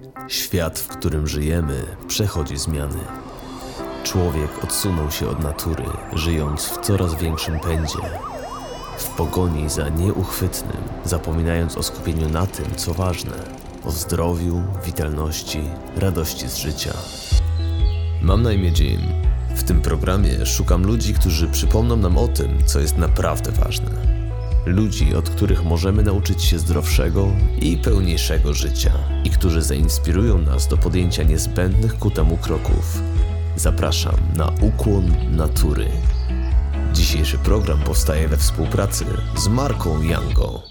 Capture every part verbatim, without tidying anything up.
Świat, w którym żyjemy, przechodzi zmiany. Człowiek odsunął się od natury, żyjąc w coraz większym pędzie. W pogoni za nieuchwytnym, zapominając o skupieniu na tym, co ważne, o zdrowiu, witalności, radości z życia. Mam na imię Jim. W tym programie szukam ludzi, którzy przypomną nam o tym, co jest naprawdę ważne. Ludzi, od których możemy nauczyć się zdrowszego i pełniejszego życia i którzy zainspirują nas do podjęcia niezbędnych ku temu kroków. Zapraszam na Ukłon Natury. Dzisiejszy program powstaje we współpracy z marką Yango.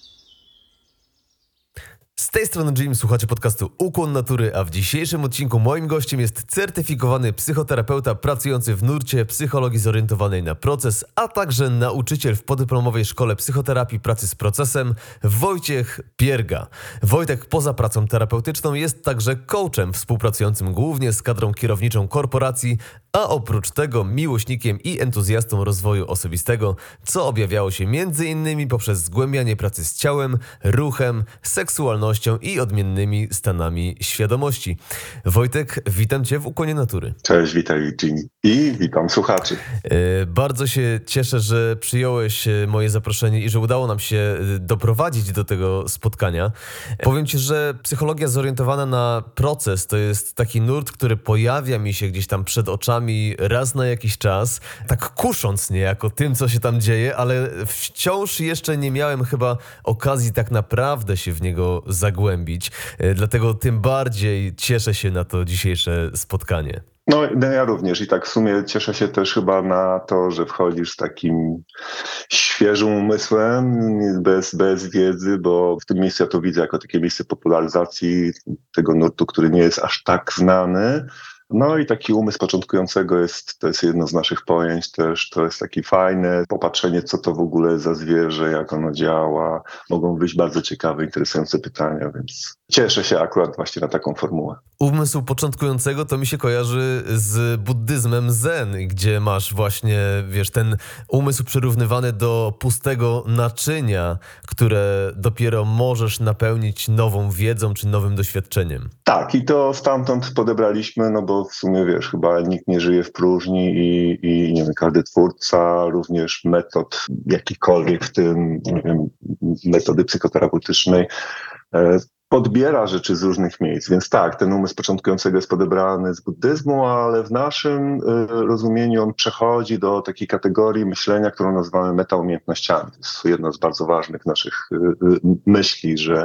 Z tej strony Jim, słuchacie podcastu Ukłon Natury, a w dzisiejszym odcinku moim gościem jest certyfikowany psychoterapeuta pracujący w nurcie psychologii zorientowanej na proces, a także nauczyciel w podyplomowej szkole psychoterapii pracy z procesem Wojciech Pierga. Wojtek poza pracą terapeutyczną jest także coachem współpracującym głównie z kadrą kierowniczą korporacji, a oprócz tego miłośnikiem i entuzjastą rozwoju osobistego, co objawiało się między innymi poprzez zgłębianie pracy z ciałem, ruchem, seksualnością i odmiennymi stanami świadomości. Wojtek, witam Cię w Ukłonie Natury. Cześć, witaj Jim i witam słuchaczy. Yy, bardzo się cieszę, że przyjąłeś moje zaproszenie i że udało nam się doprowadzić do tego spotkania. Powiem Ci, że psychologia zorientowana na proces to jest taki nurt, który pojawia mi się gdzieś tam przed oczami raz na jakiś czas, tak kusząc niejako tym, co się tam dzieje, ale wciąż jeszcze nie miałem chyba okazji tak naprawdę się w niego zagłębić. Dlatego tym bardziej cieszę się na to dzisiejsze spotkanie. No, no ja również i tak w sumie cieszę się też chyba na to, że wchodzisz z takim świeżym umysłem, bez, bez wiedzy, bo w tym miejscu ja to widzę jako takie miejsce popularyzacji tego nurtu, który nie jest aż tak znany. No i taki umysł początkującego jest, to jest jedno z naszych pojęć też, to jest takie fajne popatrzenie, co to w ogóle za zwierzę, jak ono działa. Mogą być bardzo ciekawe, interesujące pytania, więc cieszę się akurat właśnie na taką formułę. Umysł początkującego to mi się kojarzy z buddyzmem zen, gdzie masz właśnie, wiesz, ten umysł przyrównywany do pustego naczynia, które dopiero możesz napełnić nową wiedzą czy nowym doświadczeniem. Tak, i to stamtąd podebraliśmy, no bo w sumie wiesz, chyba nikt nie żyje w próżni i, i nie wiem, każdy twórca również metod jakikolwiek, w tym nie wiem, metody psychoterapeutycznej, e, podbiera rzeczy z różnych miejsc. Więc tak, ten umysł początkującego jest podebrany z buddyzmu, ale w naszym y, rozumieniu on przechodzi do takiej kategorii myślenia, którą nazywamy metaumiejętnościami. To jest jedna z bardzo ważnych naszych y, y, myśli, że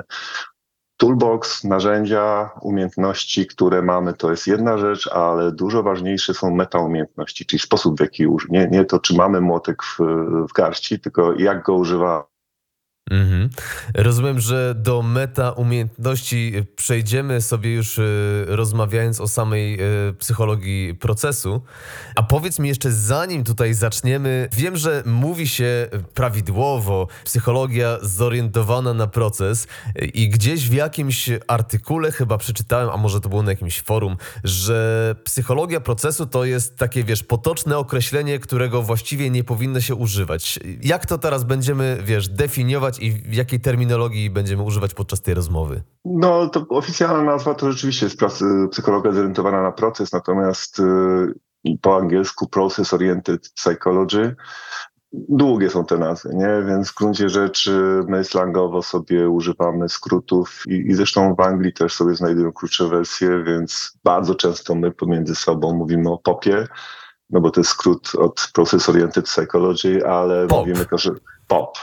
toolbox, narzędzia, umiejętności, które mamy, to jest jedna rzecz, ale dużo ważniejsze są metaumiejętności, czyli sposób, w jaki użyć. Nie, nie to, czy mamy młotek w, w garści, tylko jak go używamy. Mhm. Rozumiem, że do meta umiejętności przejdziemy sobie już y, rozmawiając o samej y, psychologii procesu. A powiedz mi jeszcze, zanim tutaj zaczniemy, wiem, że mówi się prawidłowo psychologia zorientowana na proces i gdzieś w jakimś artykule chyba przeczytałem, a może to było na jakimś forum, że psychologia procesu to jest takie, wiesz, potoczne określenie, którego właściwie nie powinno się używać. Jak to teraz będziemy, wiesz, definiować i w jakiej terminologii będziemy używać podczas tej rozmowy? No, to oficjalna nazwa to rzeczywiście jest psychologia zorientowana na proces, natomiast y, po angielsku Process Oriented Psychology. Długie są te nazwy, nie? Więc w gruncie rzeczy my slangowo sobie używamy skrótów i, i zresztą w Anglii też sobie znajdują krótsze wersje, więc bardzo często my pomiędzy sobą mówimy o popie, no bo to jest skrót od Process Oriented Psychology, ale Pop. mówimy też, że pop.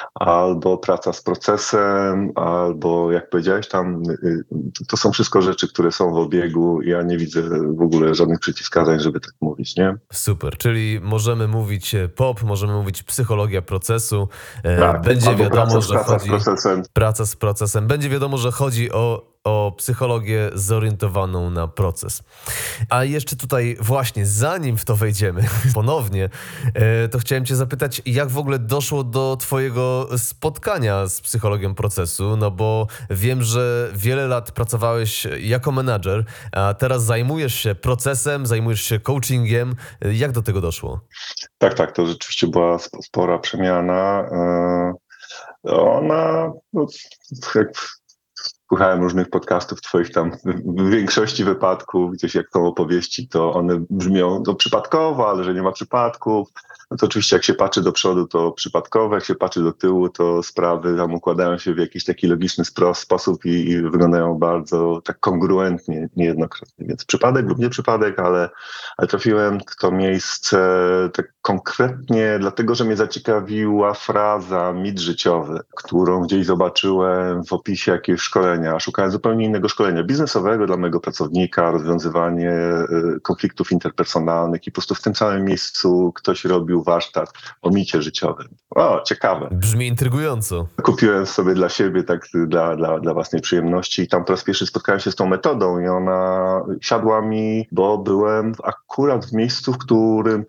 Albo praca z procesem, albo jak powiedziałeś tam, to są wszystko rzeczy, które są w obiegu. Ja nie widzę w ogóle żadnych przeciwwskazań, żeby tak mówić, nie? Super, czyli możemy mówić pop, możemy mówić psychologia procesu. Tak, będzie wiadomo, praca, że praca chodzi... z procesem. Praca z procesem. Będzie wiadomo, że chodzi o o psychologię zorientowaną na proces. A jeszcze tutaj właśnie, zanim w to wejdziemy ponownie, to chciałem Cię zapytać, jak w ogóle doszło do Twojego spotkania z psychologią procesu, no bo wiem, że wiele lat pracowałeś jako menadżer, a teraz zajmujesz się procesem, zajmujesz się coachingiem. Jak do tego doszło? Tak, tak, to rzeczywiście była spora przemiana. Ona, no, jak słuchałem różnych podcastów twoich tam, w większości wypadków, gdzieś jak są opowieści, to one brzmią to przypadkowo, ale że nie ma przypadków. No to oczywiście jak się patrzy do przodu, to przypadkowe, jak się patrzy do tyłu, to sprawy tam układają się w jakiś taki logiczny spro- sposób i, i wyglądają bardzo tak kongruentnie niejednokrotnie. Więc przypadek lub nie przypadek, ale, ale trafiłem w to miejsce tak konkretnie, dlatego że mnie zaciekawiła fraza mit życiowy, którą gdzieś zobaczyłem w opisie jakiegoś szkolenia. Szukałem zupełnie innego szkolenia biznesowego dla mojego pracownika, rozwiązywanie y, konfliktów interpersonalnych i po prostu w tym samym miejscu ktoś robił warsztat o micie życiowym. O, ciekawe. Brzmi intrygująco. Kupiłem sobie dla siebie, tak dla, dla, dla własnej przyjemności i tam po raz pierwszy spotkałem się z tą metodą i ona siadła mi, bo byłem akurat w miejscu, w którym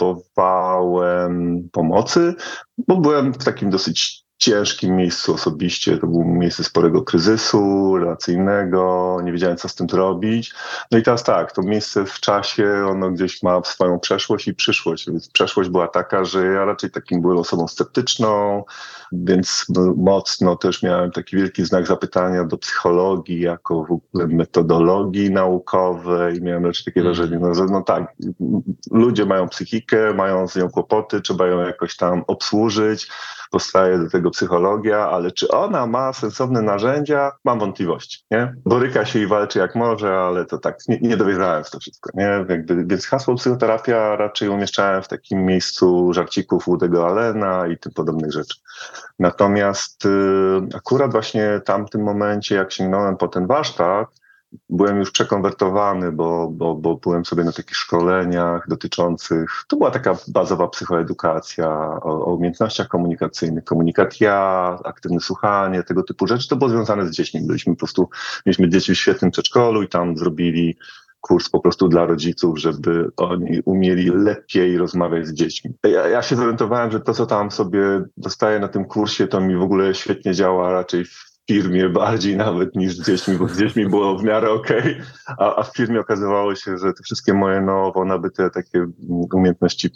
potrzebowałem pomocy, bo byłem w takim dosyć ciężkim miejscu osobiście. To było miejsce sporego kryzysu relacyjnego, nie wiedziałem, co z tym robić. No i teraz tak, to miejsce w czasie, ono gdzieś ma swoją przeszłość i przyszłość. Więc przeszłość była taka, że ja raczej takim byłem osobą sceptyczną, więc mocno też miałem taki wielki znak zapytania do psychologii jako w ogóle metodologii naukowej. Miałem raczej takie wrażenie, no, że no tak, ludzie mają psychikę, mają z nią kłopoty, trzeba ją jakoś tam obsłużyć. Powstaje do tego psychologia, ale czy ona ma sensowne narzędzia? Mam wątpliwości, nie? Boryka się i walczy jak może, ale to tak, nie, nie dowierzałem w to wszystko, nie? Jakby, więc hasło psychoterapia raczej umieszczałem w takim miejscu żarcików Woody'ego Allena i tym podobnych rzeczy. Natomiast y, akurat właśnie w tamtym momencie, jak sięgnąłem po ten warsztat, byłem już przekonwertowany, bo, bo, bo byłem sobie na takich szkoleniach dotyczących, to była taka bazowa psychoedukacja o, o umiejętnościach komunikacyjnych, komunikat ja, aktywne słuchanie, tego typu rzeczy. To było związane z dziećmi. Byliśmy po prostu, mieliśmy dzieci w świetnym przedszkolu i tam zrobili kurs po prostu dla rodziców, żeby oni umieli lepiej rozmawiać z dziećmi. Ja, ja się zorientowałem, że to, co tam sobie dostaję na tym kursie, to mi w ogóle świetnie działa raczej w firmie bardziej nawet niż z dziećmi, bo z dziećmi było w miarę okej, okay, a, a w firmie okazywało się, że te wszystkie moje nowo nabyte takie umiejętności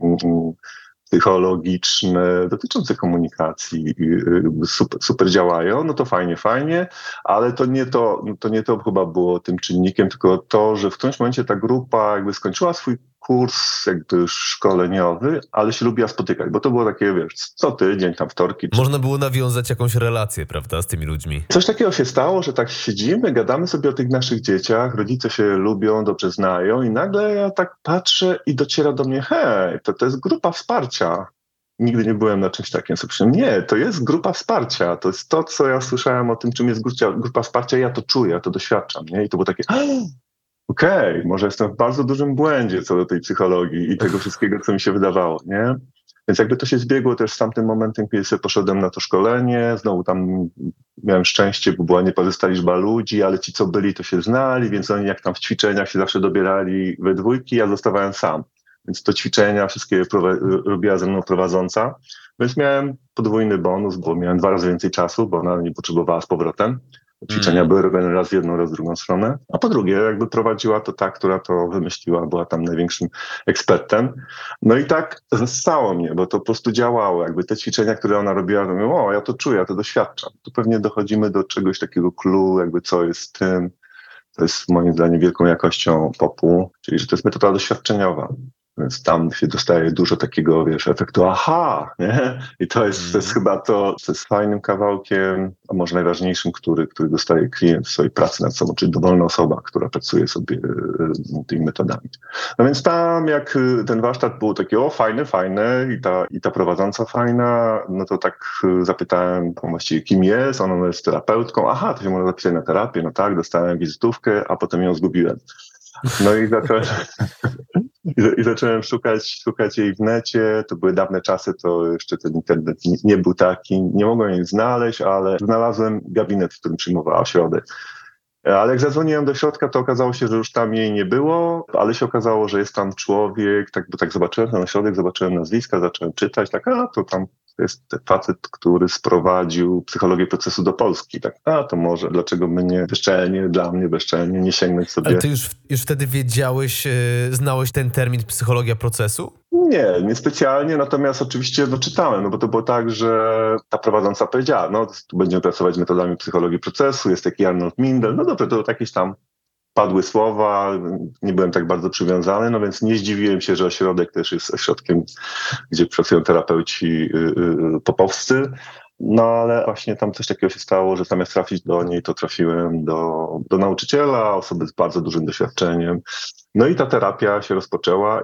psychologiczne dotyczące komunikacji super, super działają, no to fajnie, fajnie, ale to nie to, to nie to chyba było tym czynnikiem, tylko to, że w którymś momencie ta grupa jakby skończyła swój kurs jakby szkoleniowy, ale się lubiła spotykać, bo to było takie, wiesz, co tydzień, tam wtorki. Czy... Można było nawiązać jakąś relację, prawda, z tymi ludźmi. Coś takiego się stało, że tak siedzimy, gadamy sobie o tych naszych dzieciach, rodzice się lubią, dobrze znają i nagle ja tak patrzę i dociera do mnie, hej, to, to jest grupa wsparcia. Nigdy nie byłem na czymś takim. Sobie nie, to jest grupa wsparcia. To jest to, co ja słyszałem o tym, czym jest grupa, grupa wsparcia. Ja to czuję, ja to doświadczam. Nie? I to było takie, okej, okay, może jestem w bardzo dużym błędzie co do tej psychologii i tego wszystkiego, co mi się wydawało. Nie? Więc jakby to się zbiegło też z tamtym momentem, kiedy sobie poszedłem na to szkolenie. Znowu tam miałem szczęście, bo była niepozostała liczba ludzi, ale ci, co byli, to się znali, więc oni jak tam w ćwiczeniach się zawsze dobierali we dwójki, ja zostawałem sam. Więc to ćwiczenia wszystkie prowa- robiła ze mną prowadząca. Więc miałem podwójny bonus, bo miałem dwa razy więcej czasu, bo ona nie potrzebowała z powrotem. Ćwiczenia mm. były robione raz w jedną, raz w drugą stronę. A po drugie, jakby prowadziła to ta, która to wymyśliła, była tam największym ekspertem. No i tak zastało mnie, bo to po prostu działało. Jakby te ćwiczenia, które ona robiła, to mówię, o, ja to czuję, ja to doświadczam. Tu pewnie dochodzimy do czegoś takiego clue, jakby co jest tym. To jest moim zdaniem wielką jakością popu, czyli że to jest metoda doświadczeniowa. Więc tam się dostaje dużo takiego, wiesz, efektu aha, nie? I to jest, to jest chyba to, co jest fajnym kawałkiem, a może najważniejszym, który, który dostaje klient w swojej pracy nad sobą, czyli dowolna osoba, która pracuje sobie tymi metodami. No więc tam, jak ten warsztat był taki, o, fajny, fajny i ta, i ta prowadząca fajna, no to tak zapytałem właściwie, kim jest, ona jest terapeutką, aha, to się można zapisać na terapię, no tak, dostałem wizytówkę, a potem ją zgubiłem. No i zacząłem, i zacząłem szukać, szukać jej w necie. To były dawne czasy, to jeszcze ten internet nie, nie był taki. Nie mogłem jej znaleźć, ale znalazłem gabinet, w którym przyjmowała ośrodek. Ale jak zadzwoniłem do środka, to okazało się, że już tam jej nie było, ale się okazało, że jest tam człowiek, tak, bo tak zobaczyłem ten ośrodek, zobaczyłem nazwiska, zacząłem czytać, tak, a to tam to jest facet, który sprowadził psychologię procesu do Polski. Tak, a to może, dlaczego my nie, bezczelnie, dla mnie bezczelnie, nie sięgnąć sobie... Ale ty już, już wtedy wiedziałeś, yy, znałeś ten termin psychologia procesu? Nie, niespecjalnie, natomiast oczywiście no, czytałem, no bo to było tak, że ta prowadząca powiedziała, no tu będziemy pracować metodami psychologii procesu, jest taki Arnold Mindel, no dobrze, to jakieś tam padły słowa, nie byłem tak bardzo przywiązany, no więc nie zdziwiłem się, że ośrodek też jest ośrodkiem, gdzie pracują terapeuci yy, popowscy, no ale właśnie tam coś takiego się stało, że zamiast trafić do niej, to trafiłem do, do nauczyciela, osoby z bardzo dużym doświadczeniem. No i ta terapia się rozpoczęła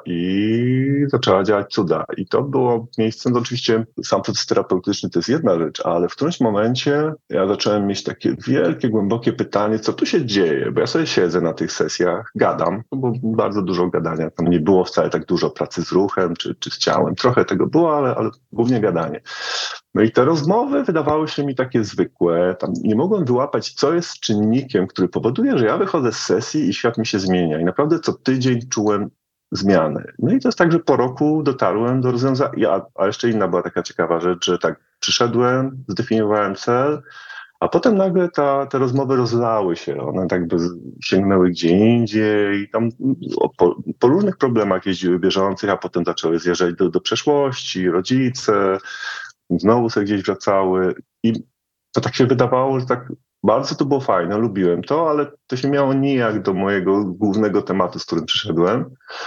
i zaczęła działać cuda. I to było miejscem, no oczywiście sam proces terapeutyczny to jest jedna rzecz, ale w którymś momencie ja zacząłem mieć takie wielkie, głębokie pytanie, co tu się dzieje? Bo ja sobie siedzę na tych sesjach, gadam, no bo bardzo dużo gadania. Tam nie było wcale tak dużo pracy z ruchem czy, czy z ciałem. Trochę tego było, ale, ale głównie gadanie. No i te rozmowy wydawały się mi takie zwykłe. Tam nie mogłem wyłapać, co jest czynnikiem, który powoduje, że ja wychodzę z sesji i świat mi się zmienia. I naprawdę co tydzień czułem zmiany. No i to jest tak, że po roku dotarłem do rozwiązania. Ja, a jeszcze inna była taka ciekawa rzecz, że tak przyszedłem, zdefiniowałem cel, a potem nagle ta, te rozmowy rozlały się. One tak by sięgnęły gdzie indziej. Tam po, po różnych problemach jeździły bieżących, a potem zaczęły zjeżdżać do, do przeszłości, rodzice, znowu sobie gdzieś wracały i to tak się wydawało, że tak bardzo to było fajne, lubiłem to, ale to się miało nijak do mojego głównego tematu, z którym przyszedłem.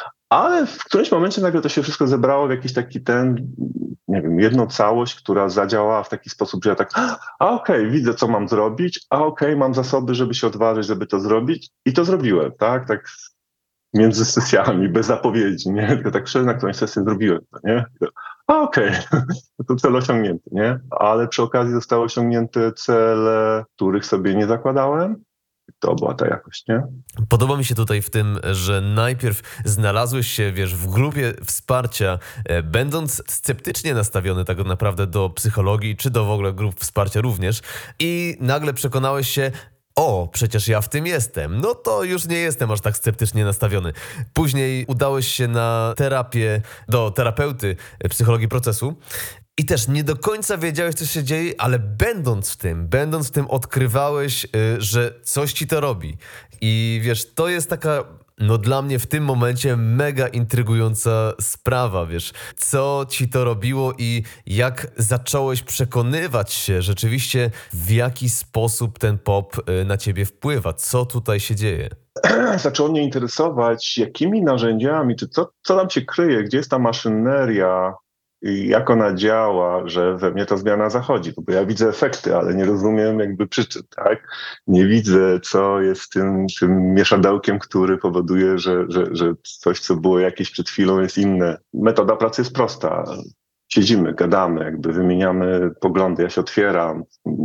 Ale w którymś momencie nagle to się wszystko zebrało w jakiś taki ten, nie wiem, jedną całość, która zadziałała w taki sposób, że ja tak, a okej, okay, widzę, co mam zrobić, a okej, okay, mam zasoby, żeby się odważyć, żeby to zrobić i to zrobiłem, tak, tak między sesjami, bez zapowiedzi, nie, tylko tak wszedłem na którąś sesję, zrobiłem to, nie, a okej, okay. To cel osiągnięty, nie, ale przy okazji zostały osiągnięte cele, których sobie nie zakładałem. To była ta jakość, nie? Podoba mi się tutaj w tym, że najpierw znalazłeś się, wiesz, w grupie wsparcia, e, będąc sceptycznie nastawiony tak naprawdę do psychologii, czy do w ogóle grup wsparcia również i nagle przekonałeś się, o, przecież ja w tym jestem, no to już nie jestem aż tak sceptycznie nastawiony. Później udałeś się na terapię, do terapeuty psychologii procesu. I też nie do końca wiedziałeś, co się dzieje, ale będąc w tym, będąc w tym odkrywałeś, że coś ci to robi. I wiesz, to jest taka, no dla mnie w tym momencie mega intrygująca sprawa, wiesz. Co ci to robiło i jak zacząłeś przekonywać się rzeczywiście, w jaki sposób ten pop na ciebie wpływa? Co tutaj się dzieje? Zaczęło mnie interesować, jakimi narzędziami, czy co, co tam się kryje, gdzie jest ta maszyneria, i jak ona działa, że we mnie ta zmiana zachodzi, bo ja widzę efekty, ale nie rozumiem jakby przyczyn, tak? Nie widzę, co jest tym, tym mieszadełkiem, który powoduje, że, że, że coś, co było jakieś przed chwilą, jest inne. Metoda pracy jest prosta. Siedzimy, gadamy, jakby wymieniamy poglądy, ja się otwieram,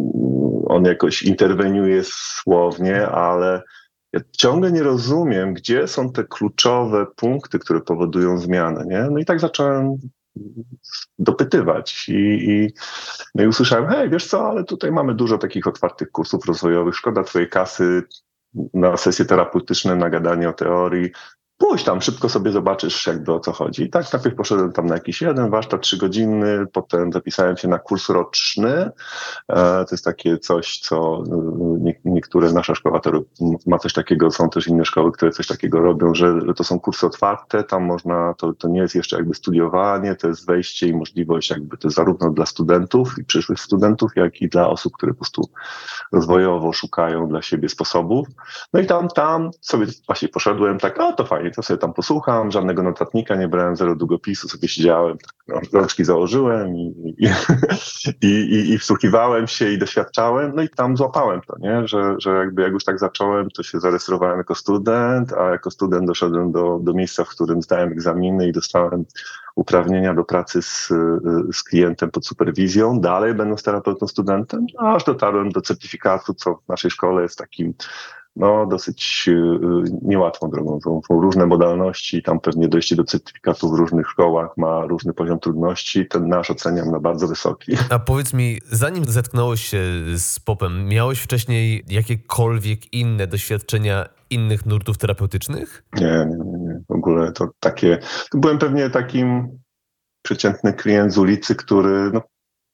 on jakoś interweniuje słownie, ale ja ciągle nie rozumiem, gdzie są te kluczowe punkty, które powodują zmianę, nie? No i tak zacząłem dopytywać i, i, no i usłyszałem, hej, wiesz co, ale tutaj mamy dużo takich otwartych kursów rozwojowych, szkoda twojej kasy na sesje terapeutyczne, na gadanie o teorii, pójdź tam, szybko sobie zobaczysz jakby o co chodzi. I tak najpierw poszedłem tam na jakiś jeden warsztat trzygodzinny, potem zapisałem się na kurs roczny. To jest takie coś, co nie, niektóre, nasza szkoła to ma coś takiego, są też inne szkoły, które coś takiego robią, że, że to są kursy otwarte, tam można, to, to nie jest jeszcze jakby studiowanie, to jest wejście i możliwość jakby to zarówno dla studentów i przyszłych studentów, jak i dla osób, które po prostu rozwojowo szukają dla siebie sposobów. No i tam, tam sobie właśnie poszedłem tak, a to fajnie, to sobie tam posłucham, żadnego notatnika nie brałem, zero długopisu, sobie siedziałem, tak, no, rączki założyłem i, i, i, i, i wsłuchiwałem się i doświadczałem, no i tam złapałem to, nie? Że, że jakby jak już tak zacząłem, to się zarejestrowałem jako student, a jako student doszedłem do, do miejsca, w którym zdałem egzaminy i dostałem uprawnienia do pracy z, z klientem pod superwizją, dalej będąc terapeutą studentem, aż dotarłem do certyfikatu, co w naszej szkole jest takim no dosyć y, niełatwą drogą. Są, są różne modalności, tam pewnie dojście do certyfikatu w różnych szkołach ma różny poziom trudności, ten nasz oceniam na bardzo wysoki. A powiedz mi, zanim zetknąłeś się z popem, miałeś wcześniej jakiekolwiek inne doświadczenia innych nurtów terapeutycznych? Nie, nie, nie, nie. W ogóle to takie, to byłem pewnie takim przeciętny klient z ulicy, który no,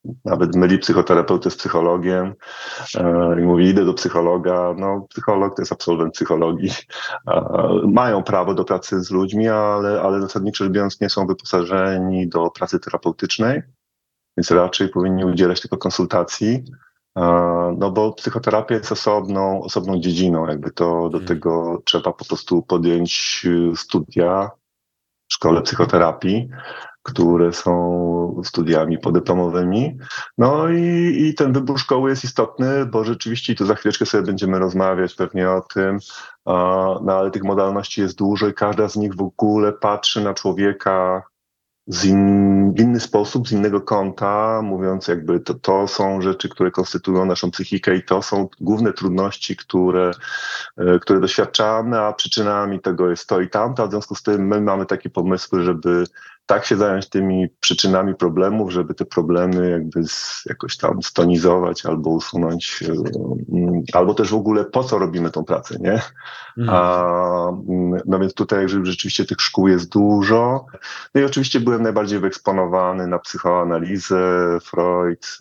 nawet myli psychoterapeutę z psychologiem i mówi, idę do psychologa. No, psycholog to jest absolwent psychologii. Mają prawo do pracy z ludźmi, ale, ale zasadniczo rzecz biorąc nie są wyposażeni do pracy terapeutycznej, więc raczej powinni udzielać tylko konsultacji. No bo psychoterapia jest osobną, osobną dziedziną, jakby to do tego trzeba po prostu podjąć studia w szkole psychoterapii, które są studiami podyplomowymi. No i, i ten wybór szkoły jest istotny, bo rzeczywiście, i tu za chwileczkę sobie będziemy rozmawiać pewnie o tym, no ale tych modalności jest dużo i każda z nich w ogóle patrzy na człowieka z in, w inny sposób, z innego kąta, mówiąc jakby to, to są rzeczy, które konstytuują naszą psychikę i to są główne trudności, które, które doświadczamy, a przyczynami tego jest to i tamto, a w związku z tym my mamy takie pomysły, żeby tak się zająć tymi przyczynami problemów, żeby te problemy jakby z, jakoś tam stonizować albo usunąć, albo też w ogóle po co robimy tą pracę, nie? Mm. A, no więc tutaj rzeczywiście tych szkół jest dużo. No i oczywiście byłem najbardziej wyeksponowany na psychoanalizę, Freud,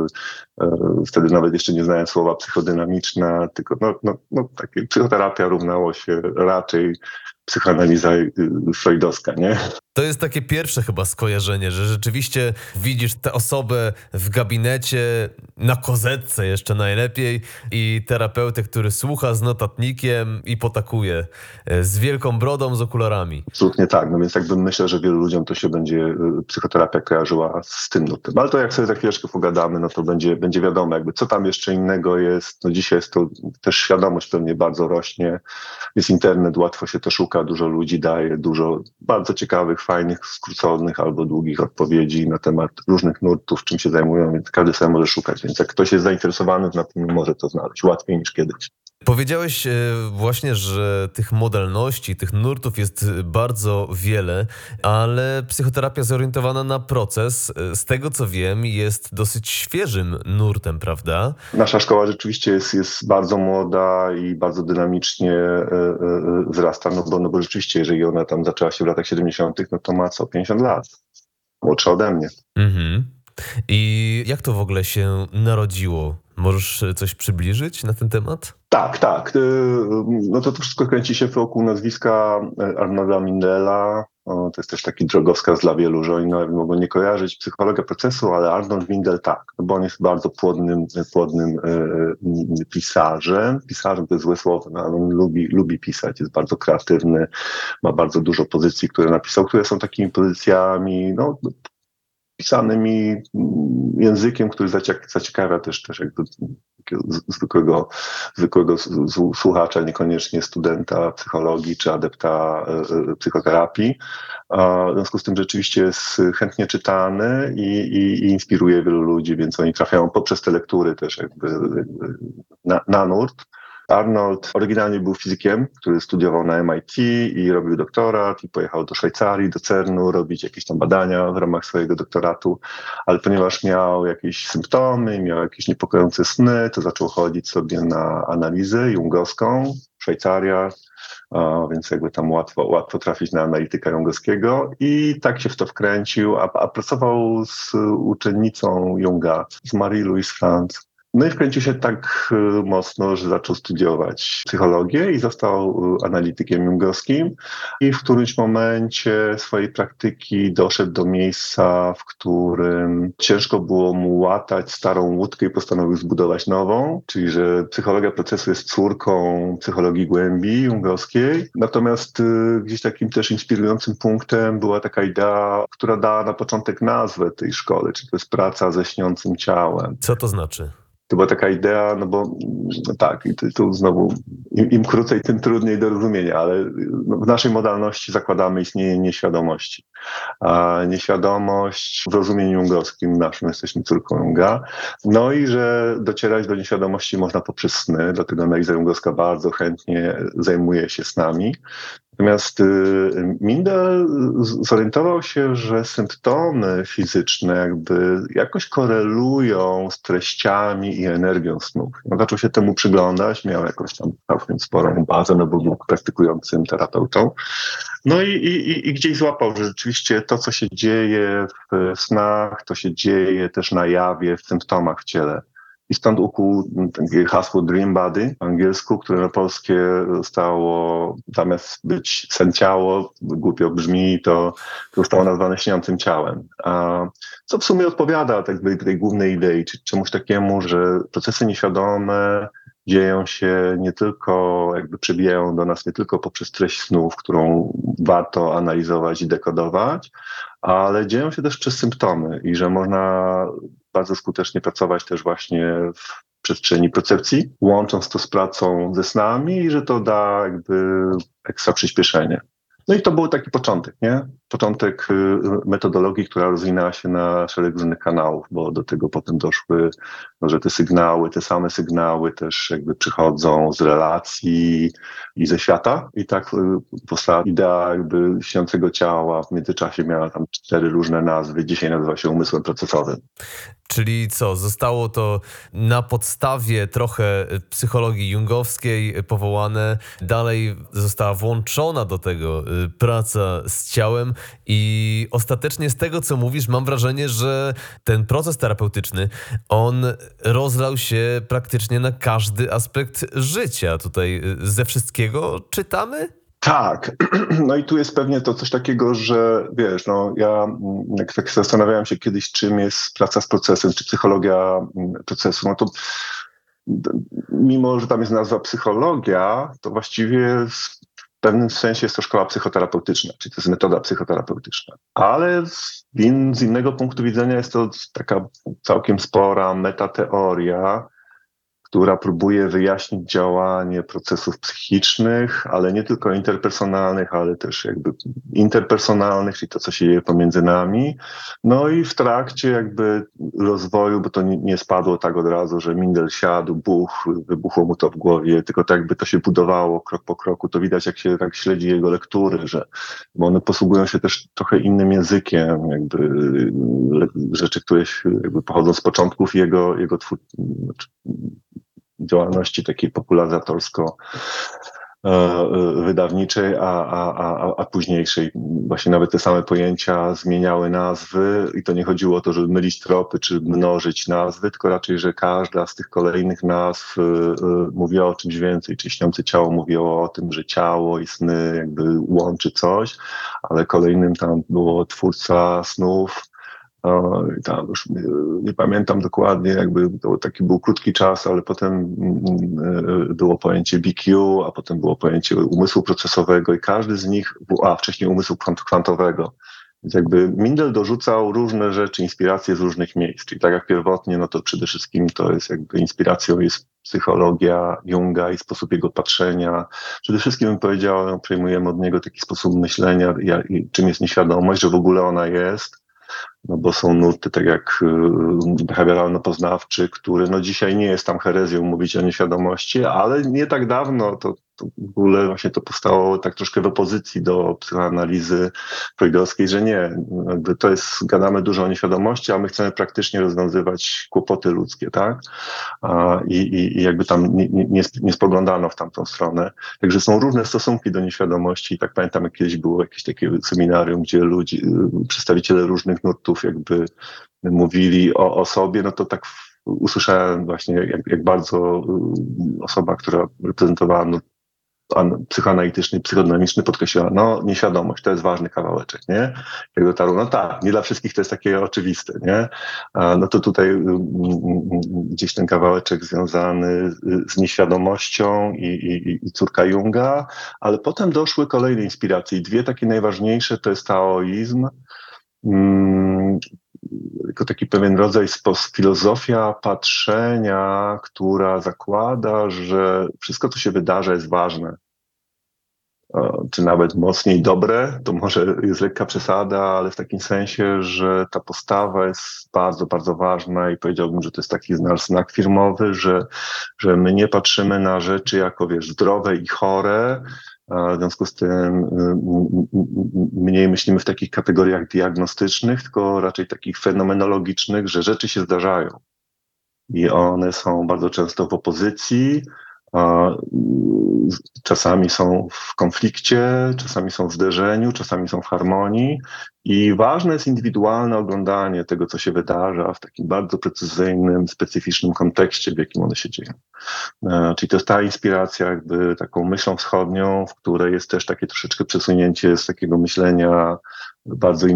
wtedy nawet jeszcze nie znałem słowa psychodynamiczna, tylko no, no, no takie psychoterapia równało się raczej psychoanaliza freudowska, nie? To jest takie pierwsze chyba skojarzenie, że rzeczywiście widzisz tę osobę w gabinecie, na kozetce jeszcze najlepiej i terapeutę, który słucha z notatnikiem i potakuje z wielką brodą, z okularami. Absolutnie tak, no więc jakby myślę, że wielu ludziom to się będzie psychoterapia kojarzyła z tym nurtem. Ale to jak sobie za chwileczkę pogadamy, no to będzie, będzie wiadomo jakby co tam jeszcze innego jest. No dzisiaj jest to też świadomość pewnie bardzo rośnie. Jest internet, łatwo się to szuka, dużo ludzi daje, dużo bardzo ciekawych, fajnych, skróconych albo długich odpowiedzi na temat różnych nurtów, czym się zajmują, więc każdy sobie może szukać. Więc jak ktoś jest zainteresowany, na tym może to znaleźć łatwiej niż kiedyś. Powiedziałeś właśnie, że tych modalności, tych nurtów jest bardzo wiele, ale psychoterapia zorientowana na proces, z tego co wiem, jest dosyć świeżym nurtem, prawda? Nasza szkoła rzeczywiście jest, jest bardzo młoda i bardzo dynamicznie wzrasta, no bo, no bo rzeczywiście, jeżeli ona tam zaczęła się w latach siedemdziesiątych, no to ma co pięćdziesiąt lat. Młodsza ode mnie. Mhm. I jak to w ogóle się narodziło? Możesz coś przybliżyć na ten temat? Tak, tak. No to, to wszystko kręci się wokół nazwiska Arnolda Mindela. O, to jest też taki drogowskaz dla wielu, że oni nawet mogą nie kojarzyć psychologa procesu, ale Arnold Mindel tak, no bo on jest bardzo płodnym, płodnym e, pisarzem. Pisarzem to jest złe słowo, no, ale on lubi, lubi pisać, jest bardzo kreatywny, ma bardzo dużo pozycji, które napisał, które są takimi pozycjami, no, pisanymi językiem, który zaciekawia też, też jakby zwykłego, zwykłego słuchacza, niekoniecznie studenta psychologii czy adepta psychoterapii. W związku z tym rzeczywiście jest chętnie czytany i, i, i inspiruje wielu ludzi, więc oni trafiają poprzez te lektury też jakby, jakby na, na nurt. Arnold oryginalnie był fizykiem, który studiował na M I T i robił doktorat i pojechał do Szwajcarii, do cernu robić jakieś tam badania w ramach swojego doktoratu, ale ponieważ miał jakieś symptomy, miał jakieś niepokojące sny, to zaczął chodzić sobie na analizę jungowską, Szwajcaria, o, więc jakby tam łatwo, łatwo trafić na analityka jungowskiego i tak się w to wkręcił, a, a pracował z uczennicą Junga, z Marie-Louise Franz. No i wkręcił się tak mocno, że zaczął studiować psychologię i został analitykiem jungowskim i w którymś momencie swojej praktyki doszedł do miejsca, w którym ciężko było mu łatać starą łódkę i postanowił zbudować nową, czyli że psychologia procesu jest córką psychologii głębi jungowskiej. Natomiast gdzieś takim też inspirującym punktem była taka idea, która dała na początek nazwę tej szkoły, czyli to jest praca ze śniącym ciałem. Co to znaczy? To była taka idea, no bo no tak, i tu znowu im, im krócej, tym trudniej do rozumienia, ale w naszej modalności zakładamy istnienie nieświadomości. A nieświadomość w rozumieniu jungowskim naszym, jesteśmy córką Junga, no i że docierać do nieświadomości można poprzez sny, dlatego analiza jungowska bardzo chętnie zajmuje się snami. Natomiast y, Mindel zorientował się, że symptomy fizyczne jakby jakoś korelują z treściami i energią snów. No, zaczął się temu przyglądać, miał jakąś tam całkiem sporą bazę, no bo był praktykującym terapeutą. No i, i, i gdzieś złapał, że rzeczywiście to, co się dzieje w snach, to się dzieje też na jawie, w symptomach w ciele. I stąd ukuł takie hasło Dream Body po angielsku, które na polskie zostało, zamiast być sen ciało, głupio brzmi, to zostało nazwane śniącym ciałem. A co w sumie odpowiada tak tej, tej głównej idei, czy czemuś takiemu, że procesy nieświadome dzieją się nie tylko, jakby przebijają do nas nie tylko poprzez treść snów, którą warto analizować i dekodować, ale dzieją się też przez symptomy i że można bardzo skutecznie pracować też właśnie w przestrzeni percepcji, łącząc to z pracą ze snami i że to da jakby ekstra przyspieszenie. No i to był taki początek, nie? Początek metodologii, która rozwinęła się na szereg różnych kanałów, bo do tego potem doszły, no, że te sygnały, te same sygnały też jakby przychodzą z relacji i ze świata. I tak powstała idea jakby śniącego ciała. W międzyczasie miała tam cztery różne nazwy. Dzisiaj nazywa się umysłem procesowym. Czyli co, zostało to na podstawie trochę psychologii jungowskiej powołane, dalej została włączona do tego praca z ciałem i ostatecznie z tego, co mówisz, mam wrażenie, że ten proces terapeutyczny, on rozlał się praktycznie na każdy aspekt życia. Tutaj ze wszystkiego czytamy? Tak, no i tu jest pewnie to coś takiego, że wiesz, no ja jak tak zastanawiałem się kiedyś, czym jest praca z procesem, czy psychologia procesu, no to mimo, że tam jest nazwa psychologia, to właściwie w pewnym sensie jest to szkoła psychoterapeutyczna, czyli to jest metoda psychoterapeutyczna. Ale z, in, z innego punktu widzenia jest to taka całkiem spora metateoria, która próbuje wyjaśnić działanie procesów psychicznych, ale nie tylko interpersonalnych, ale też jakby interpersonalnych, czyli to, co się dzieje pomiędzy nami. No i w trakcie jakby rozwoju, bo to nie, nie spadło tak od razu, że Mindel siadł, buch, wybuchło mu to w głowie, tylko tak jakby to się budowało krok po kroku. To widać, jak się tak śledzi jego lektury, że bo one posługują się też trochę innym językiem, jakby rzeczy, które jakby pochodzą z początków jego, jego twór, działalności takiej popularyzatorsko wydawniczej, a, a, a, a późniejszej. Właśnie nawet te same pojęcia zmieniały nazwy i to nie chodziło o to, żeby mylić tropy, czy mnożyć nazwy, tylko raczej, że każda z tych kolejnych nazw y, y, mówiła o czymś więcej. Czyli śniące ciało mówiło o tym, że ciało i sny jakby łączy coś, ale kolejnym tam było twórca snów. O, tam już nie, nie pamiętam dokładnie, jakby to taki był krótki czas, ale potem było pojęcie B Q, a potem było pojęcie umysłu procesowego i każdy z nich, a wcześniej umysłu kwantowego. Więc jakby Mindel dorzucał różne rzeczy, inspiracje z różnych miejsc. Czyli tak jak pierwotnie, no to przede wszystkim to jest jakby inspiracją jest psychologia Junga i sposób jego patrzenia. Przede wszystkim bym powiedział, no, przejmujemy od niego taki sposób myślenia, jak, czym jest nieświadomość, że w ogóle ona jest. No bo są nurty, tak jak behawioralno-poznawczy, który no dzisiaj nie jest tam herezją mówić o nieświadomości, ale nie tak dawno to, to w ogóle właśnie to powstało tak troszkę w opozycji do psychoanalizy freudowskiej, że nie, jakby to jest, gadamy dużo o nieświadomości, a my chcemy praktycznie rozwiązywać kłopoty ludzkie, tak? A, i, i, i jakby tam nie, nie, nie spoglądano w tamtą stronę. Także są różne stosunki do nieświadomości i tak pamiętam, jak kiedyś było jakieś takie seminarium, gdzie ludzie, przedstawiciele różnych nurtów jakby mówili o, o sobie, no to tak usłyszałem właśnie, jak, jak bardzo osoba, która reprezentowała nurt psychoanalityczny, psychodynamiczny podkreśliła, no nieświadomość, to jest ważny kawałeczek, nie? Jak dotarło, no tak, nie dla wszystkich to jest takie oczywiste, nie? A no to tutaj gdzieś ten kawałeczek związany z nieświadomością i, i, i córka Junga, ale potem doszły kolejne inspiracje i dwie takie najważniejsze to jest taoizm, hmm, jako taki pewien rodzaj filozofia patrzenia, która zakłada, że wszystko, co się wydarza, jest ważne. czy nawet mocniej dobre, to może jest lekka przesada, ale w takim sensie, że ta postawa jest bardzo, bardzo ważna i powiedziałbym, że to jest taki nasz znak firmowy, że, że my nie patrzymy na rzeczy jako, wiesz, zdrowe i chore, a w związku z tym mniej myślimy w takich kategoriach diagnostycznych, tylko raczej takich fenomenologicznych, że rzeczy się zdarzają i one są bardzo często w opozycji, czasami są w konflikcie, czasami są w zderzeniu, czasami są w harmonii i ważne jest indywidualne oglądanie tego, co się wydarza w takim bardzo precyzyjnym, specyficznym kontekście, w jakim one się dzieją. Czyli to jest ta inspiracja jakby taką myślą wschodnią, w której jest też takie troszeczkę przesunięcie z takiego myślenia bardzo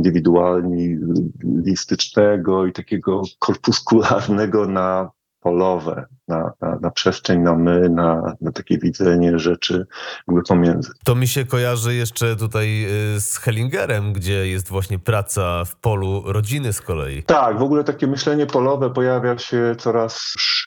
indywidualistycznego i takiego korpuskularnego na polowe, na, na, na przestrzeń, na my, na, na takie widzenie rzeczy jakby pomiędzy. To mi się kojarzy jeszcze tutaj z Hellingerem, gdzie jest właśnie praca w polu rodziny z kolei. Tak, w ogóle takie myślenie polowe pojawia się coraz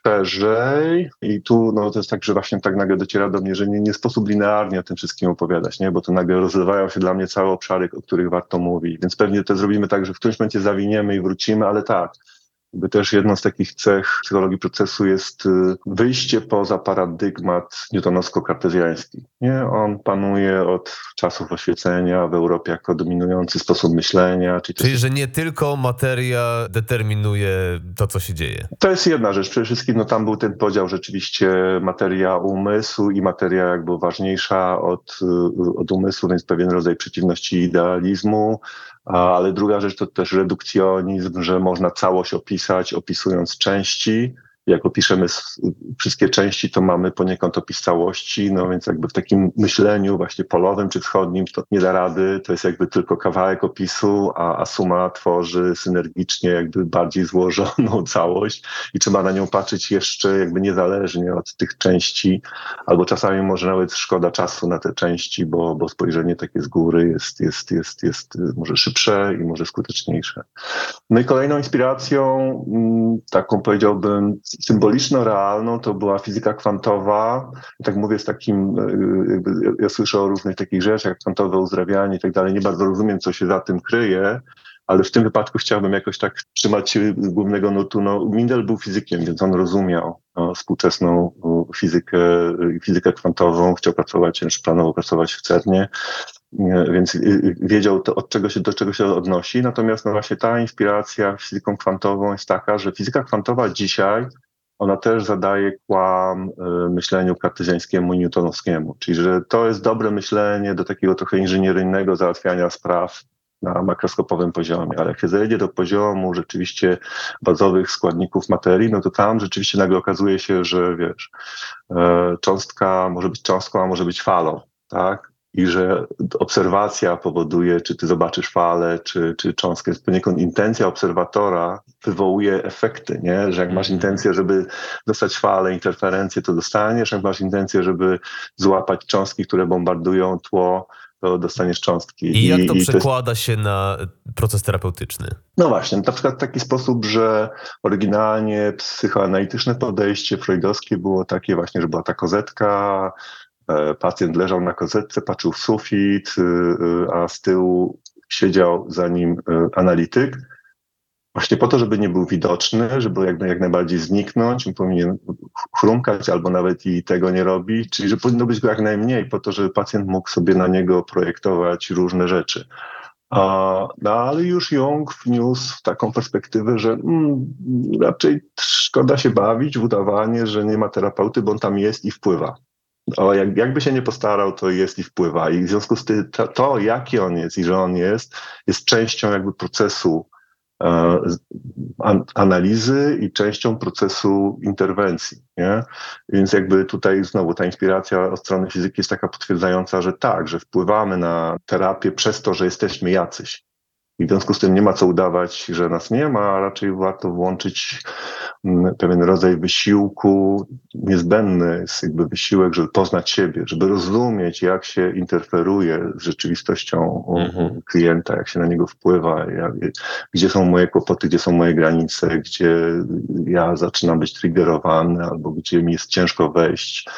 szerzej i tu no, to jest tak, że właśnie tak nagle dociera do mnie, że nie, nie sposób linearnie o tym wszystkim opowiadać, nie? Bo to nagle rozlewają się dla mnie całe obszary, o których warto mówić, więc pewnie to zrobimy tak, że w którymś momencie zawiniemy i wrócimy, ale tak. Jakby też jedną z takich cech psychologii procesu jest wyjście poza paradygmat newtonowsko-kartezjański. Nie? On panuje od czasów oświecenia w Europie jako dominujący sposób myślenia. Czyli, czyli jest... że nie tylko materia determinuje to, co się dzieje. To jest jedna rzecz. Przede wszystkim no, tam był ten podział rzeczywiście materia umysłu i materia jakby ważniejsza od, od umysłu, więc pewien rodzaj przeciwności idealizmu. Ale druga rzecz to też redukcjonizm, że można całość opisać, opisując części. Jak opiszemy wszystkie części, to mamy poniekąd opis całości, no więc jakby w takim myśleniu właśnie polowym czy wschodnim to nie da rady, to jest jakby tylko kawałek opisu, a, a suma tworzy synergicznie jakby bardziej złożoną całość i trzeba na nią patrzeć jeszcze jakby niezależnie od tych części, albo czasami może nawet szkoda czasu na te części, bo, bo spojrzenie takie z góry jest, jest, jest, jest może szybsze i może skuteczniejsze. No i kolejną inspiracją, taką powiedziałbym symboliczno-realną, to była fizyka kwantowa. Tak mówię z takim, jakby ja słyszę o różnych takich rzeczach, jak kwantowe uzdrawianie i tak dalej. Nie bardzo rozumiem, co się za tym kryje, ale w tym wypadku chciałbym jakoś tak trzymać się głównego nurtu. No, Mindel był fizykiem, więc on rozumiał no, współczesną fizykę, fizykę kwantową, chciał pracować, planował pracować w cernie, więc wiedział to, od czego się, do czego się odnosi. Natomiast no właśnie ta inspiracja fizyką kwantową jest taka, że fizyka kwantowa dzisiaj, ona też zadaje kłam myśleniu kartezjańskiemu i newtonowskiemu. Czyli, że to jest dobre myślenie do takiego trochę inżynieryjnego załatwiania spraw na makroskopowym poziomie, ale jak się zejdzie do poziomu rzeczywiście bazowych składników materii, no to tam rzeczywiście nagle okazuje się, że wiesz, cząstka może być cząstką, a może być falą, tak? I że obserwacja powoduje, czy ty zobaczysz falę, czy, czy cząstkę. Jest poniekąd intencja obserwatora wywołuje efekty, nie? Że jak masz intencję, żeby dostać falę, interferencję, to dostaniesz. Jak masz intencję, żeby złapać cząstki, które bombardują tło, to dostaniesz cząstki. I jak to I, przekłada to jest... się na proces terapeutyczny? No właśnie, na przykład w taki sposób, że oryginalnie psychoanalityczne podejście freudowskie było takie właśnie, że była ta kozetka, pacjent leżał na kozetce, patrzył w sufit, a z tyłu siedział za nim analityk. Właśnie po to, żeby nie był widoczny, żeby jak, jak najbardziej zniknąć, on powinien chrumkać albo nawet i tego nie robić, czyli że powinno być go jak najmniej po to, żeby pacjent mógł sobie na niego projektować różne rzeczy. No ale już Jung wniósł taką perspektywę, że mm, raczej szkoda się bawić w udawanie, że nie ma terapeuty, bo on tam jest i wpływa. O, jak, jakby się nie postarał, to jest i wpływa. I w związku z tym to, to, jaki on jest i że on jest, jest częścią jakby procesu e, an, analizy i częścią procesu interwencji. Nie? Więc jakby tutaj znowu ta inspiracja od strony fizyki jest taka potwierdzająca, że tak, że wpływamy na terapię przez to, że jesteśmy jacyś. I w związku z tym nie ma co udawać, że nas nie ma, a raczej warto włączyć pewien rodzaj wysiłku. Niezbędny jest jakby wysiłek, żeby poznać siebie, żeby rozumieć, jak się interferuje z rzeczywistością mm-hmm. klienta, jak się na niego wpływa, jak, gdzie są moje kłopoty, gdzie są moje granice, gdzie ja zaczynam być triggerowany albo gdzie mi jest ciężko wejść,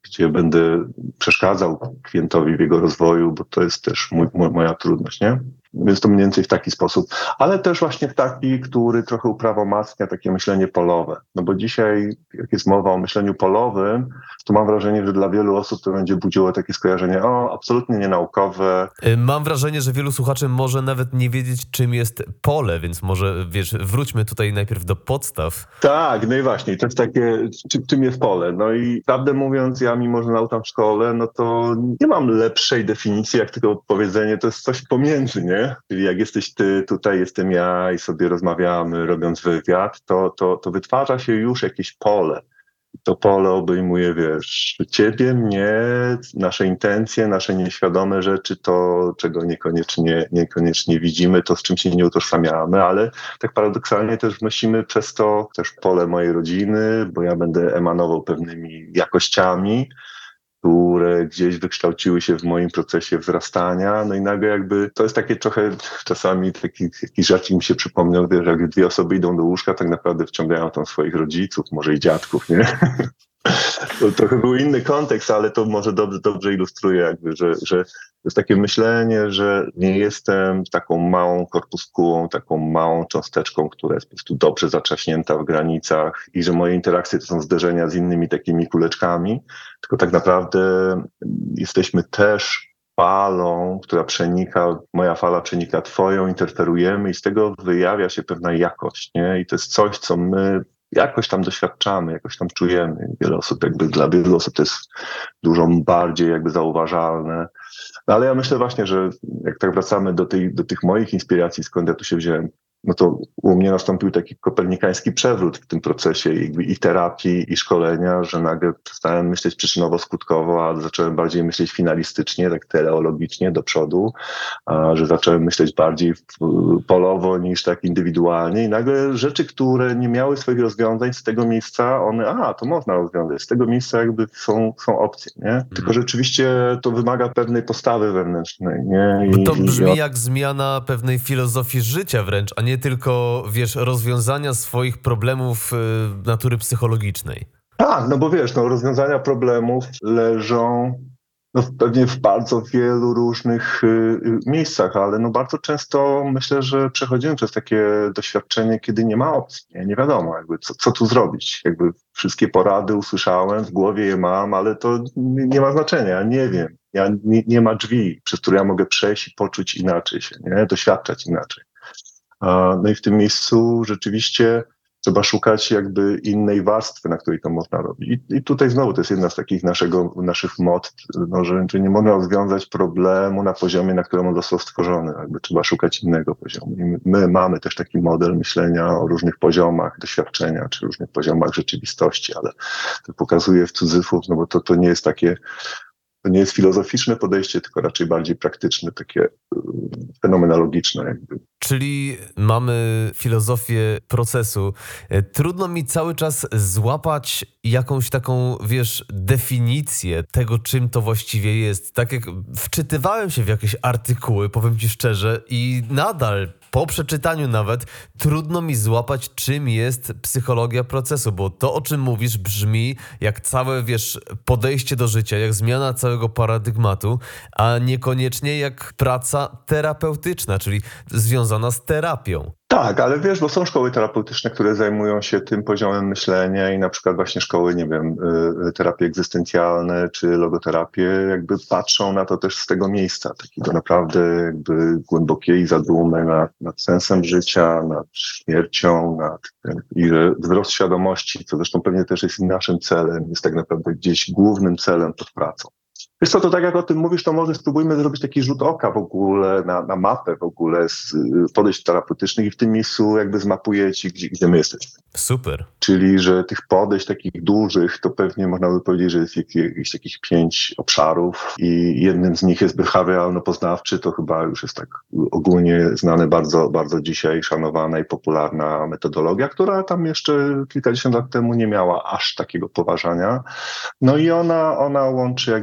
gdzie będę przeszkadzał klientowi w jego rozwoju, bo to jest też mój, moja trudność, nie? Więc to mniej więcej w taki sposób, ale też właśnie w taki, który trochę uprawomacnia takie myślenie polowe. No bo dzisiaj, jak jest mowa o myśleniu polowym, to mam wrażenie, że dla wielu osób to będzie budziło takie skojarzenie, o, absolutnie nienaukowe. Mam wrażenie, że wielu słuchaczy może nawet nie wiedzieć, czym jest pole, więc może, wiesz, wróćmy tutaj najpierw do podstaw. Tak, no i właśnie, to jest takie, czy, czym jest pole? No i prawdę mówiąc, ja mimo, że nauczam w szkole, no to nie mam lepszej definicji, jak tylko powiedzenie, to jest coś pomiędzy, nie? Czyli jak jesteś ty, tutaj jestem ja i sobie rozmawiamy, robiąc wywiad, to, to, to wytwarza się już jakieś pole. To pole obejmuje, wiesz, ciebie, mnie, nasze intencje, nasze nieświadome rzeczy, to, czego niekoniecznie, niekoniecznie widzimy, to, z czym się nie utożsamiamy, ale tak paradoksalnie też wnosimy przez to też pole mojej rodziny, bo ja będę emanował pewnymi jakościami, które gdzieś wykształciły się w moim procesie wzrastania, no i nagle jakby to jest takie trochę czasami taki, taki żarcik mi się przypomniał, wiesz, jak dwie osoby idą do łóżka, tak naprawdę wciągają tam swoich rodziców, może i dziadków, nie? To trochę był inny kontekst, ale to może dobrze, dobrze ilustruje jakby, że, że to jest takie myślenie, że nie jestem taką małą korpuskułą, taką małą cząsteczką, która jest po prostu dobrze zaczaśnięta w granicach i że moje interakcje to są zderzenia z innymi takimi kuleczkami, tylko tak naprawdę jesteśmy też falą, która przenika, moja fala przenika twoją, interferujemy i z tego wyjawia się pewna jakość, nie? I to jest coś, co my jakoś tam doświadczamy, jakoś tam czujemy. Wiele osób, jakby dla wielu osób to jest dużo bardziej jakby zauważalne. No ale ja myślę właśnie, że jak tak wracamy do, tej, do tych moich inspiracji, skąd ja tu się wziąłem, no to u mnie nastąpił taki kopernikański przewrót w tym procesie jakby i terapii, i szkolenia, że nagle przestałem myśleć przyczynowo-skutkowo, a zacząłem bardziej myśleć finalistycznie, tak teleologicznie do przodu, a że zacząłem myśleć bardziej polowo niż tak indywidualnie i nagle rzeczy, które nie miały swoich rozwiązań z tego miejsca, one, a, to można rozwiązać, z tego miejsca jakby są, są opcje, nie? Mm. Tylko rzeczywiście to wymaga pewnej postawy wewnętrznej, nie? I, Bo to brzmi i... jak zmiana pewnej filozofii życia wręcz, a nie tylko, wiesz, rozwiązania swoich problemów y, natury psychologicznej. Tak, no bo wiesz, no, rozwiązania problemów leżą no, pewnie w bardzo wielu różnych y, y, miejscach, ale no bardzo często myślę, że przechodzimy przez takie doświadczenie, kiedy nie ma opcji, nie, nie wiadomo jakby co, co tu zrobić. Jakby wszystkie porady usłyszałem, w głowie je mam, ale to nie, nie ma znaczenia, nie wiem. Ja, nie, nie ma drzwi, przez które ja mogę przejść i poczuć inaczej się, nie? Doświadczać inaczej. No i w tym miejscu rzeczywiście trzeba szukać jakby innej warstwy, na której to można robić. I, i tutaj znowu to jest jedna z takich naszego, naszych mod, no, że, że nie można rozwiązać problemu na poziomie, na którym on został stworzony. Jakby trzeba szukać innego poziomu. I my, my mamy też taki model myślenia o różnych poziomach doświadczenia, czy różnych poziomach rzeczywistości, ale to pokazuje w cudzysłów, no bo to, to nie jest takie To nie jest filozoficzne podejście, tylko raczej bardziej praktyczne, takie fenomenologiczne jakby. Czyli mamy filozofię procesu. Trudno mi cały czas złapać jakąś taką, wiesz, definicję tego, czym to właściwie jest. Tak jak wczytywałem się w jakieś artykuły, powiem ci szczerze, i nadal po przeczytaniu nawet trudno mi złapać, czym jest psychologia procesu, bo to, o czym mówisz, brzmi jak całe, wiesz, podejście do życia, jak zmiana całego paradygmatu, a niekoniecznie jak praca terapeutyczna, czyli związana z terapią. Tak, ale wiesz, bo są szkoły terapeutyczne, które zajmują się tym poziomem myślenia i na przykład właśnie szkoły, nie wiem, terapie egzystencjalne czy logoterapie jakby patrzą na to też z tego miejsca, takiego naprawdę jakby głębokiej zadumy nad, nad sensem życia, nad śmiercią, nad tym, i że wzrost świadomości, co zresztą pewnie też jest naszym celem, jest tak naprawdę gdzieś głównym celem pod pracą. Wiesz co, to tak jak o tym mówisz, to może spróbujmy zrobić taki rzut oka w ogóle, na, na mapę w ogóle z podejść terapeutycznych i w tym miejscu jakby zmapuję ci, gdzie, gdzie my jesteśmy. Super. Czyli, że tych podejść takich dużych, to pewnie można by powiedzieć, że jest jakieś takich pięć obszarów i jednym z nich jest behawioralno-poznawczy, to chyba już jest tak ogólnie znane, bardzo, bardzo dzisiaj szanowana i popularna metodologia, która tam jeszcze kilkadziesiąt lat temu nie miała aż takiego poważania. No i ona, ona łączy jakby dwie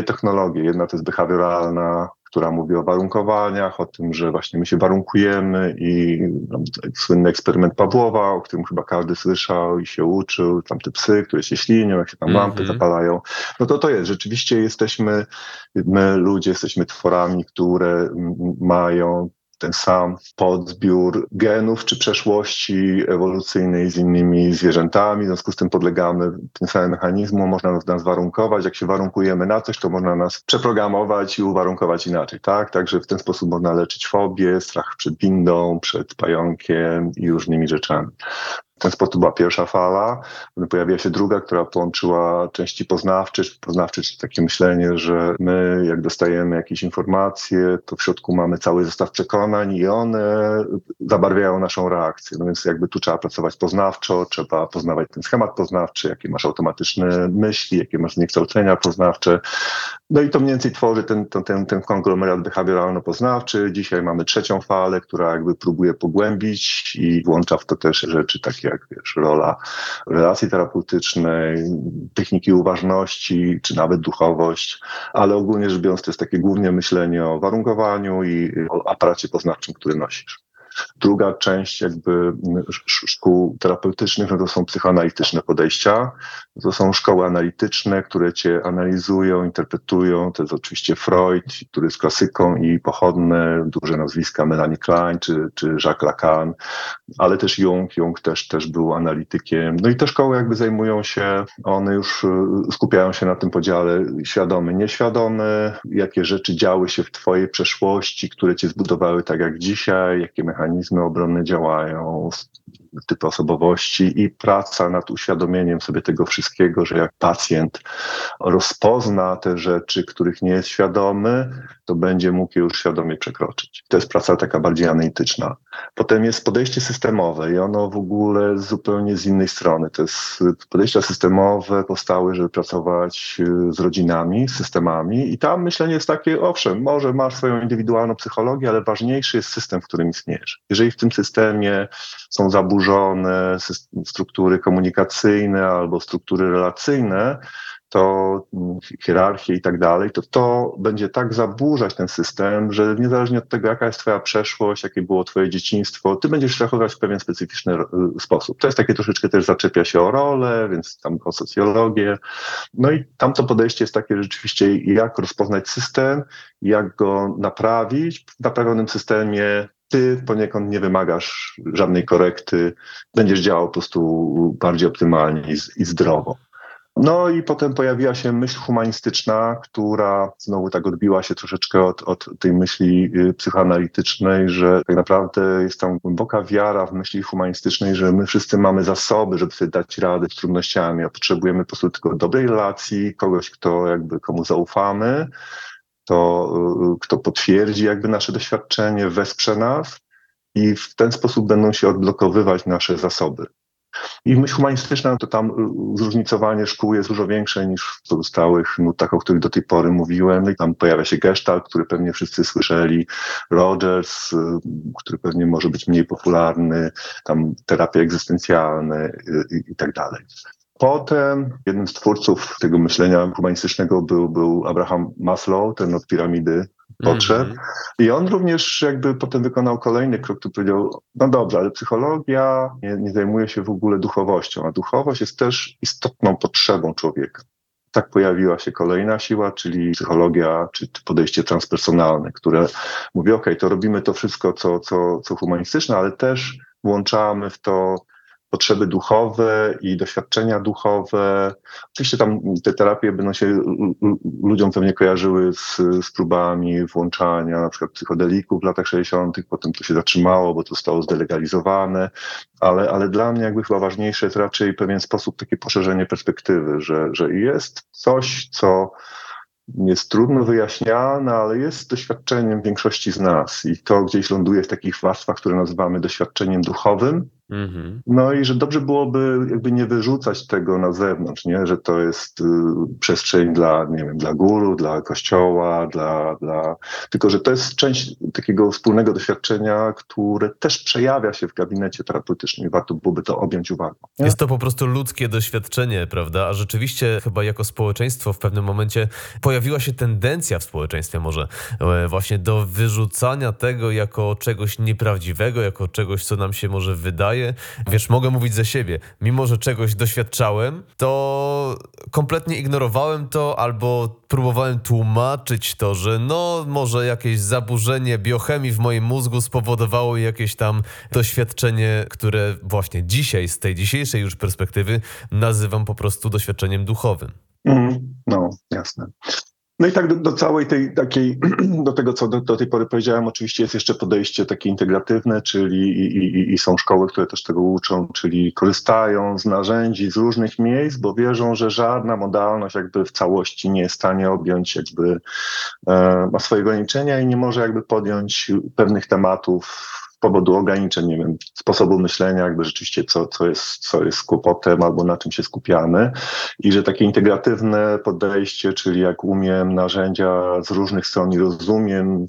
technologie. Jedna to jest behawioralna, która mówi o warunkowaniach, o tym, że właśnie my się warunkujemy i no, słynny eksperyment Pawłowa, o którym chyba każdy słyszał i się uczył, tam te psy, które się ślinią, jak się tam lampy Mhm. zapalają. No to to jest, rzeczywiście jesteśmy, my ludzie jesteśmy tworami, które m, mają ten sam podzbiór genów czy przeszłości ewolucyjnej z innymi zwierzętami, w związku z tym podlegamy tym samym mechanizmom, można nas, nas warunkować, jak się warunkujemy na coś, to można nas przeprogramować i uwarunkować inaczej, tak? Także w ten sposób można leczyć fobię, strach przed windą, przed pająkiem i różnymi rzeczami. W ten sposób była pierwsza fala, potem pojawiła się druga, która połączyła części poznawcze, poznawcze, czyli takie myślenie, że my jak dostajemy jakieś informacje, to w środku mamy cały zestaw przekonań i one zabarwiają naszą reakcję. No więc jakby tu trzeba pracować poznawczo, trzeba poznawać ten schemat poznawczy, jakie masz automatyczne myśli, jakie masz zniekształcenia poznawcze. No i to mniej więcej tworzy ten, ten, ten, ten konglomerat behawioralno-poznawczy. Dzisiaj mamy trzecią falę, która jakby próbuje pogłębić i włącza w to też rzeczy takie jak, wiesz, rola relacji terapeutycznej, techniki uważności, czy nawet duchowość, ale ogólnie rzecz biorąc to jest takie głównie myślenie o warunkowaniu i o aparacie poznawczym, który nosisz. Druga część jakby szkół terapeutycznych, no to są psychoanalityczne podejścia. To są szkoły analityczne, które cię analizują, interpretują. To jest oczywiście Freud, który jest klasyką i pochodne, duże nazwiska Melanie Klein czy, czy Jacques Lacan, ale też Jung. Jung też, też był analitykiem. No i te szkoły jakby zajmują się, one już skupiają się na tym podziale świadomy, nieświadomy, jakie rzeczy działy się w twojej przeszłości, które cię zbudowały tak jak dzisiaj, jakie mechanizmy obronne działają, typy osobowości i praca nad uświadomieniem sobie tego wszystkiego, że jak pacjent rozpozna te rzeczy, których nie jest świadomy, to będzie mógł je już świadomie przekroczyć. To jest praca taka bardziej analityczna. Potem jest podejście systemowe i ono w ogóle zupełnie z innej strony. To jest podejścia systemowe powstały, żeby pracować z rodzinami, z systemami i tam myślenie jest takie, owszem, może masz swoją indywidualną psychologię, ale ważniejszy jest system, w którym istniejesz. Jeżeli w tym systemie są zaburzone struktury komunikacyjne albo struktury relacyjne, to hierarchie i tak dalej, to to będzie tak zaburzać ten system, że niezależnie od tego, jaka jest twoja przeszłość, jakie było twoje dzieciństwo, ty będziesz reagować w pewien specyficzny sposób. To jest takie troszeczkę też zaczepia się o rolę, więc tam o socjologię. No i tamto podejście jest takie rzeczywiście, jak rozpoznać system, jak go naprawić. W naprawionym systemie ty poniekąd nie wymagasz żadnej korekty, będziesz działał po prostu bardziej optymalnie i, i zdrowo. No i potem pojawiła się myśl humanistyczna, która znowu tak odbiła się troszeczkę od, od tej myśli psychoanalitycznej, że tak naprawdę jest tam głęboka wiara w myśli humanistycznej, że my wszyscy mamy zasoby, żeby sobie dać radę z trudnościami, a potrzebujemy po prostu tylko dobrej relacji, kogoś, kto jakby komu zaufamy, to, kto potwierdzi jakby nasze doświadczenie, wesprze nas i w ten sposób będą się odblokowywać nasze zasoby. I myśl humanistyczna, to tam zróżnicowanie szkół jest dużo większe niż w pozostałych nutach, o których do tej pory mówiłem. I tam pojawia się Gestalt, który pewnie wszyscy słyszeli, Rogers, który pewnie może być mniej popularny, tam terapie egzystencjalne i, i tak dalej. Potem jednym z twórców tego myślenia humanistycznego był, był Abraham Maslow, ten od piramidy potrzeb. Mm-hmm. I on również jakby potem wykonał kolejny krok, który powiedział, no dobrze, ale psychologia nie, nie zajmuje się w ogóle duchowością, a duchowość jest też istotną potrzebą człowieka. Tak pojawiła się kolejna siła, czyli psychologia, czy podejście transpersonalne, które mówi, okej, okay, to robimy to wszystko, co, co, co humanistyczne, ale też włączamy w to potrzeby duchowe i doświadczenia duchowe. Oczywiście tam te terapie będą się ludziom pewnie kojarzyły z, z próbami włączania na przykład psychodelików w latach sześćdziesiątych, potem to się zatrzymało, bo to zostało zdelegalizowane, ale, ale dla mnie jakby chyba ważniejsze jest raczej pewien sposób takie poszerzenie perspektywy, że, że jest coś, co jest trudno wyjaśniane, ale jest doświadczeniem większości z nas i to gdzieś ląduje w takich warstwach, które nazywamy doświadczeniem duchowym. Mhm. No i że dobrze byłoby jakby nie wyrzucać tego na zewnątrz, nie? Że to jest y, przestrzeń dla, nie wiem, dla guru, dla kościoła, dla, dla... Tylko, że to jest część takiego wspólnego doświadczenia, które też przejawia się w gabinecie terapeutycznym i warto byłoby to objąć uwagą. Nie? Jest to po prostu ludzkie doświadczenie, prawda? A rzeczywiście chyba jako społeczeństwo w pewnym momencie pojawiła się tendencja w społeczeństwie może e, właśnie do wyrzucania tego jako czegoś nieprawdziwego, jako czegoś, co nam się może wydaje. Wiesz, mogę mówić za siebie. Mimo że czegoś doświadczałem, to kompletnie ignorowałem to albo próbowałem tłumaczyć to, że no może jakieś zaburzenie biochemii w moim mózgu spowodowało jakieś tam doświadczenie, które właśnie dzisiaj, z tej dzisiejszej już perspektywy nazywam po prostu doświadczeniem duchowym. Mm, no, jasne. No i tak do, do całej tej takiej, do tego, co do, do tej pory powiedziałem, oczywiście jest jeszcze podejście takie integratywne, czyli i, i, i są szkoły, które też tego uczą, czyli korzystają z narzędzi z różnych miejsc, bo wierzą, że żadna modalność jakby w całości nie jest w stanie objąć jakby e, ma swoje ograniczenia i nie może jakby podjąć pewnych tematów z powodu ograniczeń, nie wiem, sposobu myślenia, jakby rzeczywiście co, co, jest, co jest kłopotem albo na czym się skupiamy i że takie integratywne podejście, czyli jak umiem narzędzia z różnych stron i rozumiem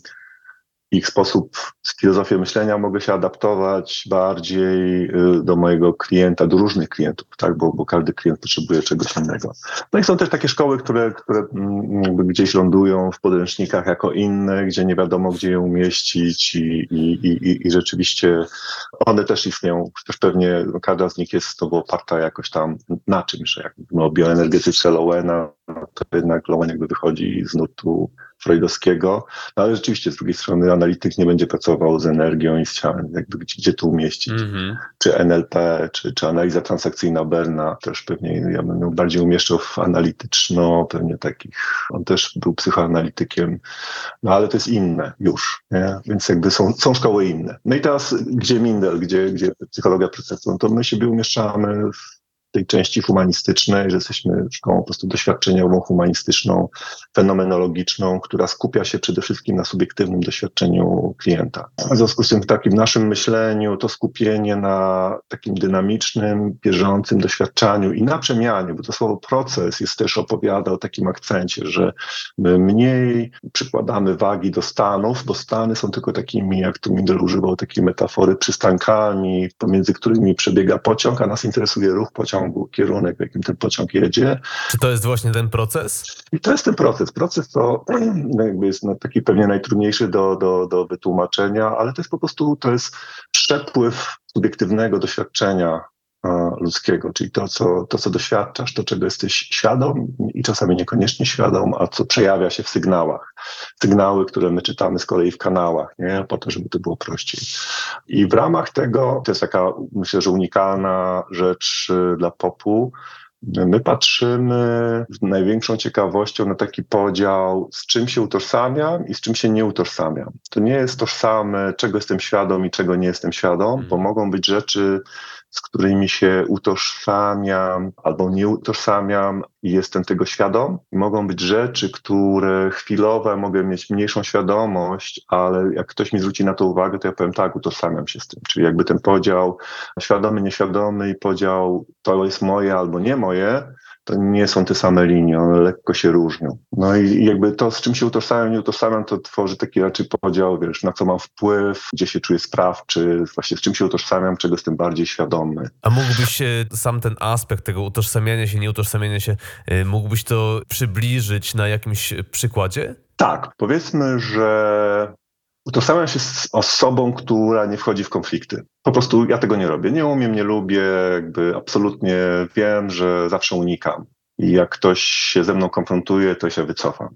ich sposób, filozofię myślenia, mogę się adaptować bardziej do mojego klienta, do różnych klientów, tak, bo, bo każdy klient potrzebuje czegoś innego. No i są też takie szkoły, które, które jakby gdzieś lądują w podręcznikach jako inne, gdzie nie wiadomo, gdzie je umieścić i, i, i, i rzeczywiście one też istnieją. Też pewnie każda z nich jest to oparta jakoś tam na czymś, że jak no, bioenergetyce Lowena, no, to jednak Lowen jakby wychodzi z nurtu freudowskiego, no ale rzeczywiście z drugiej strony analityk nie będzie pracował z energią i z ciałem, jakby gdzie, gdzie to umieścić. Mm-hmm. Czy N L P, czy, czy analiza transakcyjna Berna, też pewnie ja bym ją bardziej umieszczał w analityczno, pewnie takich, on też był psychoanalitykiem, no ale to jest inne już, nie? Więc jakby są, są szkoły inne. No i teraz gdzie Mindel, gdzie, gdzie psychologia procesu, no to my siebie umieszczamy w tej części humanistycznej, że jesteśmy szkołą po prostu doświadczeniową, humanistyczną, fenomenologiczną, która skupia się przede wszystkim na subiektywnym doświadczeniu klienta. W związku z tym w takim naszym myśleniu to skupienie na takim dynamicznym, bieżącym doświadczaniu i na przemianie, bo to słowo proces jest też opowiada o takim akcencie, że my mniej przykładamy wagi do stanów, bo stany są tylko takimi, jak tu Mindel używał takiej metafory, przystankami, pomiędzy którymi przebiega pociąg, a nas interesuje ruch pociągu, kierunek, w jakim ten pociąg jedzie. Czy to jest właśnie ten proces? I to jest ten proces. Proces to jakby jest no, taki pewnie najtrudniejszy do, do, do wytłumaczenia, ale to jest po prostu to jest przepływ subiektywnego doświadczenia a, ludzkiego, czyli to co, to, co doświadczasz, to, czego jesteś świadom i czasami niekoniecznie świadom, a co przejawia się w sygnałach. Sygnały, które my czytamy z kolei w kanałach, nie? Po to, żeby to było prościej. I w ramach tego, to jest taka, myślę, że unikalna rzecz dla popu, my patrzymy z największą ciekawością na taki podział, z czym się utożsamiam i z czym się nie utożsamiam. To nie jest tożsame, czego jestem świadom i czego nie jestem świadom, bo mogą być rzeczy, z którymi się utożsamiam albo nie utożsamiam i jestem tego świadom. I mogą być rzeczy, które chwilowe mogę mieć mniejszą świadomość, ale jak ktoś mi zwróci na to uwagę, to ja powiem tak, utożsamiam się z tym. Czyli jakby ten podział świadomy, nieświadomy i podział to jest moje albo nie moje, to nie są te same linie, one lekko się różnią. No i jakby to, z czym się utożsamiam, nie utożsamiam, to tworzy taki raczej podział, wiesz, na co mam wpływ, gdzie się czuję sprawczy, właśnie z czym się utożsamiam, czego jestem bardziej świadomy. A mógłbyś sam ten aspekt tego utożsamiania się, nieutożsamiania się, mógłbyś to przybliżyć na jakimś przykładzie? Tak, powiedzmy, że utożsamiam się z osobą, która nie wchodzi w konflikty. Po prostu ja tego nie robię. Nie umiem, nie lubię, jakby absolutnie wiem, że zawsze unikam. I jak ktoś się ze mną konfrontuje, to się wycofam.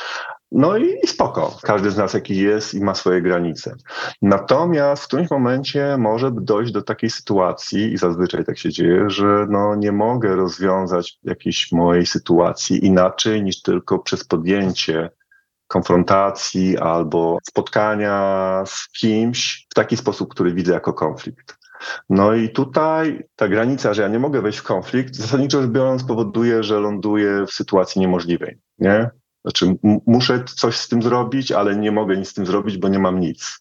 No i, i spoko. Każdy z nas jaki jest i ma swoje granice. Natomiast w którymś momencie może dojść do takiej sytuacji, i zazwyczaj tak się dzieje, że no nie mogę rozwiązać jakiejś mojej sytuacji inaczej niż tylko przez podjęcie konfrontacji albo spotkania z kimś w taki sposób, który widzę jako konflikt. No i tutaj ta granica, że ja nie mogę wejść w konflikt, zasadniczo rzecz biorąc powoduje, że ląduję w sytuacji niemożliwej, nie? Znaczy m- muszę coś z tym zrobić, ale nie mogę nic z tym zrobić, bo nie mam nic.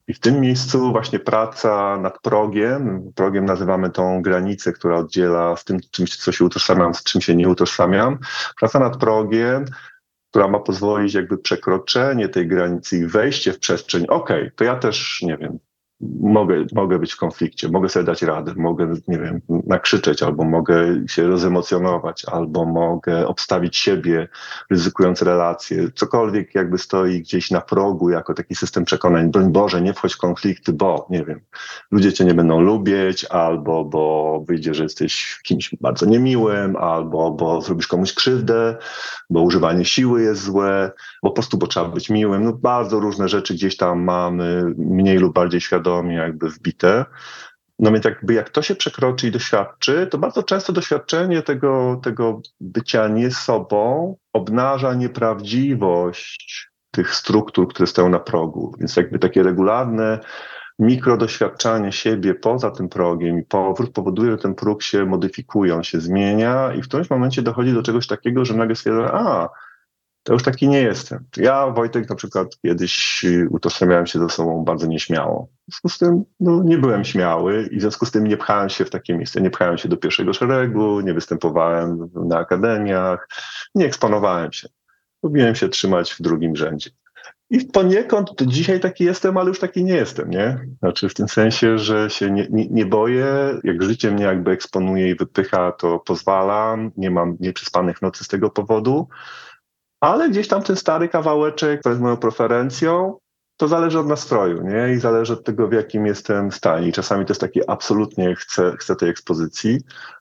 I w tym miejscu właśnie praca nad progiem, progiem nazywamy tą granicę, która oddziela z tym czymś, co się utożsamiam, z czym się nie utożsamiam. Praca nad progiem, która ma pozwolić jakby przekroczenie tej granicy i wejście w przestrzeń. Okej, okay, to ja też, nie wiem, mogę, mogę być w konflikcie, mogę sobie dać radę, mogę, nie wiem, nakrzyczeć, albo mogę się rozemocjonować, albo mogę obstawić siebie, ryzykując relacje. Cokolwiek jakby stoi gdzieś na progu jako taki system przekonań. Broń Boże, nie wchodź w konflikty, bo, nie wiem, ludzie cię nie będą lubić, albo bo wyjdzie, że jesteś kimś bardzo niemiłym, albo bo zrobisz komuś krzywdę, bo używanie siły jest złe, bo po prostu, bo trzeba być miłym. No bardzo różne rzeczy gdzieś tam mamy, mniej lub bardziej świadomie jakby wbite. No więc jakby jak to się przekroczy i doświadczy, to bardzo często doświadczenie tego, tego bycia nie sobą obnaża nieprawdziwość tych struktur, które stoją na progu. Więc jakby takie regularne mikrodoświadczanie siebie poza tym progiem i powrót powoduje, że ten próg się modyfikuje, on się zmienia i w którymś momencie dochodzi do czegoś takiego, że nagle stwierdza, a to już taki nie jestem. Ja, Wojtek, na przykład kiedyś utożsamiałem się ze sobą bardzo nieśmiało. W związku z tym no, nie byłem śmiały i w związku z tym nie pchałem się w takie miejsce. Nie pchałem się do pierwszego szeregu, nie występowałem na akademiach, nie eksponowałem się. Lubiłem się trzymać w drugim rzędzie. I poniekąd to dzisiaj taki jestem, ale już taki nie jestem, nie? Znaczy w tym sensie, że się nie, nie, nie boję, jak życie mnie jakby eksponuje i wypycha, to pozwalam, nie mam nieprzespanych nocy z tego powodu, ale gdzieś tam ten stary kawałeczek, to jest moją preferencją, to zależy od nastroju, nie? I zależy od tego, w jakim jestem stanie. I czasami to jest takie absolutnie chcę, chcę tej ekspozycji,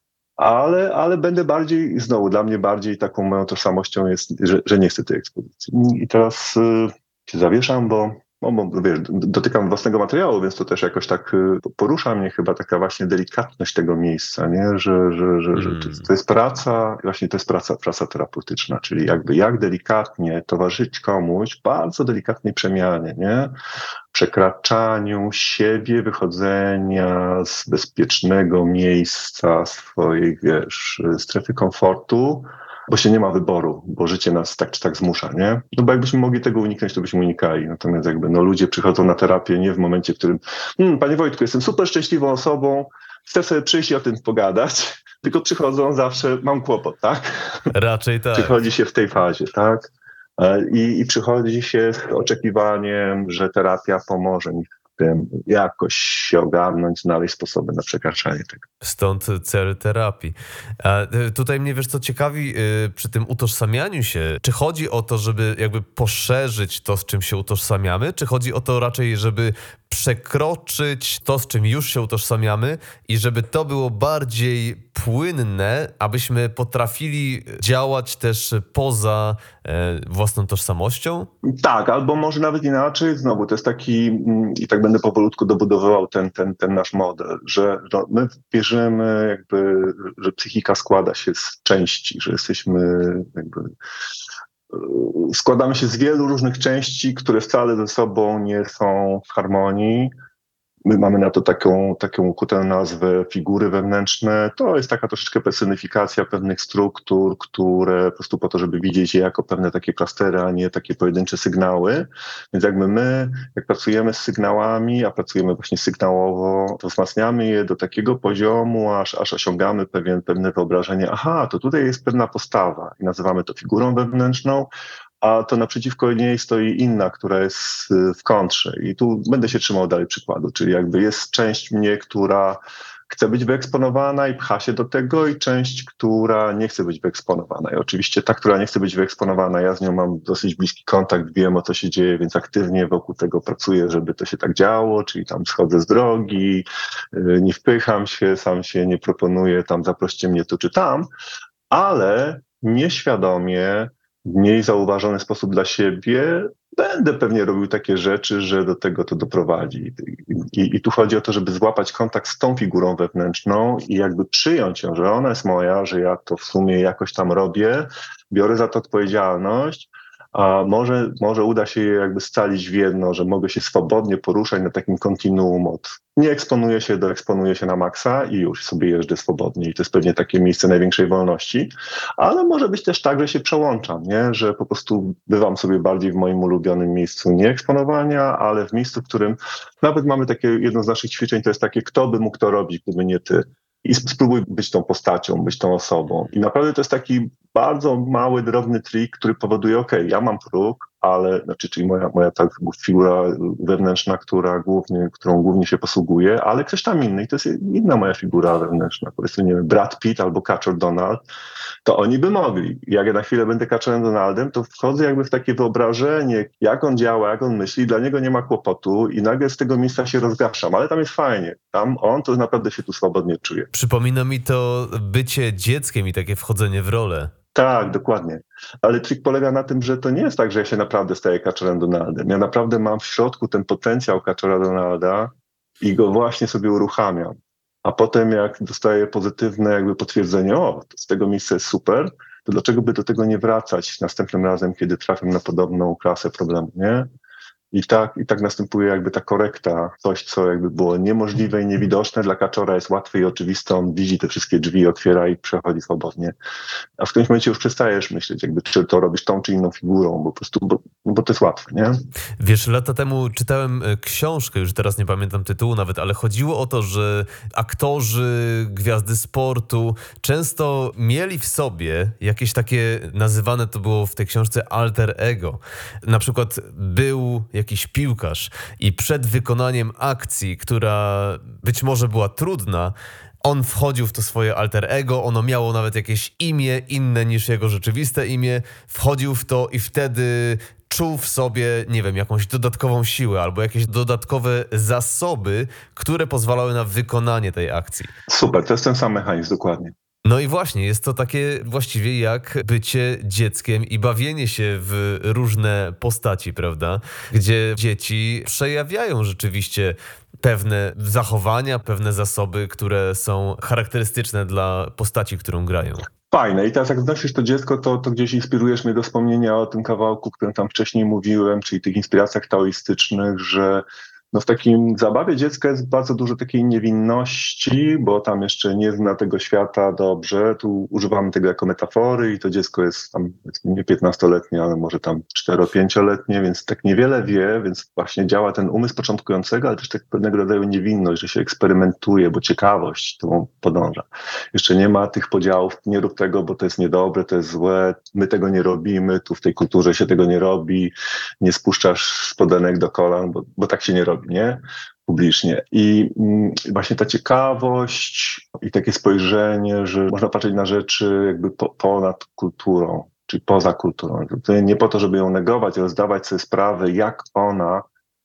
ale, ale będę bardziej, znowu dla mnie bardziej taką moją tożsamością jest, że, że nie chcę tej ekspozycji. I teraz y, się zawieszam, bo, no, bo wiesz, dotykam własnego materiału, więc to też jakoś tak y, porusza mnie chyba taka właśnie delikatność tego miejsca, nie? Że, że, że, że to, to jest praca, właśnie to jest praca, praca terapeutyczna, czyli jakby jak delikatnie towarzyszyć komuś bardzo delikatnej przemianie, nie? Przekraczaniu siebie, wychodzenia z bezpiecznego miejsca swojej, wiesz, strefy komfortu, bo się nie ma wyboru, bo życie nas tak czy tak zmusza, nie? No bo jakbyśmy mogli tego uniknąć, to byśmy unikali. Natomiast jakby no ludzie przychodzą na terapię nie w momencie, w którym hm, panie Wojtku, jestem super szczęśliwą osobą, chcę sobie przyjść i o tym pogadać, tylko przychodzą zawsze, mam kłopot, tak? Raczej tak. Przychodzi się w tej fazie, tak? I, I przychodzi się z oczekiwaniem, że terapia pomoże mi w tym jakoś się ogarnąć, znaleźć sposoby na przekraczanie tego. Stąd cel terapii. A tutaj mnie, wiesz, co ciekawi przy tym utożsamianiu się, czy chodzi o to, żeby jakby poszerzyć to, z czym się utożsamiamy, czy chodzi o to raczej, żeby przekroczyć to, z czym już się utożsamiamy i żeby to było bardziej płynne, abyśmy potrafili działać też poza e, własną tożsamością? Tak, albo może nawet inaczej, znowu to jest taki, i tak będę powolutku dobudowywał ten, ten, ten nasz model, że no, my wierzymy jakby, że psychika składa się z części, że jesteśmy jakby składamy się z wielu różnych części, które wcale ze sobą nie są w harmonii. My mamy na to taką, taką ukutę nazwę figury wewnętrzne. To jest taka troszeczkę personifikacja pewnych struktur, które po prostu po to, żeby widzieć je jako pewne takie klastery, a nie takie pojedyncze sygnały. Więc jakby my, jak pracujemy z sygnałami, a pracujemy właśnie sygnałowo, to wzmacniamy je do takiego poziomu, aż, aż osiągamy pewien, pewne wyobrażenie. Aha, to tutaj jest pewna postawa i nazywamy to figurą wewnętrzną, a to naprzeciwko niej stoi inna, która jest w kontrze. I tu będę się trzymał dalej przykładu, czyli jakby jest część mnie, która chce być wyeksponowana i pcha się do tego i część, która nie chce być wyeksponowana. I oczywiście ta, która nie chce być wyeksponowana, ja z nią mam dosyć bliski kontakt, wiem o co się dzieje, więc aktywnie wokół tego pracuję, żeby to się tak działo, czyli tam schodzę z drogi, nie wpycham się, sam się nie proponuję, tam zaproście mnie tu czy tam, ale nieświadomie w mniej zauważony sposób dla siebie będę pewnie robił takie rzeczy, że do tego to doprowadzi. I, I tu chodzi o to, żeby złapać kontakt z tą figurą wewnętrzną i jakby przyjąć ją, że ona jest moja, że ja to w sumie jakoś tam robię, biorę za to odpowiedzialność, a może, może uda się je jakby scalić w jedno, że mogę się swobodnie poruszać na takim kontinuum od nie eksponuję się do eksponuję się na maksa i już sobie jeżdżę swobodnie i to jest pewnie takie miejsce największej wolności, ale może być też tak, że się przełączam, nie? Że po prostu bywam sobie bardziej w moim ulubionym miejscu nie eksponowania, ale w miejscu, w którym nawet mamy takie, jedno z naszych ćwiczeń to jest takie, kto by mógł to robić, gdyby nie ty. I spróbuj być tą postacią, być tą osobą. I naprawdę to jest taki bardzo mały, drobny trik, który powoduje, ok, ja mam próg, ale, znaczy, czyli moja, moja ta figura wewnętrzna, która głównie, którą głównie się posługuje, ale ktoś tam inny, i to jest inna moja figura wewnętrzna, powiedzmy, nie wiem, Brad Pitt albo Catcher Donald, to oni by mogli. Jak ja na chwilę będę Catcherem Donaldem, to wchodzę jakby w takie wyobrażenie, jak on działa, jak on myśli, dla niego nie ma kłopotu i nagle z tego miejsca się rozgaszam, ale tam jest fajnie. Tam on to naprawdę się tu swobodnie czuje. Przypomina mi to bycie dzieckiem i takie wchodzenie w rolę. Tak, dokładnie. Ale trik polega na tym, że to nie jest tak, że ja się naprawdę staję Catcherem Donaldem. Ja naprawdę mam w środku ten potencjał Catchera Donalda i go właśnie sobie uruchamiam. A potem jak dostaję pozytywne jakby potwierdzenie, o, to z tego miejsca jest super, to dlaczego by do tego nie wracać następnym razem, kiedy trafię na podobną klasę problemu, nie? I tak, I tak następuje jakby ta korekta, coś, co jakby było niemożliwe i niewidoczne, dla kaczora jest łatwe i oczywiste, on widzi te wszystkie drzwi, otwiera i przechodzi swobodnie. A w którymś momencie już przestajesz myśleć, jakby czy to robisz tą czy inną figurą, bo po prostu, bo, bo to jest łatwe, nie? Wiesz, lata temu czytałem książkę, już teraz nie pamiętam tytułu nawet, ale chodziło o to, że aktorzy, gwiazdy sportu często mieli w sobie jakieś takie, nazywane to było w tej książce alter ego. Na przykład był jakiś piłkarz i przed wykonaniem akcji, która być może była trudna, on wchodził w to swoje alter ego, ono miało nawet jakieś imię inne niż jego rzeczywiste imię, wchodził w to i wtedy czuł w sobie, nie wiem, jakąś dodatkową siłę albo jakieś dodatkowe zasoby, które pozwalały na wykonanie tej akcji. Super, to jest ten sam mechanizm, dokładnie. No i właśnie, jest to takie właściwie jak bycie dzieckiem i bawienie się w różne postaci, prawda? Gdzie dzieci przejawiają rzeczywiście pewne zachowania, pewne zasoby, które są charakterystyczne dla postaci, którą grają. Fajne. I teraz jak wnosisz to dziecko, to, to gdzieś inspirujesz mnie do wspomnienia o tym kawałku, o którym tam wcześniej mówiłem, czyli tych inspiracjach taoistycznych, że no w takim zabawie dziecka jest bardzo dużo takiej niewinności, bo tam jeszcze nie zna tego świata dobrze. Tu używamy tego jako metafory i to dziecko jest tam nie piętnastoletnie, ale może tam cztero-pięcioletnie, więc tak niewiele wie, więc właśnie działa ten umysł początkującego, ale też tak pewnego rodzaju niewinność, że się eksperymentuje, bo ciekawość tą podąża. Jeszcze nie ma tych podziałów, nie rób tego, bo to jest niedobre, to jest złe, my tego nie robimy, tu w tej kulturze się tego nie robi, nie spuszczasz spodenek do kolan, bo, bo tak się nie robi. Nie? Publicznie. I mm, właśnie ta ciekawość i takie spojrzenie, że można patrzeć na rzeczy jakby po, ponad kulturą, czyli poza kulturą. To nie po to, żeby ją negować, ale zdawać sobie sprawę, jak ona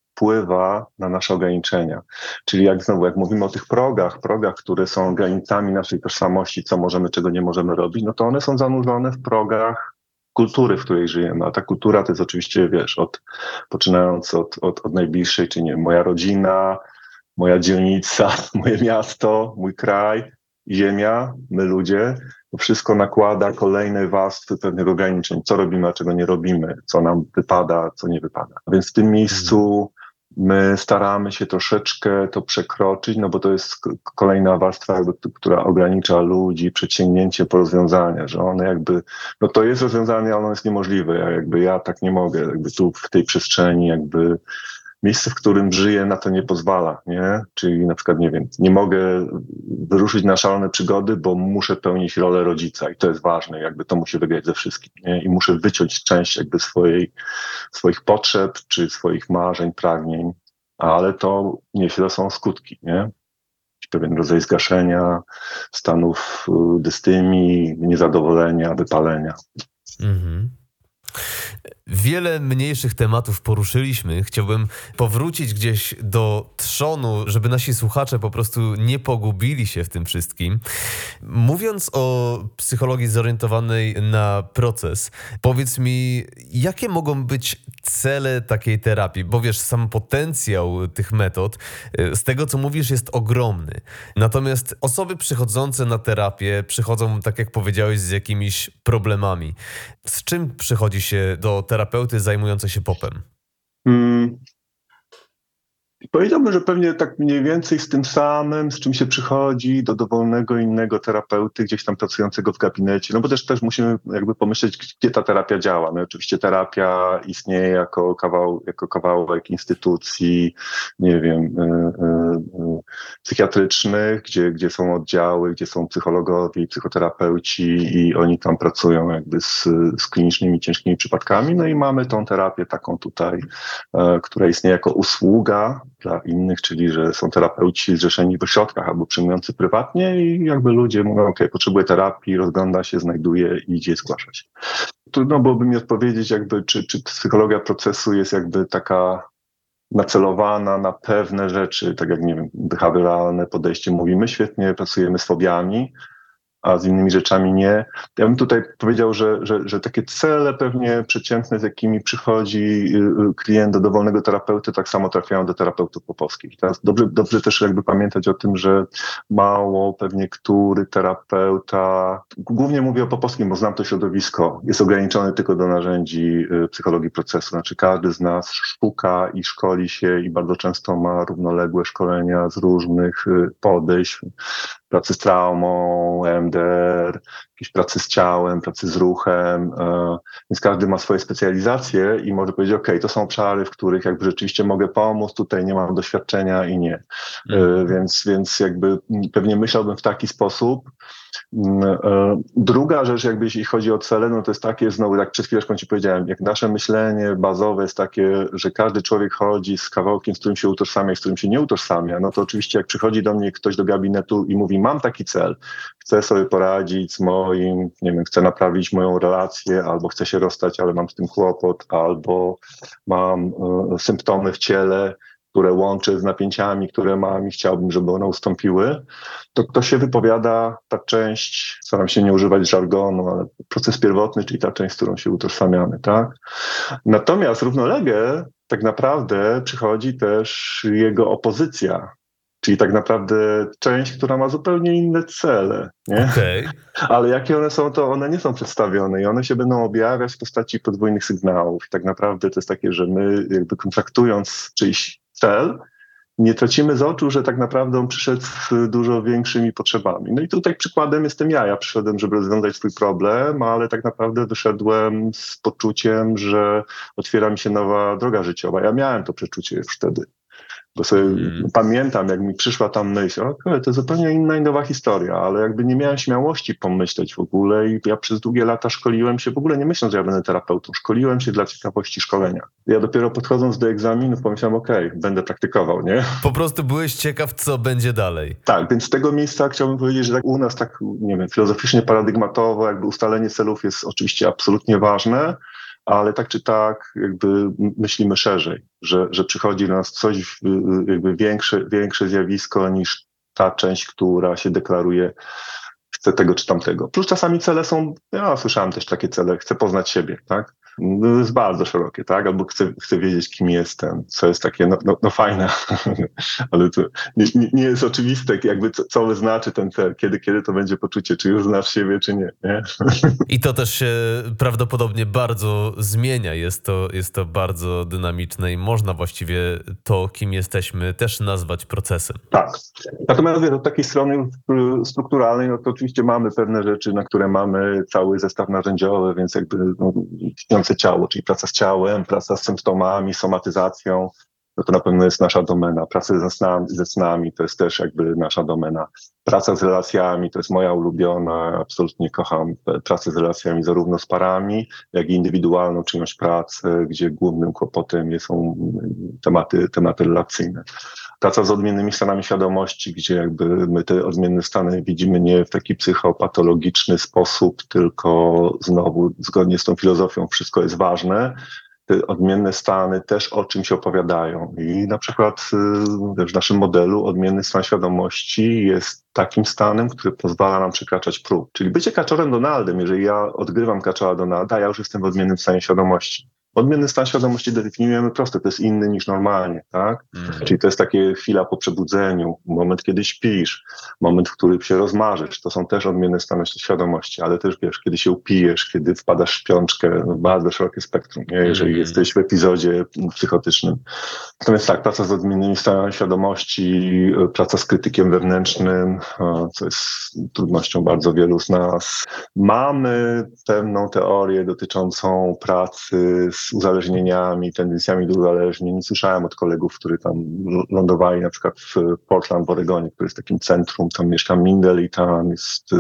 wpływa na nasze ograniczenia. Czyli jak znowu, jak mówimy o tych progach, progach, które są granicami naszej tożsamości, co możemy, czego nie możemy robić, no to one są zanurzone w progach kultury, w której żyjemy. A ta kultura to jest oczywiście, wiesz, od, poczynając od, od, od najbliższej, czyli nie, moja rodzina, moja dzielnica, moje miasto, mój kraj, ziemia, my ludzie, to wszystko nakłada kolejne warstwy pewnych ograniczeń. Co robimy, a czego nie robimy, co nam wypada, co nie wypada. A więc w tym miejscu my staramy się troszeczkę to przekroczyć, no bo to jest kolejna warstwa, jakby, która ogranicza ludzi, przedsięgnięcie po rozwiązania, że one jakby, no to jest rozwiązanie, ale ono jest niemożliwe, ja jakby ja tak nie mogę, jakby tu w tej przestrzeni jakby miejsce, w którym żyję, na to nie pozwala, nie? Czyli na przykład, nie wiem, nie mogę wyruszyć na szalone przygody, bo muszę pełnić rolę rodzica i to jest ważne, jakby to musi wygrać ze wszystkim, nie? I muszę wyciąć część jakby swojej, swoich potrzeb, czy swoich marzeń, pragnień, ale to niesie za sobą skutki, nie? Pewien rodzaj zgaszenia, stanów dystymii, niezadowolenia, wypalenia. Mhm. Wiele mniejszych tematów poruszyliśmy. Chciałbym powrócić gdzieś do trzonu, żeby nasi słuchacze po prostu nie pogubili się w tym wszystkim. Mówiąc o psychologii zorientowanej na proces, powiedz mi, jakie mogą być cele takiej terapii? Bo wiesz, sam potencjał tych metod, z tego co mówisz, jest ogromny. Natomiast osoby przychodzące na terapię przychodzą, tak jak powiedziałeś, z jakimiś problemami. Z czym przychodzi się do jako terapeuty zajmujące się popem? Hmm. Powiedziałbym, że pewnie tak mniej więcej z tym samym, z czym się przychodzi do dowolnego innego terapeuty, gdzieś tam pracującego w gabinecie, no bo też, też musimy jakby pomyśleć, gdzie ta terapia działa. No oczywiście terapia istnieje jako, kawał, jako kawałek instytucji, nie wiem, y, y, y, psychiatrycznych, gdzie, gdzie są oddziały, gdzie są psychologowie i psychoterapeuci i oni tam pracują jakby z, z klinicznymi, ciężkimi przypadkami. No i mamy tą terapię taką tutaj, y, która istnieje jako usługa dla innych, czyli że są terapeuci zrzeszeni w ośrodkach albo przyjmujący prywatnie i jakby ludzie mówią, ok, potrzebuję terapii, rozgląda się, znajduje i idzie zgłasza się. Trudno byłoby mi odpowiedzieć jakby, czy, czy psychologia procesu jest jakby taka nacelowana na pewne rzeczy, tak jak, nie wiem, behawioralne podejście. Mówimy świetnie, pracujemy z fobiami, a z innymi rzeczami nie. Ja bym tutaj powiedział, że, że, że takie cele pewnie przeciętne, z jakimi przychodzi klient do dowolnego terapeuty, tak samo trafiają do terapeutów popovskich. Teraz dobrze, dobrze też jakby pamiętać o tym, że mało pewnie który terapeuta, głównie mówię o popovskim, bo znam to środowisko, jest ograniczony tylko do narzędzi psychologii procesu. Znaczy każdy z nas szuka i szkoli się i bardzo często ma równoległe szkolenia z różnych podejść, pracy z traumą, E M D R, jakiejś pracy z ciałem, pracy z ruchem, więc każdy ma swoje specjalizacje i może powiedzieć, ok, to są obszary, w których jakby rzeczywiście mogę pomóc, tutaj nie mam doświadczenia i nie. Mm. Więc, więc jakby pewnie myślałbym w taki sposób. Druga rzecz, jakby jeśli chodzi o cele, no to jest takie, znowu jak przed chwileczką ci powiedziałem, jak nasze myślenie bazowe jest takie, że każdy człowiek chodzi z kawałkiem, z którym się utożsamia i z którym się nie utożsamia, no to oczywiście jak przychodzi do mnie ktoś do gabinetu i mówi, mam taki cel, chcę sobie poradzić z moim, nie wiem, chcę naprawić moją relację, albo chcę się rozstać, ale mam z tym kłopot, albo mam y, symptomy w ciele, które łączę z napięciami, które mam i chciałbym, żeby one ustąpiły, to to się wypowiada ta część, staram się nie używać żargonu, ale proces pierwotny, czyli ta część, z którą się utożsamiamy, tak? Natomiast równolegle tak naprawdę przychodzi też jego opozycja, czyli tak naprawdę część, która ma zupełnie inne cele, nie? Okay. Ale jakie one są, to one nie są przedstawione i one się będą objawiać w postaci podwójnych sygnałów. I tak naprawdę to jest takie, że my jakby kontraktując czyjś cel, nie tracimy z oczu, że tak naprawdę on przyszedł z dużo większymi potrzebami. No i tutaj przykładem jestem ja. Ja przyszedłem, żeby rozwiązać swój problem, ale tak naprawdę wyszedłem z poczuciem, że otwiera mi się nowa droga życiowa. Ja miałem to przeczucie już wtedy. Bo sobie hmm. pamiętam, jak mi przyszła tam myśl, okej, to zupełnie inna i nowa historia, ale jakby nie miałem śmiałości pomyśleć w ogóle i ja przez długie lata szkoliłem się, w ogóle nie myśląc, że ja będę terapeutą, szkoliłem się dla ciekawości szkolenia. Ja dopiero podchodząc do egzaminów pomyślałem, okej, będę praktykował, nie? Po prostu byłeś ciekaw, co będzie dalej. Tak, więc z tego miejsca chciałbym powiedzieć, że tak u nas tak, nie wiem, filozoficznie, paradygmatowo, jakby ustalenie celów jest oczywiście absolutnie ważne, ale tak czy tak jakby myślimy szerzej, że, że przychodzi do nas coś jakby większe, większe zjawisko niż ta część, która się deklaruje, chcę tego czy tamtego. Plus czasami cele są, ja słyszałem też takie cele, chcę poznać siebie, tak? To jest bardzo szerokie, tak? Albo chcę, chcę wiedzieć, kim jestem, co jest takie, no, no, no fajne, ale to nie, nie, nie jest oczywiste, jakby co, co znaczy ten cel, kiedy, kiedy to będzie poczucie, czy już znasz siebie, czy nie, nie? I to też się prawdopodobnie bardzo zmienia, jest to, jest to bardzo dynamiczne i można właściwie to, kim jesteśmy, też nazwać procesem. Tak. Natomiast wiesz, od takiej strony strukturalnej, no to oczywiście mamy pewne rzeczy, na które mamy cały zestaw narzędziowy, więc jakby no, istniejące ciało, czyli praca z ciałem, praca z symptomami, somatyzacją, no to na pewno jest nasza domena. Praca ze snami, ze snami to jest też jakby nasza domena. Praca z relacjami to jest moja ulubiona, absolutnie kocham pracę z relacjami zarówno z parami, jak i indywidualną czynność pracy, gdzie głównym kłopotem są tematy, tematy relacyjne. Praca z odmiennymi stanami świadomości, gdzie jakby my te odmienne stany widzimy nie w taki psychopatologiczny sposób, tylko znowu zgodnie z tą filozofią wszystko jest ważne. Te odmienne stany też o czymś opowiadają. I na przykład w naszym modelu odmienny stan świadomości jest takim stanem, który pozwala nam przekraczać próg. Czyli bycie kaczorem Donaldem, jeżeli ja odgrywam kaczora Donalda, ja już jestem w odmiennym stanie świadomości. Odmienny stan świadomości definiujemy prosto, to jest inny niż normalnie, tak? Mm. Czyli to jest takie chwila po przebudzeniu, moment, kiedy śpisz, moment, w którym się rozmarzysz. To są też odmienne stany świadomości, ale też wiesz, kiedy się upijesz, kiedy wpadasz w śpiączkę, no bardzo szerokie spektrum, nie? Jeżeli Mm. jesteś w epizodzie psychotycznym. Natomiast tak, praca z odmiennymi stanami świadomości, praca z krytykiem wewnętrznym, co jest trudnością bardzo wielu z nas. Mamy pewną teorię dotyczącą pracy z uzależnieniami, tendencjami do uzależnień. Słyszałem od kolegów, którzy tam lądowali na przykład w Portland, w Oregonie, który jest takim centrum, tam mieszka Mindel i tam jest y,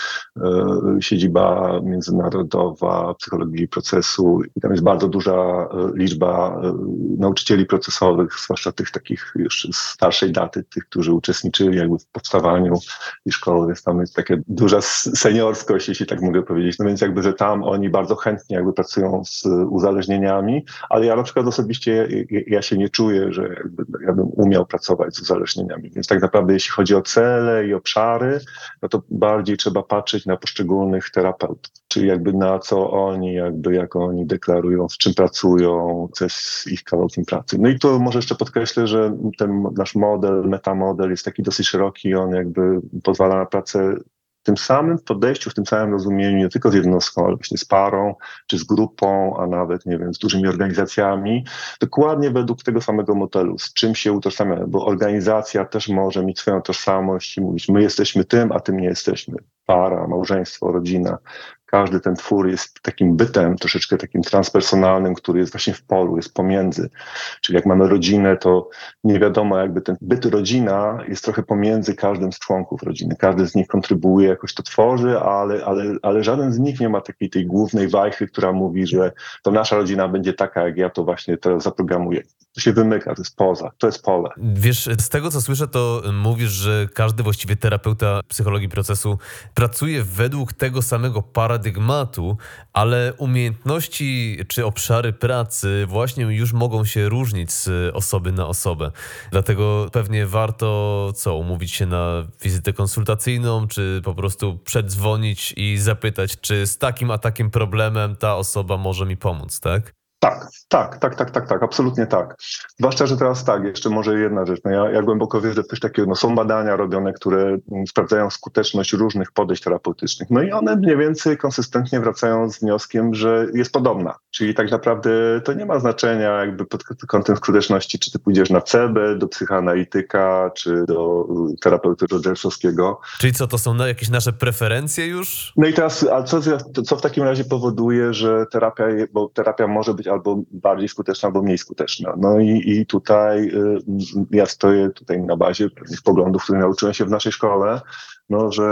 y, siedziba międzynarodowa psychologii procesu i tam jest bardzo duża y, liczba y, nauczycieli procesowych, zwłaszcza tych takich już starszej daty, tych, którzy uczestniczyli jakby w powstawaniu tej szkoły, więc tam jest taka duża seniorskość, jeśli tak mogę powiedzieć. No więc jakby, że tam oni bardzo chętnie jakby pracują z uzależnieniami, ale ja na przykład osobiście, ja się nie czuję, że jakby ja bym umiał pracować z uzależnieniami, więc tak naprawdę jeśli chodzi o cele i obszary, no to bardziej trzeba patrzeć na poszczególnych terapeutów, czyli jakby na co oni, jakby jak oni deklarują, z czym pracują, co jest ich kawałkiem pracy. No i tu może jeszcze podkreślę, że ten nasz model, metamodel jest taki dosyć szeroki, on jakby pozwala na pracę w tym samym podejściu, w tym samym rozumieniu, nie tylko z jednostką, ale właśnie z parą, czy z grupą, a nawet, nie wiem, z dużymi organizacjami, dokładnie według tego samego modelu, z czym się utożsamiamy, bo organizacja też może mieć swoją tożsamość i mówić, my jesteśmy tym, a tym nie jesteśmy. Para, małżeństwo, rodzina. Każdy ten twór jest takim bytem, troszeczkę takim transpersonalnym, który jest właśnie w polu, jest pomiędzy. Czyli jak mamy rodzinę, to nie wiadomo, jakby ten byt rodzina jest trochę pomiędzy każdym z członków rodziny. Każdy z nich kontrybuuje, jakoś to tworzy, ale, ale, ale żaden z nich nie ma takiej tej głównej wajchy, która mówi, że to nasza rodzina będzie taka, jak ja to właśnie teraz zaprogramuję. To się wymyka, to jest poza, to jest pole. Wiesz, z tego co słyszę, to mówisz, że każdy właściwie terapeuta psychologii procesu pracuje według tego samego paradygmatu, ale umiejętności czy obszary pracy właśnie już mogą się różnić z osoby na osobę. Dlatego pewnie warto co, umówić się na wizytę konsultacyjną, czy po prostu przedzwonić i zapytać, czy z takim a takim problemem ta osoba może mi pomóc, tak? Tak, tak, tak, tak, tak, tak, absolutnie tak. Zwłaszcza, że teraz tak, jeszcze może jedna rzecz. No ja, ja głęboko wierzę w coś takiego, no są badania robione, które mm, sprawdzają skuteczność różnych podejść terapeutycznych. No i one mniej więcej konsystentnie wracają z wnioskiem, że jest podobna. Czyli tak naprawdę to nie ma znaczenia jakby pod kątem skuteczności, czy ty pójdziesz na C B, do psychoanalityka, czy do y, terapeuty Rogersowskiego. Czyli co, to są na jakieś nasze preferencje już? No i teraz, a co, co w takim razie powoduje, że terapia, bo terapia może być albo bardziej skuteczna, albo mniej skuteczna. No i, i tutaj y, ja stoję tutaj na bazie pewnych poglądów, które nauczyłem się w naszej szkole, no, że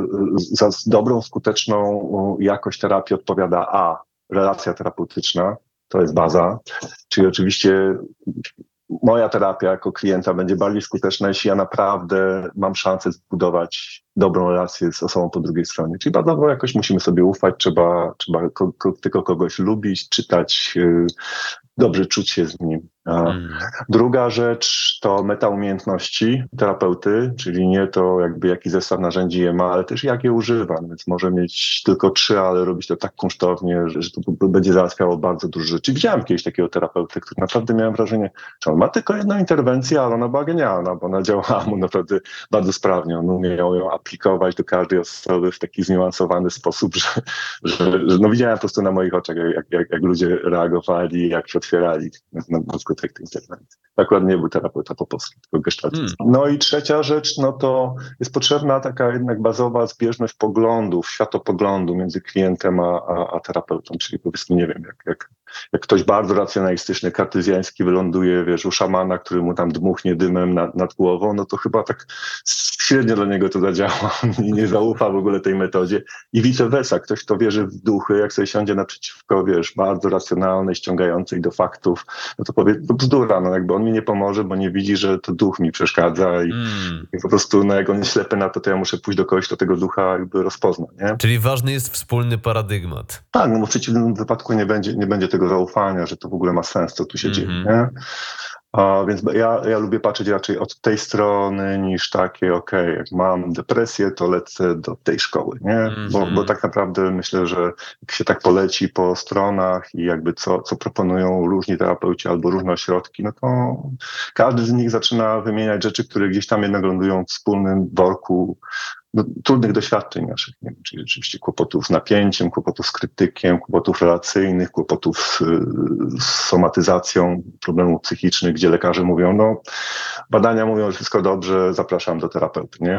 y, za dobrą, skuteczną jakość terapii odpowiada a. relacja terapeutyczna, to jest baza, czyli oczywiście moja terapia jako klienta będzie bardziej skuteczna, jeśli ja naprawdę mam szansę zbudować dobrą relację z osobą po drugiej stronie. Czyli bazowo jakoś musimy sobie ufać, trzeba, trzeba ko- ko- tylko kogoś lubić, czytać, yy, dobrze czuć się z nim. A Mm. druga rzecz to metaumiejętności terapeuty, czyli nie to jakby jaki zestaw narzędzi je ma, ale też jak je używa. Więc może mieć tylko trzy, ale robić to tak kunsztownie, że, że to będzie załatwiało bardzo dużo rzeczy. Widziałem kiedyś takiego terapeuty, który naprawdę miałem wrażenie, że on ma tylko jedną interwencję, ale ona była genialna, bo ona działała mu naprawdę bardzo sprawnie. On umiał ją aplikować do każdej osoby w taki zniuansowany sposób, że, że, że no widziałem po prostu na moich oczach, jak, jak, jak ludzie reagowali, jak się otwierali na, na skutek tej interwencji. Akurat nie był terapeuta po polsku, tylko gestaltysta. Hmm. No i trzecia rzecz, no to jest potrzebna taka jednak bazowa zbieżność poglądów, światopoglądu między klientem a, a, a terapeutą, czyli powiedzmy, nie wiem, jak, jak, jak ktoś bardzo racjonalistyczny, kartezjański wyląduje, wiesz, u szamana, który mu tam dmuchnie dymem nad, nad głową, no to chyba tak średnio dla niego to zadziała i nie zaufa w ogóle tej metodzie. I vice versa, ktoś, kto wierzy w duchy, jak sobie siądzie naprzeciwko, wiesz, bardzo racjonalnej, ściągającej do faktów, no to powie, to bzdura, no jakby on mi nie pomoże, bo nie widzi, że to duch mi przeszkadza i, mm. i po prostu, no jak on jest ślepy na to, to ja muszę pójść do kogoś, kto tego ducha jakby rozpozna, nie? Czyli ważny jest wspólny paradygmat. Tak, no bo w przeciwnym wypadku nie będzie, nie będzie tego zaufania, że to w ogóle ma sens, co tu się mm-hmm. dzieje, nie? A więc ja, ja lubię patrzeć raczej od tej strony niż takie, okej, jak mam depresję, to lecę do tej szkoły, nie? Bo, bo Mhm. tak naprawdę myślę, że jak się tak poleci po stronach i jakby co, co proponują różni terapeuci albo różne ośrodki, no to każdy z nich zaczyna wymieniać rzeczy, które gdzieś tam jednak lądują w wspólnym worku no, trudnych doświadczeń naszych, nie wiem, czyli rzeczywiście kłopotów z napięciem, kłopotów z krytykiem, kłopotów relacyjnych, kłopotów z, z somatyzacją problemów psychicznych, gdzie lekarze mówią, no badania mówią, że wszystko dobrze, zapraszam do terapeuty, nie?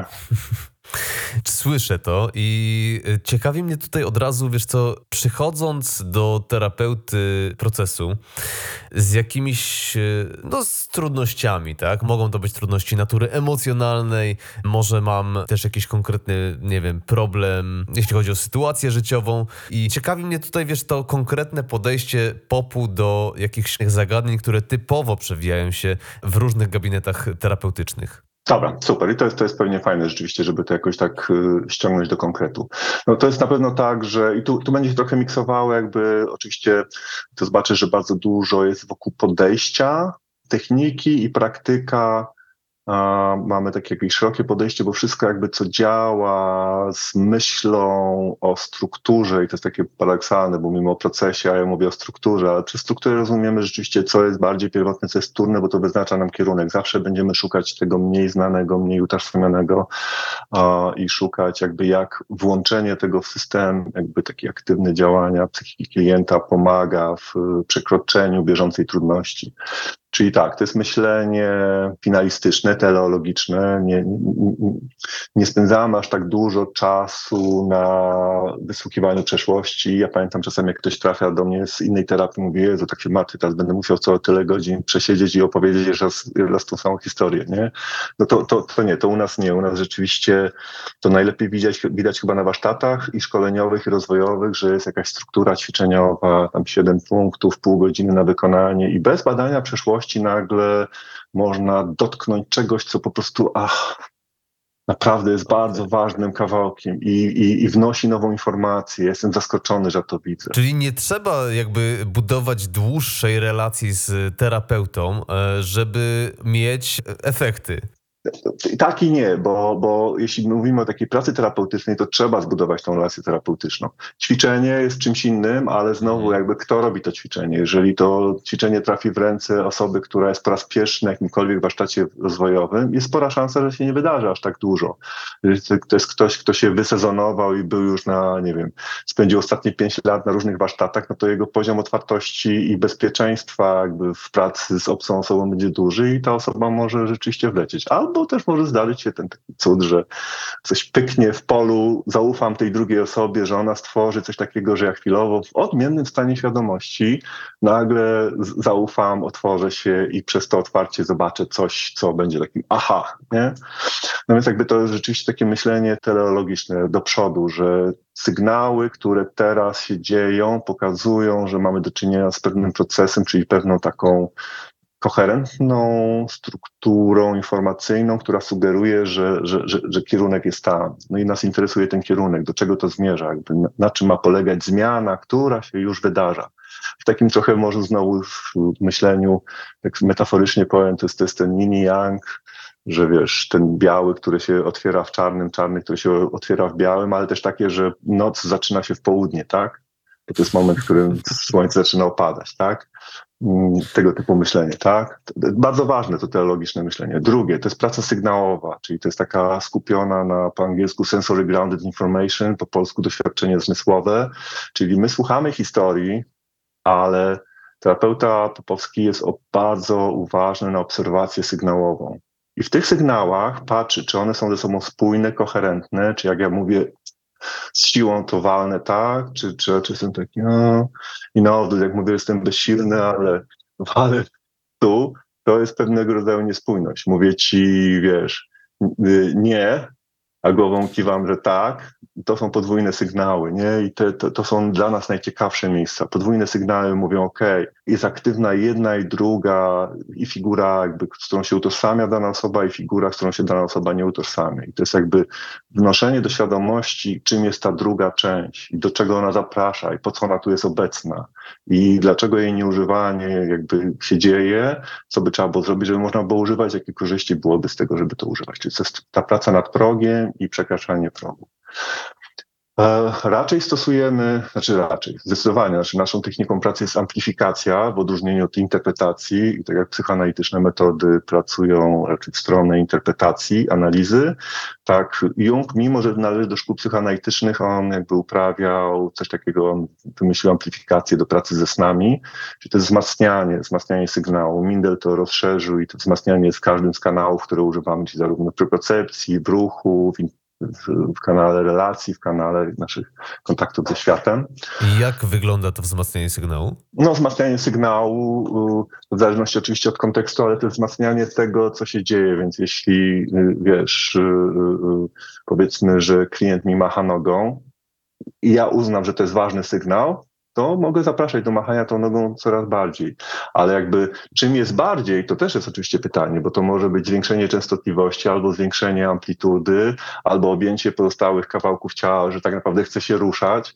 Słyszę to i ciekawi mnie tutaj od razu, wiesz co, przychodząc do terapeuty procesu z jakimiś, no z trudnościami, tak? Mogą to być trudności natury emocjonalnej, może mam też jakiś konkretny, nie wiem, problem, jeśli chodzi o sytuację życiową i ciekawi mnie tutaj, wiesz, to konkretne podejście popu do jakichś zagadnień, które typowo przewijają się w różnych gabinetach terapeutycznych. Dobra, super. I to jest, to jest pewnie fajne rzeczywiście, żeby to jakoś tak y, ściągnąć do konkretu. No to jest na pewno tak, że i tu, tu będzie się trochę miksowało, jakby oczywiście to zobaczysz, że bardzo dużo jest wokół podejścia, techniki i praktyka. A mamy takie jakieś szerokie podejście, bo wszystko jakby co działa z myślą o strukturze i to jest takie paradoksalne, bo mówimy o procesie, a ja mówię o strukturze, ale przez strukturę rozumiemy rzeczywiście, co jest bardziej pierwotne, co jest wtórne, bo to wyznacza nam kierunek. Zawsze będziemy szukać tego mniej znanego, mniej utożsamionego a, i szukać jakby jak włączenie tego w system, jakby takie aktywne działania psychiki klienta pomaga w przekroczeniu bieżącej trudności. Czyli tak, to jest myślenie finalistyczne, teleologiczne. Nie, nie, nie spędzałem aż tak dużo czasu na wysłuchiwaniu przeszłości. Ja pamiętam czasem, jak ktoś trafia do mnie z innej terapii, mówi, Jezu, tak się martwię, teraz będę musiał co tyle godzin przesiedzieć i opowiedzieć jeszcze raz, raz tą samą historię, nie? No to, to, to nie, to u nas nie. U nas rzeczywiście to najlepiej widać, widać chyba na warsztatach i szkoleniowych, i rozwojowych, że jest jakaś struktura ćwiczeniowa, tam siedem punktów, pół godziny na wykonanie i bez badania przeszłości nagle można dotknąć czegoś, co po prostu ach, naprawdę jest bardzo ważnym kawałkiem i, i, i wnosi nową informację. Jestem zaskoczony, że to widzę. Czyli nie trzeba jakby budować dłuższej relacji z terapeutą, żeby mieć efekty. Tak i nie, bo, bo jeśli mówimy o takiej pracy terapeutycznej, to trzeba zbudować tą relację terapeutyczną. Ćwiczenie jest czymś innym, ale znowu jakby kto robi to ćwiczenie? Jeżeli to ćwiczenie trafi w ręce osoby, która jest po raz pierwszy na jakimkolwiek warsztacie rozwojowym, jest spora szansa, że się nie wydarzy aż tak dużo. Jeżeli to jest ktoś, kto się wysezonował i był już na, nie wiem, spędził ostatnie pięć lat na różnych warsztatach, no to jego poziom otwartości i bezpieczeństwa jakby w pracy z obcą osobą będzie duży i ta osoba może rzeczywiście wlecieć. Albo Albo też może zdarzyć się ten taki cud, że coś pyknie w polu, zaufam tej drugiej osobie, że ona stworzy coś takiego, że ja chwilowo w odmiennym stanie świadomości nagle zaufam, otworzę się i przez to otwarcie zobaczę coś, co będzie takim aha, nie? No więc jakby to jest rzeczywiście takie myślenie teleologiczne do przodu, że sygnały, które teraz się dzieją, pokazują, że mamy do czynienia z pewnym procesem, czyli pewną taką koherentną strukturą informacyjną, która sugeruje, że, że, że, że kierunek jest tam. No i nas interesuje ten kierunek, do czego to zmierza, jakby na, na czym ma polegać zmiana, która się już wydarza. W takim trochę może znowu w myśleniu, tak metaforycznie powiem, to jest, to jest ten yin-yang, że wiesz, ten biały, który się otwiera w czarnym, czarny, który się otwiera w białym, ale też takie, że noc zaczyna się w południe, tak? Bo to jest moment, w którym słońce zaczyna opadać, tak? Tego typu myślenie, tak? Bardzo ważne to teologiczne myślenie. Drugie, to jest praca sygnałowa, czyli to jest taka skupiona na, po angielsku sensory grounded information, po polsku doświadczenie zmysłowe, czyli my słuchamy historii, ale terapeuta popowski jest bardzo uważny na obserwację sygnałową. I w tych sygnałach patrzy, czy one są ze sobą spójne, koherentne, czy jak ja mówię, z siłą to walnę tak, czy, czy, czy jestem taki, no, i no, jak mówię, jestem bezsilny, ale walę tu, to jest pewnego rodzaju niespójność. Mówię ci, wiesz, nie, a głową kiwam, że tak, to są podwójne sygnały, nie? I te, to, to są dla nas najciekawsze miejsca. Podwójne sygnały mówią, ok, jest aktywna jedna i druga i figura, jakby, z którą się utożsamia dana osoba i figura, z którą się dana osoba nie utożsamia. I to jest jakby wnoszenie do świadomości, czym jest ta druga część i do czego ona zaprasza i po co ona tu jest obecna i dlaczego jej nieużywanie jakby się dzieje, co by trzeba było zrobić, żeby można było używać, jakie korzyści byłoby z tego, żeby to używać. Czyli to jest ta praca nad progiem i przekraczanie progu. E, raczej stosujemy, znaczy raczej, zdecydowanie, znaczy naszą techniką pracy jest amplifikacja w odróżnieniu od interpretacji. I tak jak psychoanalityczne metody pracują raczej w stronę interpretacji, analizy, tak Jung, mimo że należy do szkół psychoanalitycznych, on jakby uprawiał coś takiego, on wymyślił amplifikację do pracy ze snami, czyli to jest wzmacnianie, wzmacnianie sygnału. Mindel to rozszerzył i to wzmacnianie jest w każdym z kanałów, które używamy, czyli zarówno w prepercepcji, w ruchu, w W, w kanale relacji, w kanale naszych kontaktów ze światem. Jak wygląda to wzmacnianie sygnału? No, wzmacnianie sygnału, w zależności oczywiście od kontekstu, ale to jest wzmacnianie tego, co się dzieje, więc jeśli, wiesz, powiedzmy, że klient mi macha nogą i ja uznam, że to jest ważny sygnał, to mogę zapraszać do machania tą nogą coraz bardziej. Ale jakby czym jest bardziej, to też jest oczywiście pytanie, bo to może być zwiększenie częstotliwości, albo zwiększenie amplitudy, albo objęcie pozostałych kawałków ciała, że tak naprawdę chce się ruszać.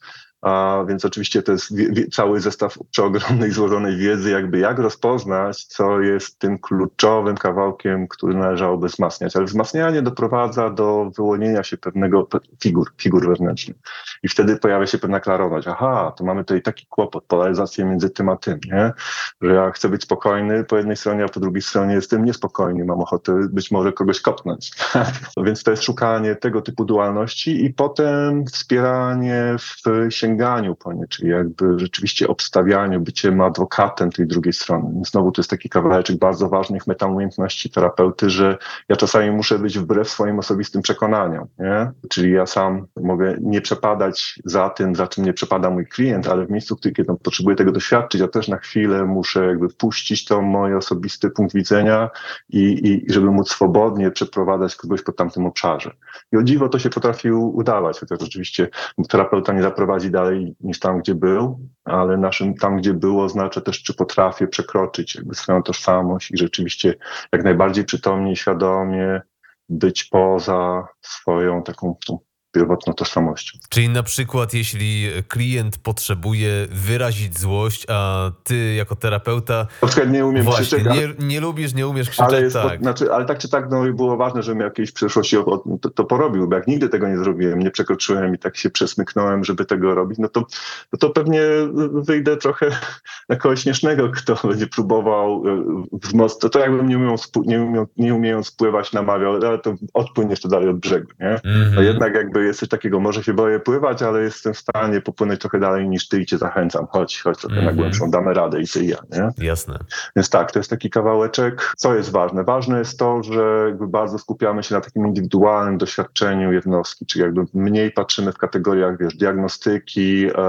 A więc oczywiście to jest wie, wie, cały zestaw przeogromnej, złożonej wiedzy, jakby jak rozpoznać, co jest tym kluczowym kawałkiem, który należałoby wzmacniać. Ale wzmacnianie doprowadza do wyłonienia się pewnego figur, figur wewnętrznych. I wtedy pojawia się pewna klarowność. Aha, to mamy tutaj taki kłopot, polaryzację między tym a tym, nie? Że ja chcę być spokojny po jednej stronie, a po drugiej stronie jestem niespokojny, mam ochotę być może kogoś kopnąć. No więc to jest szukanie tego typu dualności i potem wspieranie w sięganiu po nie, czyli jakby rzeczywiście obstawianiu, byciem adwokatem tej drugiej strony. Znowu to jest taki kawałeczek bardzo ważnych metaumiejętności terapeuty, że ja czasami muszę być wbrew swoim osobistym przekonaniom, nie? Czyli ja sam mogę nie przepadać za tym, za czym nie przepada mój klient, ale w miejscu, kiedy on potrzebuje tego doświadczyć, ja też na chwilę muszę jakby wpuścić to moje osobisty punkt widzenia i, i żeby móc swobodnie przeprowadzać kogoś po tamtym obszarze. I o dziwo to się potrafi udawać, chociaż oczywiście terapeuta nie zaprowadzi dalej niż tam, gdzie był, ale naszym tam, gdzie był, oznacza też, czy potrafię przekroczyć jakby swoją tożsamość i rzeczywiście jak najbardziej przytomnie i świadomie być poza swoją taką tą pierwotną tożsamością. Czyli na przykład jeśli klient potrzebuje wyrazić złość, a ty jako terapeuta na przykład nie umiem właśnie, krzyczeć, ale, nie, nie lubisz, nie umiesz krzyczeć, ale, jest, tak. znaczy, ale tak czy tak no, było ważne, żebym jakiejś w przeszłości to, to porobił, bo jak nigdy tego nie zrobiłem, nie przekroczyłem i tak się przesmyknąłem, żeby tego robić, no to, no to pewnie wyjdę trochę na kogoś śmiesznego, kto będzie próbował wzmocnić. To, to jakbym nie umiał, nie, umiał, nie umiejąc spływać namawiał, ale to odpłyń jeszcze dalej od brzegu, nie? Mm-hmm. No jednak jakby jest coś takiego, może się boję pływać, ale jestem w stanie popłynąć trochę dalej niż ty i cię zachęcam. Chodź, chodź trochę mm-hmm. na głębszą, damy radę i ty i ja, nie? Jasne. Więc tak, to jest taki kawałeczek. Co jest ważne? Ważne jest to, że jakby bardzo skupiamy się na takim indywidualnym doświadczeniu jednostki, czyli jakby mniej patrzymy w kategoriach, wiesz, diagnostyki, e,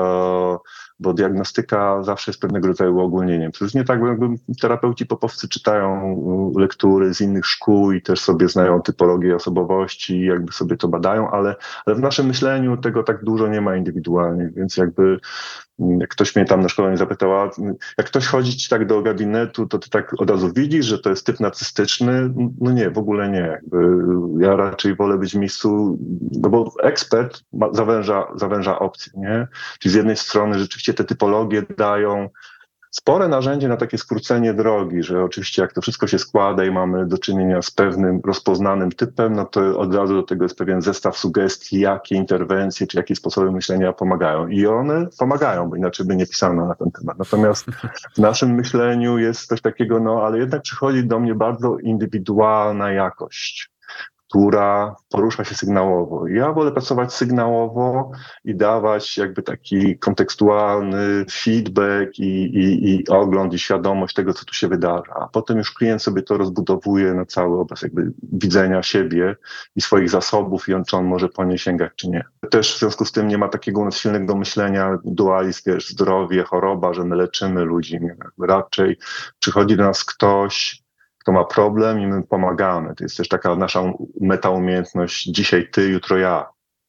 bo diagnostyka zawsze jest pewnego rodzaju uogólnieniem. To jest nie tak, bo jakby terapeuci popowcy czytają lektury z innych szkół i też sobie znają typologię osobowości i jakby sobie to badają, ale, ale w naszym myśleniu tego tak dużo nie ma indywidualnie, więc jakby jak ktoś mnie tam na szkoleniu zapytała, jak ktoś chodzi ci tak do gabinetu, to ty tak od razu widzisz, że to jest typ narcystyczny? No nie, w ogóle nie. Jakby ja raczej wolę być w miejscu, no bo ekspert ma, zawęża, zawęża opcje, nie? Czyli z jednej strony rzeczywiście te typologie dają spore narzędzie na takie skrócenie drogi, że oczywiście jak to wszystko się składa i mamy do czynienia z pewnym rozpoznanym typem, no to od razu do tego jest pewien zestaw sugestii, jakie interwencje czy jakie sposoby myślenia pomagają. I one pomagają, bo inaczej by nie pisano na ten temat. Natomiast w naszym myśleniu jest coś takiego, no ale jednak przychodzi do mnie bardzo indywidualna jakość, która porusza się sygnałowo. Ja wolę pracować sygnałowo i dawać jakby taki kontekstualny feedback i, i, i ogląd i świadomość tego, co tu się wydarza. A potem już klient sobie to rozbudowuje na cały obraz jakby widzenia siebie i swoich zasobów i on, czy on może po nie sięgać, czy nie. Też w związku z tym nie ma takiego u nas silnego myślenia dualizm, wiesz, zdrowie, choroba, że my leczymy ludzi. Nie? Raczej przychodzi do nas ktoś, kto ma problem i my pomagamy. To jest też taka nasza metaumiejętność dzisiaj ty, jutro ja.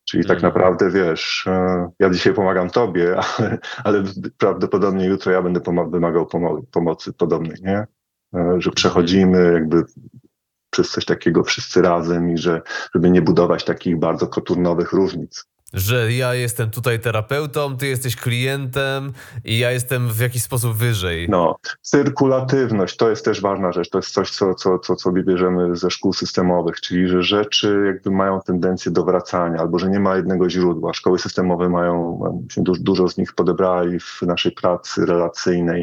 Czyli tak Mm. naprawdę, wiesz, e, ja dzisiaj pomagam tobie, ale, ale prawdopodobnie jutro ja będę pomo- wymagał pomo- pomocy podobnej, nie? E, Że przechodzimy jakby przez coś takiego wszyscy razem i że, żeby nie budować takich bardzo koturnowych różnic. Że ja jestem tutaj terapeutą, ty jesteś klientem i ja jestem w jakiś sposób wyżej. No, cyrkulatywność to jest też ważna rzecz. To jest coś, co, co, co sobie bierzemy ze szkół systemowych, czyli że rzeczy jakby mają tendencję do wracania, albo że nie ma jednego źródła. Szkoły systemowe mają, się du- dużo z nich podebrali w naszej pracy relacyjnej,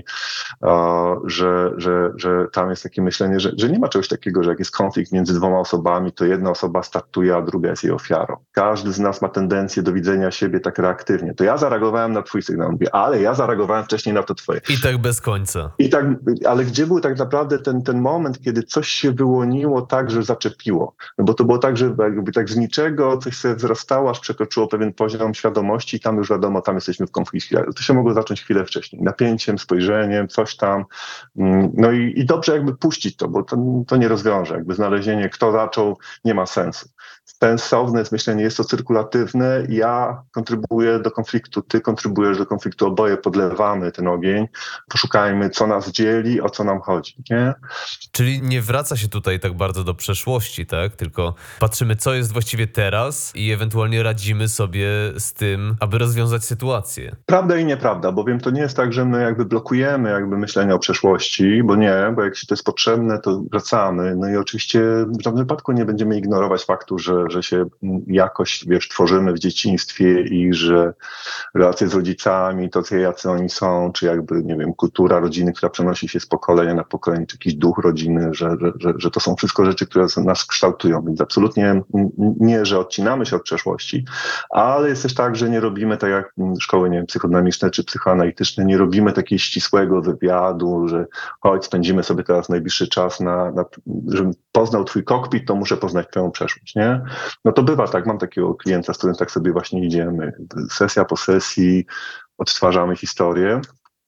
a, że, że, że tam jest takie myślenie, że, że nie ma czegoś takiego, że jak jest konflikt między dwoma osobami, to jedna osoba startuje, a druga jest jej ofiarą. Każdy z nas ma tendencję do widzenia siebie tak reaktywnie. To ja zareagowałem na twój sygnał, mówię, ale ja zareagowałem wcześniej na to twoje. I tak bez końca. I tak, ale gdzie był tak naprawdę ten, ten moment, kiedy coś się wyłoniło tak, że zaczepiło? No bo to było tak, że jakby tak z niczego coś sobie wzrastało, aż przekroczyło pewien poziom świadomości i tam już wiadomo, tam jesteśmy w konflikcie. To się mogło zacząć chwilę wcześniej. Napięciem, spojrzeniem, coś tam. No i, i dobrze jakby puścić to, bo to, to nie rozwiąże. Jakby znalezienie, kto zaczął, nie ma sensu. Sensowne jest myślenie, jest to cyrkulatywne, ja kontrybuję do konfliktu, ty kontrybujesz do konfliktu, oboje podlewamy ten ogień, poszukajmy, co nas dzieli, o co nam chodzi, nie? Czyli nie wraca się tutaj tak bardzo do przeszłości, tak? Tylko patrzymy, co jest właściwie teraz i ewentualnie radzimy sobie z tym, aby rozwiązać sytuację. Prawda i nieprawda, bowiem to nie jest tak, że my jakby blokujemy jakby myślenie o przeszłości, bo nie, bo jak się to jest potrzebne, to wracamy. No i oczywiście w żadnym wypadku nie będziemy ignorować faktu, że, że się jakoś, wiesz, tworzymy w dzieciństwie i że relacje z rodzicami, to jacy oni są, czy jakby, nie wiem, kultura rodziny, która przenosi się z pokolenia na pokolenie, czy jakiś duch rodziny, że, że, że, że to są wszystko rzeczy, które nas kształtują. Więc absolutnie nie, że odcinamy się od przeszłości, ale jest też tak, że nie robimy tak jak szkoły, nie wiem, psychodynamiczne czy psychoanalityczne, nie robimy takiego ścisłego wywiadu, że chodź, spędzimy sobie teraz najbliższy czas na, na żebym poznał twój kokpit, to muszę poznać twoją przeszłość, nie? No to bywa tak, mam takiego klienta, z którym tak sobie właśnie idziemy. Sesja po sesji odtwarzamy historię.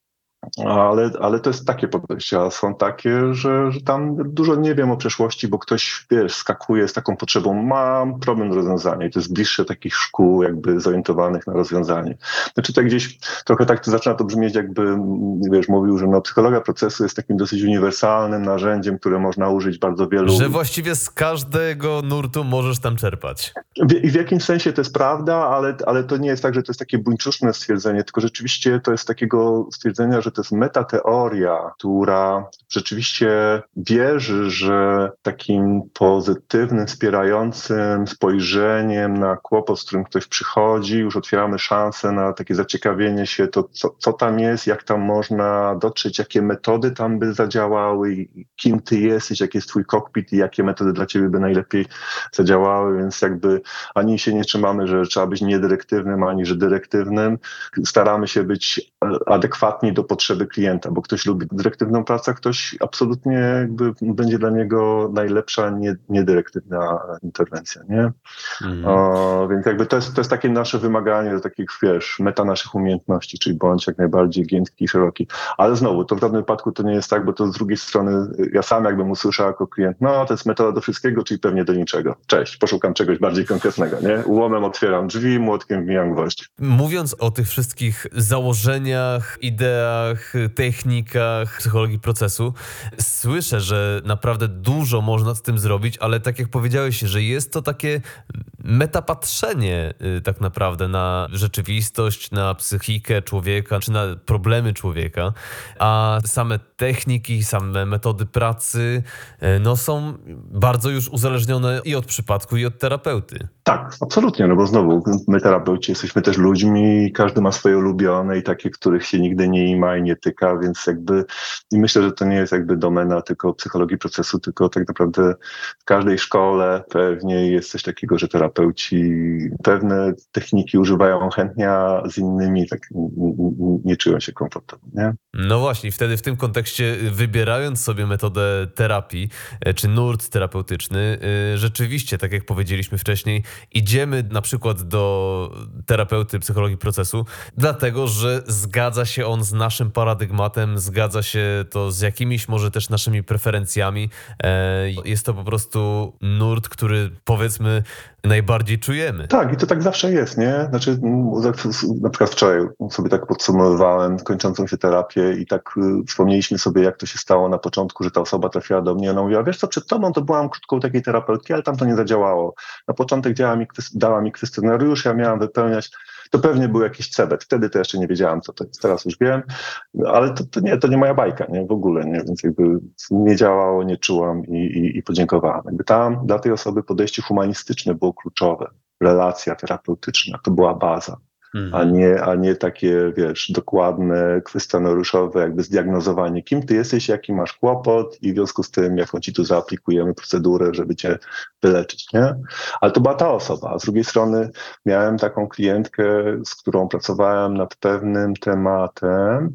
Ale, ale to jest takie podejście, a są takie, że, że tam dużo nie wiem o przeszłości, bo ktoś, wiesz, skakuje z taką potrzebą, mam problem do rozwiązania i to jest bliższe takich szkół jakby zorientowanych na rozwiązanie. Znaczy tak gdzieś, trochę tak to zaczyna to brzmieć jakby, wiesz, mówił, że no, psychologia procesu jest takim dosyć uniwersalnym narzędziem, które można użyć bardzo wielu... Że właściwie z każdego nurtu możesz tam czerpać. W, I w jakimś sensie to jest prawda, ale, ale to nie jest tak, że to jest takie buńczuczne stwierdzenie, tylko rzeczywiście to jest takiego stwierdzenia, że to jest metateoria, która rzeczywiście wierzy, że takim pozytywnym, wspierającym spojrzeniem na kłopot, z którym ktoś przychodzi, już otwieramy szansę na takie zaciekawienie się, to co, co tam jest, jak tam można dotrzeć, jakie metody tam by zadziałały, i kim ty jesteś, jaki jest twój kokpit i jakie metody dla ciebie by najlepiej zadziałały, więc jakby ani się nie trzymamy, że trzeba być niedyrektywnym, ani że dyrektywnym. Staramy się być adekwatni do potrzeby klienta, bo ktoś lubi dyrektywną pracę, ktoś absolutnie jakby będzie dla niego najlepsza nie, niedyrektywna interwencja, nie? Mhm. O, więc jakby to jest, to jest takie nasze wymaganie do takich, wiesz, meta naszych umiejętności, czyli bądź jak najbardziej giętki i szeroki. Ale znowu, to w żadnym wypadku to nie jest tak, bo to z drugiej strony ja sam jakbym usłyszał jako klient, no to jest metoda do wszystkiego, czyli pewnie do niczego. Cześć, poszukam czegoś bardziej konkretnego, nie? Łomem otwieram drzwi, młotkiem wbijam gwoźdź. Mówiąc o tych wszystkich założeniach, ideach, technikach psychologii procesu, słyszę, że naprawdę dużo można z tym zrobić, ale tak jak powiedziałeś, że jest to takie metapatrzenie tak naprawdę na rzeczywistość, na psychikę człowieka, czy na problemy człowieka, a same techniki, same metody pracy no są bardzo już uzależnione i od przypadku, i od terapeuty. Tak, absolutnie, no bo znowu my terapeuci jesteśmy też ludźmi, każdy ma swoje ulubione i takie, których się nigdy nie ima i nie tyka, więc jakby i myślę, że to nie jest jakby domena tylko psychologii procesu, tylko tak naprawdę w każdej szkole pewnie jest coś takiego, że terapeuci pewne techniki używają chętnie, a z innymi tak nie czują się komfortowo, nie? No właśnie, wtedy w tym kontekście wybierając sobie metodę terapii, czy nurt terapeutyczny, rzeczywiście, tak jak powiedzieliśmy wcześniej, idziemy na przykład do terapeuty psychologii procesu, dlatego że zgadza się on z naszym paradygmatem, zgadza się to z jakimiś może też naszymi preferencjami. Jest to po prostu nurt, który powiedzmy najbardziej czujemy. Tak, i to tak zawsze jest, nie? Znaczy, na przykład wczoraj sobie tak podsumowywałem kończącą się terapię i tak y, wspomnieliśmy sobie, jak to się stało na początku, że ta osoba trafiła do mnie. Ona mówiła, wiesz co, przed tobą to byłam krótko u takiej terapeutki, ale tam to nie zadziałało. Na początek działa mi, dała mi kwestionariusz, ja miałam wypełniać. To pewnie był jakiś cebet. Wtedy to jeszcze nie wiedziałam, co to jest. Teraz już wiem, ale to, to, nie, to nie moja bajka, nie? W ogóle, nie? Więc jakby nie działało, nie czułam i, i, i podziękowałam. Jakby tam dla tej osoby podejście humanistyczne było kluczowe. Relacja terapeutyczna, to była baza. A nie, a nie takie, wiesz, dokładne, kwestionariuszowe jakby zdiagnozowanie, kim ty jesteś, jaki masz kłopot i w związku z tym, jaką ci tu zaaplikujemy procedurę, żeby cię wyleczyć, nie? Ale to była ta osoba. A z drugiej strony miałem taką klientkę, z którą pracowałem nad pewnym tematem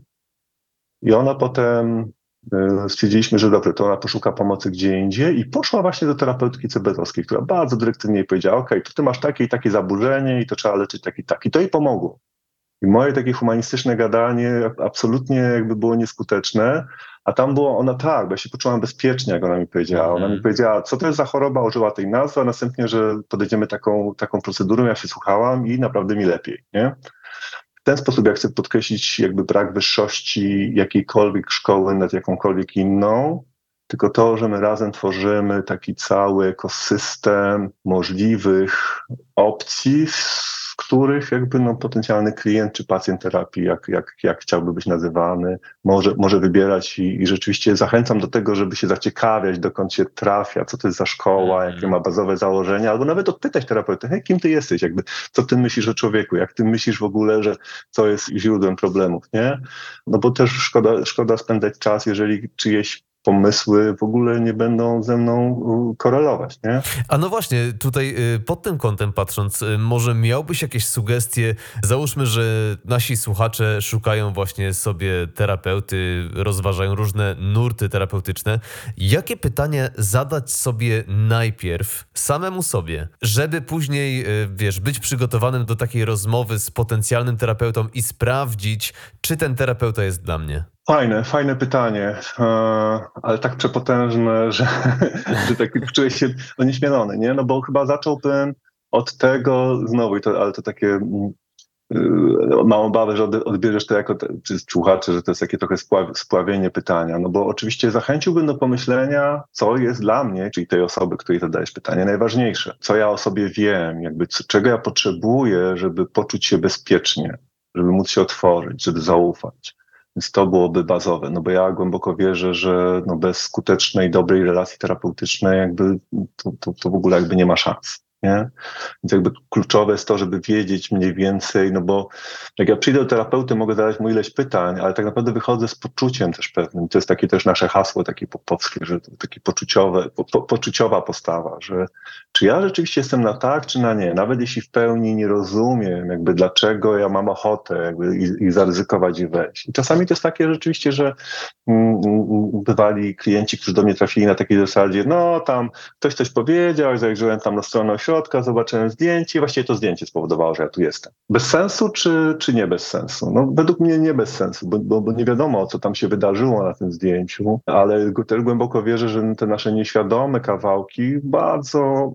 i ona potem stwierdziliśmy, że dobrze, to ona poszuka pomocy gdzie indziej i poszła właśnie do terapeutki cebetowskiej, która bardzo dyrektywnie jej powiedziała, okej, to ty masz takie i takie zaburzenie i to trzeba leczyć tak i tak. I to jej pomogło. I moje takie humanistyczne gadanie absolutnie jakby było nieskuteczne, a tam było ona tak, bo ja się poczułam bezpiecznie, jak ona mi powiedziała. Ona mi powiedziała, co to jest za choroba, użyła tej nazwy, a następnie, że podejdziemy taką, taką procedurą, ja się słuchałam i naprawdę mi lepiej, nie? W ten sposób ja chcę podkreślić jakby brak wyższości jakiejkolwiek szkoły nad jakąkolwiek inną, tylko to, że my razem tworzymy taki cały ekosystem możliwych opcji, w których jakby no, potencjalny klient czy pacjent terapii, jak, jak, jak chciałby być nazywany, może, może wybierać i, i rzeczywiście zachęcam do tego, żeby się zaciekawiać, dokąd się trafia, co to jest za szkoła, jakie ma bazowe założenia, albo nawet odpytać terapeutę, hej, kim ty jesteś, jakby, co ty myślisz o człowieku, jak ty myślisz w ogóle, że co jest źródłem problemów, nie? No bo też szkoda, szkoda spędzać czas, jeżeli czyjeś pomysły w ogóle nie będą ze mną korelować, nie? A no właśnie, tutaj pod tym kątem patrząc, może miałbyś jakieś sugestie? Załóżmy, że nasi słuchacze szukają właśnie sobie terapeuty, rozważają różne nurty terapeutyczne. Jakie pytanie zadać sobie najpierw, samemu sobie, żeby później, wiesz, być przygotowanym do takiej rozmowy z potencjalnym terapeutą i sprawdzić, czy ten terapeuta jest dla mnie? Fajne, fajne pytanie, ale tak przepotężne, że, że tak czuję się onieśmielony, nie? No bo chyba zacząłbym od tego, znowu, i to, ale to takie, mam obawę, że odbierzesz to jako, czy słuchacze, że to jest takie trochę spławienie pytania, no bo oczywiście zachęciłbym do pomyślenia, co jest dla mnie, czyli tej osoby, której zadajesz pytanie, najważniejsze. Co ja o sobie wiem, jakby co, czego ja potrzebuję, żeby poczuć się bezpiecznie, żeby móc się otworzyć, żeby zaufać. Więc to byłoby bazowe, no bo ja głęboko wierzę, że no bez skutecznej, dobrej relacji terapeutycznej jakby to, to, to w ogóle jakby nie ma szans, nie? Więc jakby kluczowe jest to, żeby wiedzieć mniej więcej, no bo jak ja przyjdę do terapeuty, mogę zadać mu ileś pytań, ale tak naprawdę wychodzę z poczuciem też pewnym. To jest takie też nasze hasło takie popowskie, że to takie poczuciowe, po, po, poczuciowa postawa, że czy ja rzeczywiście jestem na tak, czy na nie, nawet jeśli w pełni nie rozumiem, jakby dlaczego ja mam ochotę jakby i, i zaryzykować i wejść. I czasami to jest takie rzeczywiście, że mm, bywali klienci, którzy do mnie trafili na takiej zasadzie, no tam ktoś coś powiedział, zajrzałem tam na stronę ośrodka, zobaczyłem zdjęcie i właściwie to zdjęcie spowodowało, że ja tu jestem. Bez sensu, czy, czy nie bez sensu? No według mnie nie bez sensu, bo, bo, bo nie wiadomo, co tam się wydarzyło na tym zdjęciu, ale też głęboko wierzę, że te nasze nieświadome kawałki bardzo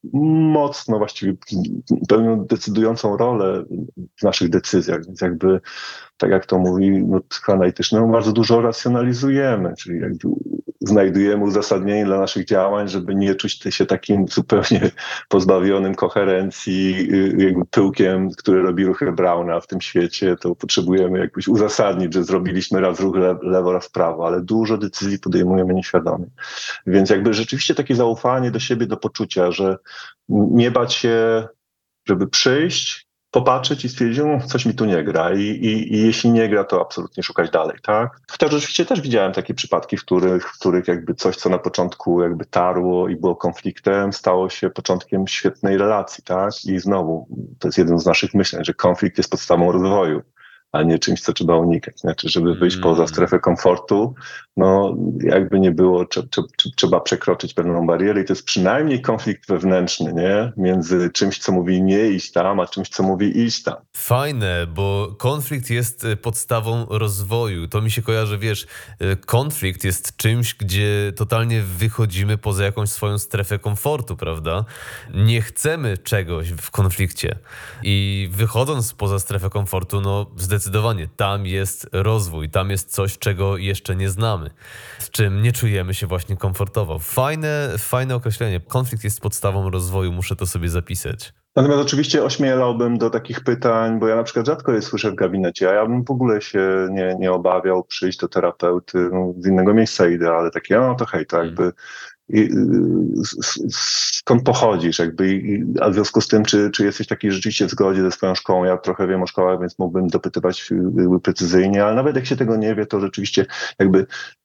mocno właściwie pełnią decydującą rolę w naszych decyzjach, więc jakby, tak jak to mówi no, psychoanalityczny, bardzo dużo racjonalizujemy, czyli jakby znajdujemy uzasadnienie dla naszych działań, żeby nie czuć się takim zupełnie pozbawionym koherencji jakby pyłkiem, który robi ruchy Brauna w tym świecie, to potrzebujemy jakoś uzasadnić, że zrobiliśmy raz ruch le- lewo, raz prawo, ale dużo decyzji podejmujemy nieświadomie. Więc jakby rzeczywiście takie zaufanie do siebie, do poczucia, że nie bać się, żeby przyjść, popatrzeć i stwierdzić, no, coś mi tu nie gra I, i, i jeśli nie gra, to absolutnie szukać dalej, tak? Chociaż oczywiście też widziałem takie przypadki, w których, w których jakby coś, co na początku jakby tarło i było konfliktem, stało się początkiem świetnej relacji, tak? I znowu, to jest jeden z naszych myśleń, że konflikt jest podstawą rozwoju. a nie czymś, co trzeba unikać. Znaczy, żeby wyjść Mm. poza strefę komfortu, no jakby nie było, trze- trze- trze- trzeba przekroczyć pewną barierę i to jest przynajmniej konflikt wewnętrzny, nie? Między czymś, co mówi nie iść tam, a czymś, co mówi iść tam. Fajne, bo konflikt jest e, podstawą rozwoju. To mi się kojarzy, wiesz, e, konflikt jest czymś, gdzie totalnie wychodzimy poza jakąś swoją strefę komfortu, prawda? Nie chcemy czegoś w konflikcie i wychodząc poza strefę komfortu, no zdecydowanie tam jest rozwój, tam jest coś, czego jeszcze nie znamy, z czym nie czujemy się właśnie komfortowo. Fajne, fajne określenie. Konflikt jest podstawą rozwoju, muszę to sobie zapisać. Natomiast oczywiście ośmielałbym do takich pytań, bo ja na przykład rzadko je słyszę w gabinecie, a ja bym w ogóle się nie, nie obawiał przyjść do terapeuty, no, z innego miejsca idę, ale takie, no to hej, to jakby i, y, s- s- skąd pochodzisz, jakby, i- a w związku z tym, czy, czy jesteś taki rzeczywiście w zgodzie ze swoją szkołą? Ja trochę wiem o szkołach, więc mógłbym dopytywać y, precyzyjnie, ale nawet jak się tego nie wie, to rzeczywiście jakby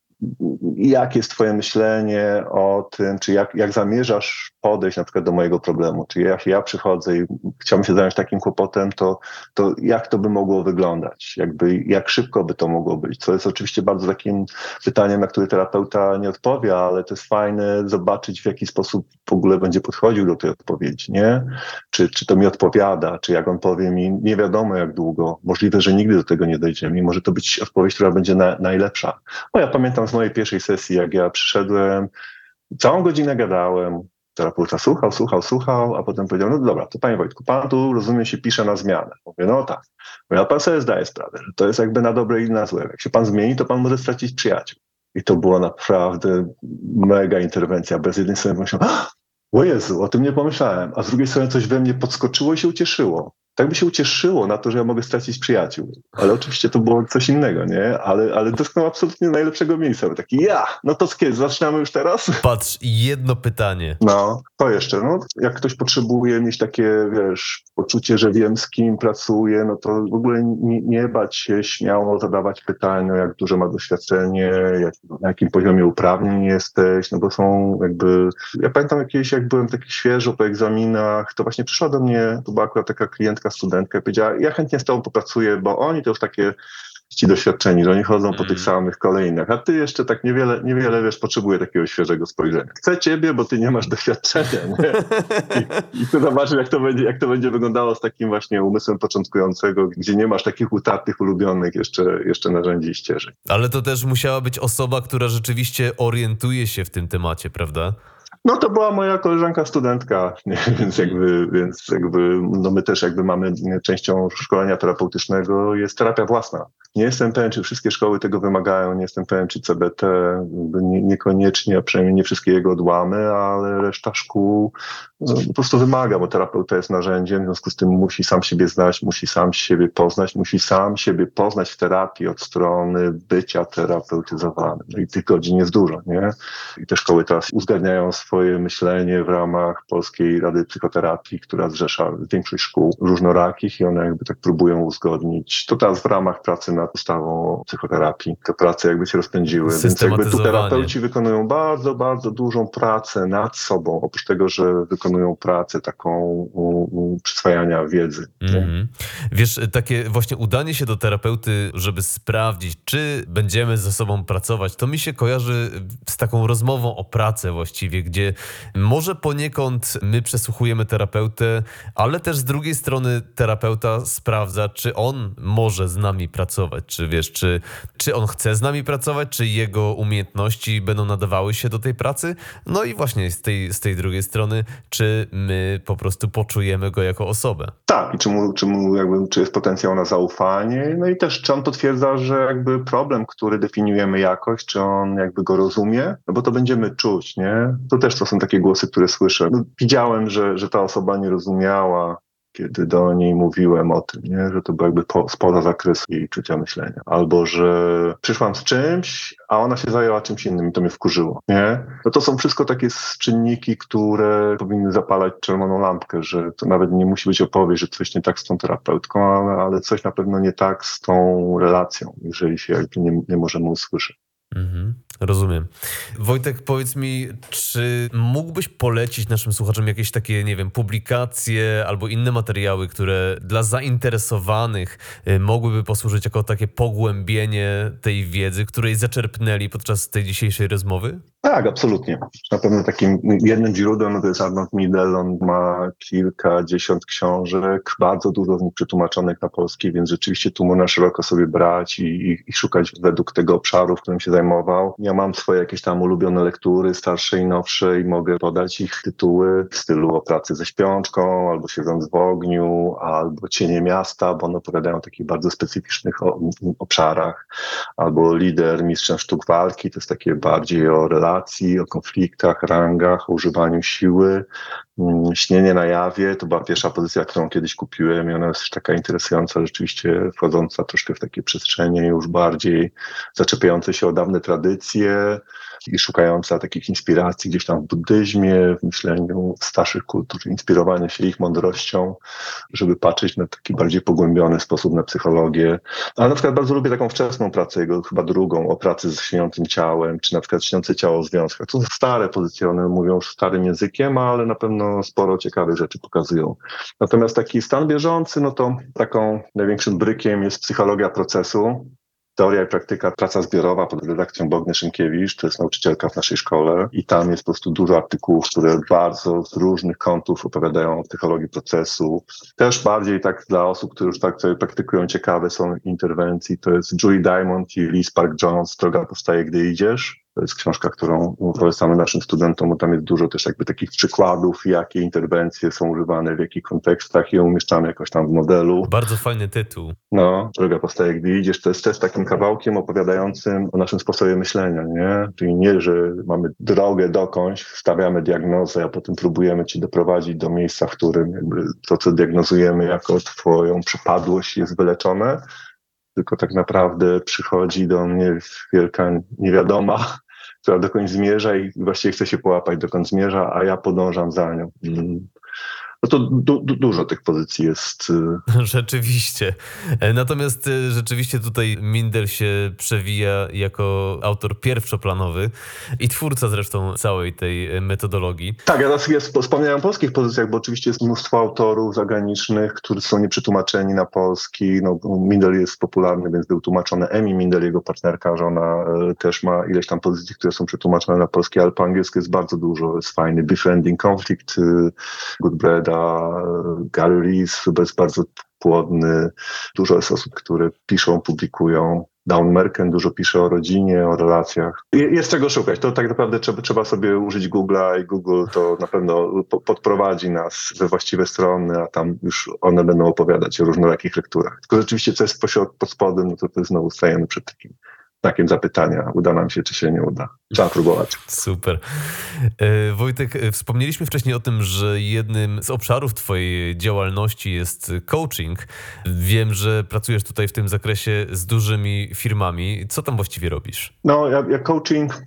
jak jest twoje myślenie o tym, czy jak, jak zamierzasz podejść na przykład do mojego problemu, czy jak ja przychodzę i chciałbym się zająć takim kłopotem, to, to jak to by mogło wyglądać, jakby jak szybko by to mogło być, co jest oczywiście bardzo takim pytaniem, na które terapeuta nie odpowie, ale to jest fajne zobaczyć, w jaki sposób w ogóle będzie podchodził do tej odpowiedzi, nie? Czy, czy to mi odpowiada, czy jak on powie mi, nie wiadomo jak długo, możliwe, że nigdy do tego nie dojdziemy i może to być odpowiedź, która będzie na, najlepsza. Bo ja pamiętam z mojej pierwszej sesji, jak ja przyszedłem, całą godzinę gadałem, terapeuta słuchał, słuchał, słuchał, a potem powiedział, no dobra, to panie Wojtku, pan tu, rozumie, się pisze na zmianę. Mówię, no tak. Mówię, a pan sobie zdaje sprawę, że to jest jakby na dobre i na złe. Jak się pan zmieni, to pan może stracić przyjaciół. I to była naprawdę mega interwencja. Bez jednej strony myślałem, o Jezu, o tym nie pomyślałem, a z drugiej strony coś we mnie podskoczyło i się ucieszyło. Tak by się ucieszyło na to, że ja mogę stracić przyjaciół. Ale oczywiście to było coś innego, nie? Ale, ale dotknął absolutnie najlepszego miejsca. Był taki, ja, no to kiedy, zaczynamy już teraz? Patrz, jedno pytanie. No, to jeszcze, no, jak ktoś potrzebuje mieć takie, wiesz, poczucie, że wiem, z kim pracuje, no to w ogóle nie, nie bać się śmiało zadawać pytań, no, jak duże ma doświadczenie, jak, na jakim poziomie uprawnień jesteś, no bo są jakby, ja pamiętam jakieś, jak byłem taki świeżo po egzaminach, to właśnie przyszła do mnie, to była akurat taka klientka, studentka, i powiedziała, ja chętnie z tobą popracuję, bo oni to już takie ci doświadczeni, że oni chodzą po tych samych kolejnych, a ty jeszcze tak niewiele, niewiele wiesz, potrzebuje takiego świeżego spojrzenia. Chcę ciebie, bo ty nie masz doświadczenia, nie? I, i tu zobaczysz, jak to będzie, jak to będzie wyglądało z takim właśnie umysłem początkującego, gdzie nie masz takich utartych, ulubionych jeszcze, jeszcze narzędzi i ścieżek. Ale to też musiała być osoba, która rzeczywiście orientuje się w tym temacie, prawda? No to była moja koleżanka studentka, nie? Więc jakby, więc jakby, no my też jakby mamy częścią szkolenia terapeutycznego jest terapia własna. Nie jestem pewien, czy wszystkie szkoły tego wymagają, nie jestem pewien, czy C B T nie, niekoniecznie, a przynajmniej nie wszystkie jego odłamy, ale reszta szkół no, po prostu wymaga, bo terapeuta jest narzędziem, w związku z tym musi sam siebie znać, musi sam siebie poznać, musi sam siebie poznać w terapii od strony bycia terapeutyzowanym. No i tych godzin jest dużo, nie? I te szkoły teraz uzgadniają swoje myślenie w ramach Polskiej Rady Psychoterapii, która zrzesza większość szkół różnorakich i one jakby tak próbują uzgodnić. To teraz w ramach pracy nad ustawą o psychoterapii. Te prace jakby się rozpędziły, więc jakby tu terapeuci wykonują bardzo, bardzo dużą pracę nad sobą, oprócz tego, że wykonują pracę taką um, przyswajania wiedzy. Mm-hmm. Wiesz, takie właśnie udanie się do terapeuty, żeby sprawdzić, czy będziemy ze sobą pracować, to mi się kojarzy z taką rozmową o pracę właściwie, gdzie może poniekąd my przesłuchujemy terapeutę, ale też z drugiej strony terapeuta sprawdza, czy on może z nami pracować, czy wiesz, czy, czy on chce z nami pracować, czy jego umiejętności będą nadawały się do tej pracy, no i właśnie z tej, z tej drugiej strony, czy my po prostu poczujemy go jako osobę. Tak, i czy, mu, czy, mu jakby, czy jest potencjał na zaufanie, no i też czy on potwierdza, że jakby problem, który definiujemy jakoś, czy on jakby go rozumie, no bo to będziemy czuć, nie? To też to są takie głosy, które słyszę. No, widziałem, że, że ta osoba nie rozumiała, kiedy do niej mówiłem o tym, nie? Że to było jakby po, spoza zakresu jej czucia myślenia. Albo, że przyszłam z czymś, a ona się zajęła czymś innym i to mnie wkurzyło, nie? No to są wszystko takie czynniki, które powinny zapalać czerwoną lampkę, że to nawet nie musi być opowieść, że coś nie tak z tą terapeutką, ale, ale coś na pewno nie tak z tą relacją, jeżeli się jakby nie, nie możemy usłyszeć. Mhm, rozumiem. Wojtek, powiedz mi, czy mógłbyś polecić naszym słuchaczom jakieś takie, nie wiem, publikacje albo inne materiały, które dla zainteresowanych y, mogłyby posłużyć jako takie pogłębienie tej wiedzy, której zaczerpnęli podczas tej dzisiejszej rozmowy? Tak, absolutnie. Na pewno takim jednym źródłem no to jest Arnold Mindel. On ma kilkadziesiąt książek, bardzo dużo z nich przetłumaczonych na polski, więc rzeczywiście tu można szeroko sobie brać i, i, i szukać według tego obszaru, w którym się zajmował. Ja mam swoje jakieś tam ulubione lektury, starsze i nowsze i mogę podać ich tytuły w stylu O pracy ze śpiączką, albo Siedząc w ogniu, albo Cienie miasta, bo one opowiadają o takich bardzo specyficznych o, obszarach, albo Lider, mistrzem sztuk walki, to jest takie bardziej o relacjach, o konfliktach, rangach, o używaniu siły. Śnienie na jawie to była pierwsza pozycja, którą kiedyś kupiłem i ona jest taka interesująca, rzeczywiście wchodząca troszkę w takie przestrzenie już bardziej zaczepiające się o dawne tradycje i szukająca takich inspiracji gdzieś tam w buddyzmie, w myśleniu starszych kultur, inspirowania się ich mądrością, żeby patrzeć na taki bardziej pogłębiony sposób na psychologię. Ale na przykład bardzo lubię taką wczesną pracę, jego chyba drugą, o pracy z śniącym ciałem, czy na przykład Śniące ciało w związkach. To są stare pozycje, one mówią już starym językiem, ale na pewno sporo ciekawych rzeczy pokazują. Natomiast taki stan bieżący, no to taką największym brykiem jest psychologia procesu. Teoria i praktyka, praca zbiorowa pod redakcją Bogny Szymkiewicz, to jest nauczycielka w naszej szkole i tam jest po prostu dużo artykułów, które bardzo z różnych kątów opowiadają o psychologii procesu. Też bardziej tak dla osób, które już tak sobie praktykują, ciekawe są interwencji. To jest Julie Diamond i Lee Spark Jones, Droga powstaje, gdy idziesz. To jest książka, którą polecamy naszym studentom, bo tam jest dużo też jakby takich przykładów, jakie interwencje są używane, w jakich kontekstach i je umieszczamy jakoś tam w modelu. Bardzo fajny tytuł. No, Droga powstaje, gdy idziesz. To jest też takim kawałkiem opowiadającym o naszym sposobie myślenia, nie? Czyli nie, że mamy drogę dokądś, wstawiamy diagnozę, a potem próbujemy ci doprowadzić do miejsca, w którym jakby to, co diagnozujemy jako twoją przypadłość jest wyleczone, tylko tak naprawdę przychodzi do mnie wielka niewiadoma, która dokąd zmierza i właściwie chce się połapać, dokąd zmierza, a ja podążam za nią. Mm. No to du- du- dużo tych pozycji jest. Rzeczywiście. Natomiast rzeczywiście tutaj Mindel się przewija jako autor pierwszoplanowy i twórca zresztą całej tej metodologii. Tak, ja teraz wspomniałem o polskich pozycjach, bo oczywiście jest mnóstwo autorów zagranicznych, którzy są nieprzetłumaczeni na polski. No, Mindel jest popularny, więc był tłumaczony. Emi Mindel, jego partnerka, żona, też ma ileś tam pozycji, które są przetłumaczone na polski, ale po angielsku jest bardzo dużo. Jest fajny Befriending Conflict, Good Breda, Gary Rees, chyba jest bardzo płodny. Dużo jest osób, które piszą, publikują. Dawn Merken dużo pisze o rodzinie, o relacjach. Jest czego szukać. To tak naprawdę trzeba, trzeba sobie użyć Google'a i Google to na pewno podprowadzi nas we właściwe strony, a tam już one będą opowiadać o różnorakich lekturach. Tylko rzeczywiście co jest pośrod, pod spodem, no to, to znowu stajemy przed takim znakiem zapytania. Uda nam się, czy się nie uda. Trzeba próbować. Super. Wojtek, wspomnieliśmy wcześniej o tym, że jednym z obszarów twojej działalności jest coaching. Wiem, że pracujesz tutaj w tym zakresie z dużymi firmami. Co tam właściwie robisz? No, ja, ja coaching...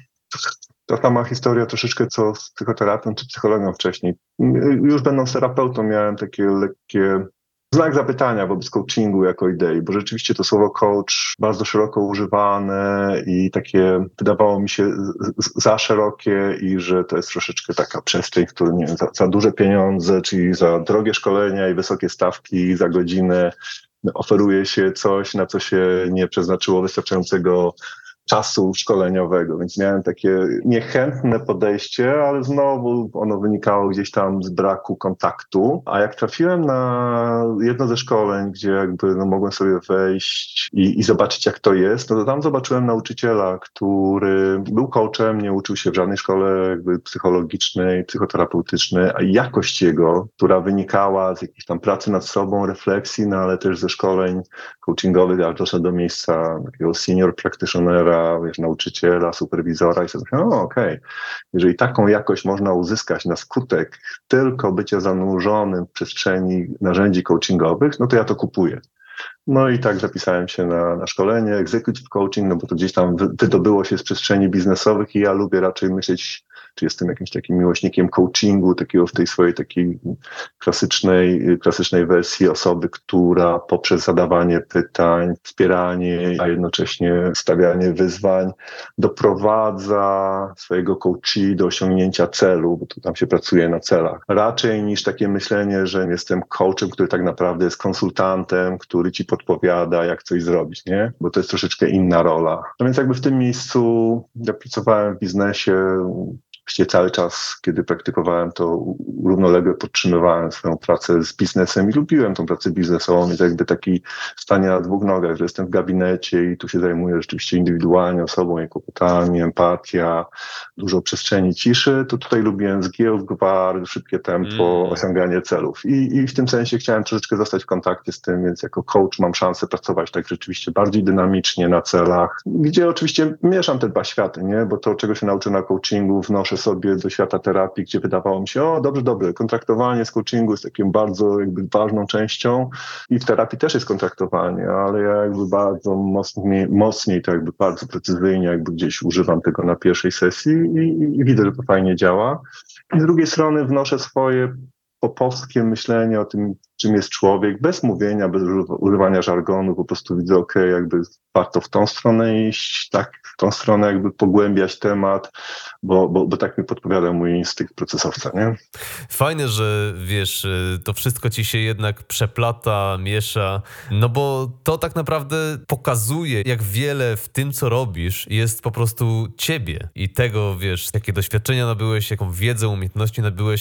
To sama historia troszeczkę co z psychoterapią czy psychologią wcześniej. Już będąc terapeutą miałem takie lekkie znak zapytania wobec coachingu jako idei, bo rzeczywiście to słowo coach bardzo szeroko używane i takie wydawało mi się za szerokie i że to jest troszeczkę taka przestrzeń, w której nie wiem, za, za duże pieniądze, czyli za drogie szkolenia i wysokie stawki za godzinę oferuje się coś, na co się nie przeznaczyło wystarczającego czasu szkoleniowego, więc miałem takie niechętne podejście, ale znowu ono wynikało gdzieś tam z braku kontaktu, a jak trafiłem na jedno ze szkoleń, gdzie jakby no, mogłem sobie wejść i, i zobaczyć jak to jest, no to tam zobaczyłem nauczyciela, który był coachem, nie uczył się w żadnej szkole jakby psychologicznej, psychoterapeutycznej, a jakość jego, która wynikała z jakiejś tam pracy nad sobą, refleksji, no ale też ze szkoleń coachingowych, ale doszedł do miejsca takiego senior practitionera, wiesz, nauczyciela, superwizora i sobie myślałem, o okej, okay. Jeżeli taką jakość można uzyskać na skutek tylko bycia zanurzonym w przestrzeni narzędzi coachingowych, no to ja to kupuję. No i tak zapisałem się na, na szkolenie Executive Coaching, no bo to gdzieś tam wydobyło się z przestrzeni biznesowych i ja lubię raczej myśleć czy jestem jakimś takim miłośnikiem coachingu, takiego w tej swojej takiej klasycznej, klasycznej wersji osoby, która poprzez zadawanie pytań, wspieranie, a jednocześnie stawianie wyzwań doprowadza swojego coachi do osiągnięcia celu, bo tu tam się pracuje na celach. Raczej niż takie myślenie, że jestem coachem, który tak naprawdę jest konsultantem, który ci podpowiada, jak coś zrobić, nie? Bo to jest troszeczkę inna rola. No więc jakby w tym miejscu ja pracowałem w biznesie, właściwie cały czas, kiedy praktykowałem to, równolegle podtrzymywałem swoją pracę z biznesem i lubiłem tą pracę biznesową. Jest jakby taki stanie na dwóch nogach, że jestem w gabinecie i tu się zajmuję rzeczywiście indywidualnie osobą, jej kłopotami, empatia, dużo przestrzeni ciszy. To tutaj lubiłem zgiełk, gwar, szybkie tempo, mm. osiąganie celów. I, I w tym sensie chciałem troszeczkę zostać w kontakcie z tym, więc jako coach mam szansę pracować tak rzeczywiście bardziej dynamicznie na celach, gdzie oczywiście mieszam te dwa światy, nie? Bo to, czego się nauczyłem na coachingu, wnoszę sobie do świata terapii, gdzie wydawało mi się, o dobrze, dobrze, kontraktowanie z coachingu jest takim bardzo jakby ważną częścią i w terapii też jest kontraktowanie, ale ja jakby bardzo mocniej, mocniej to jakby bardzo precyzyjnie jakby gdzieś używam tego na pierwszej sesji i, i widzę, że to fajnie działa. I z drugiej strony wnoszę swoje poposkie myślenie o tym, czym jest człowiek, bez mówienia, bez używania żargonu, po prostu widzę, okej, okay, jakby warto w tą stronę iść, tak, w tą stronę jakby pogłębiać temat, bo, bo, bo tak mi podpowiada mój instynkt procesowca, nie? Fajne, że wiesz, to wszystko ci się jednak przeplata, miesza, no bo to tak naprawdę pokazuje, jak wiele w tym, co robisz, jest po prostu ciebie i tego, wiesz, jakie doświadczenia nabyłeś, jaką wiedzę, umiejętności nabyłeś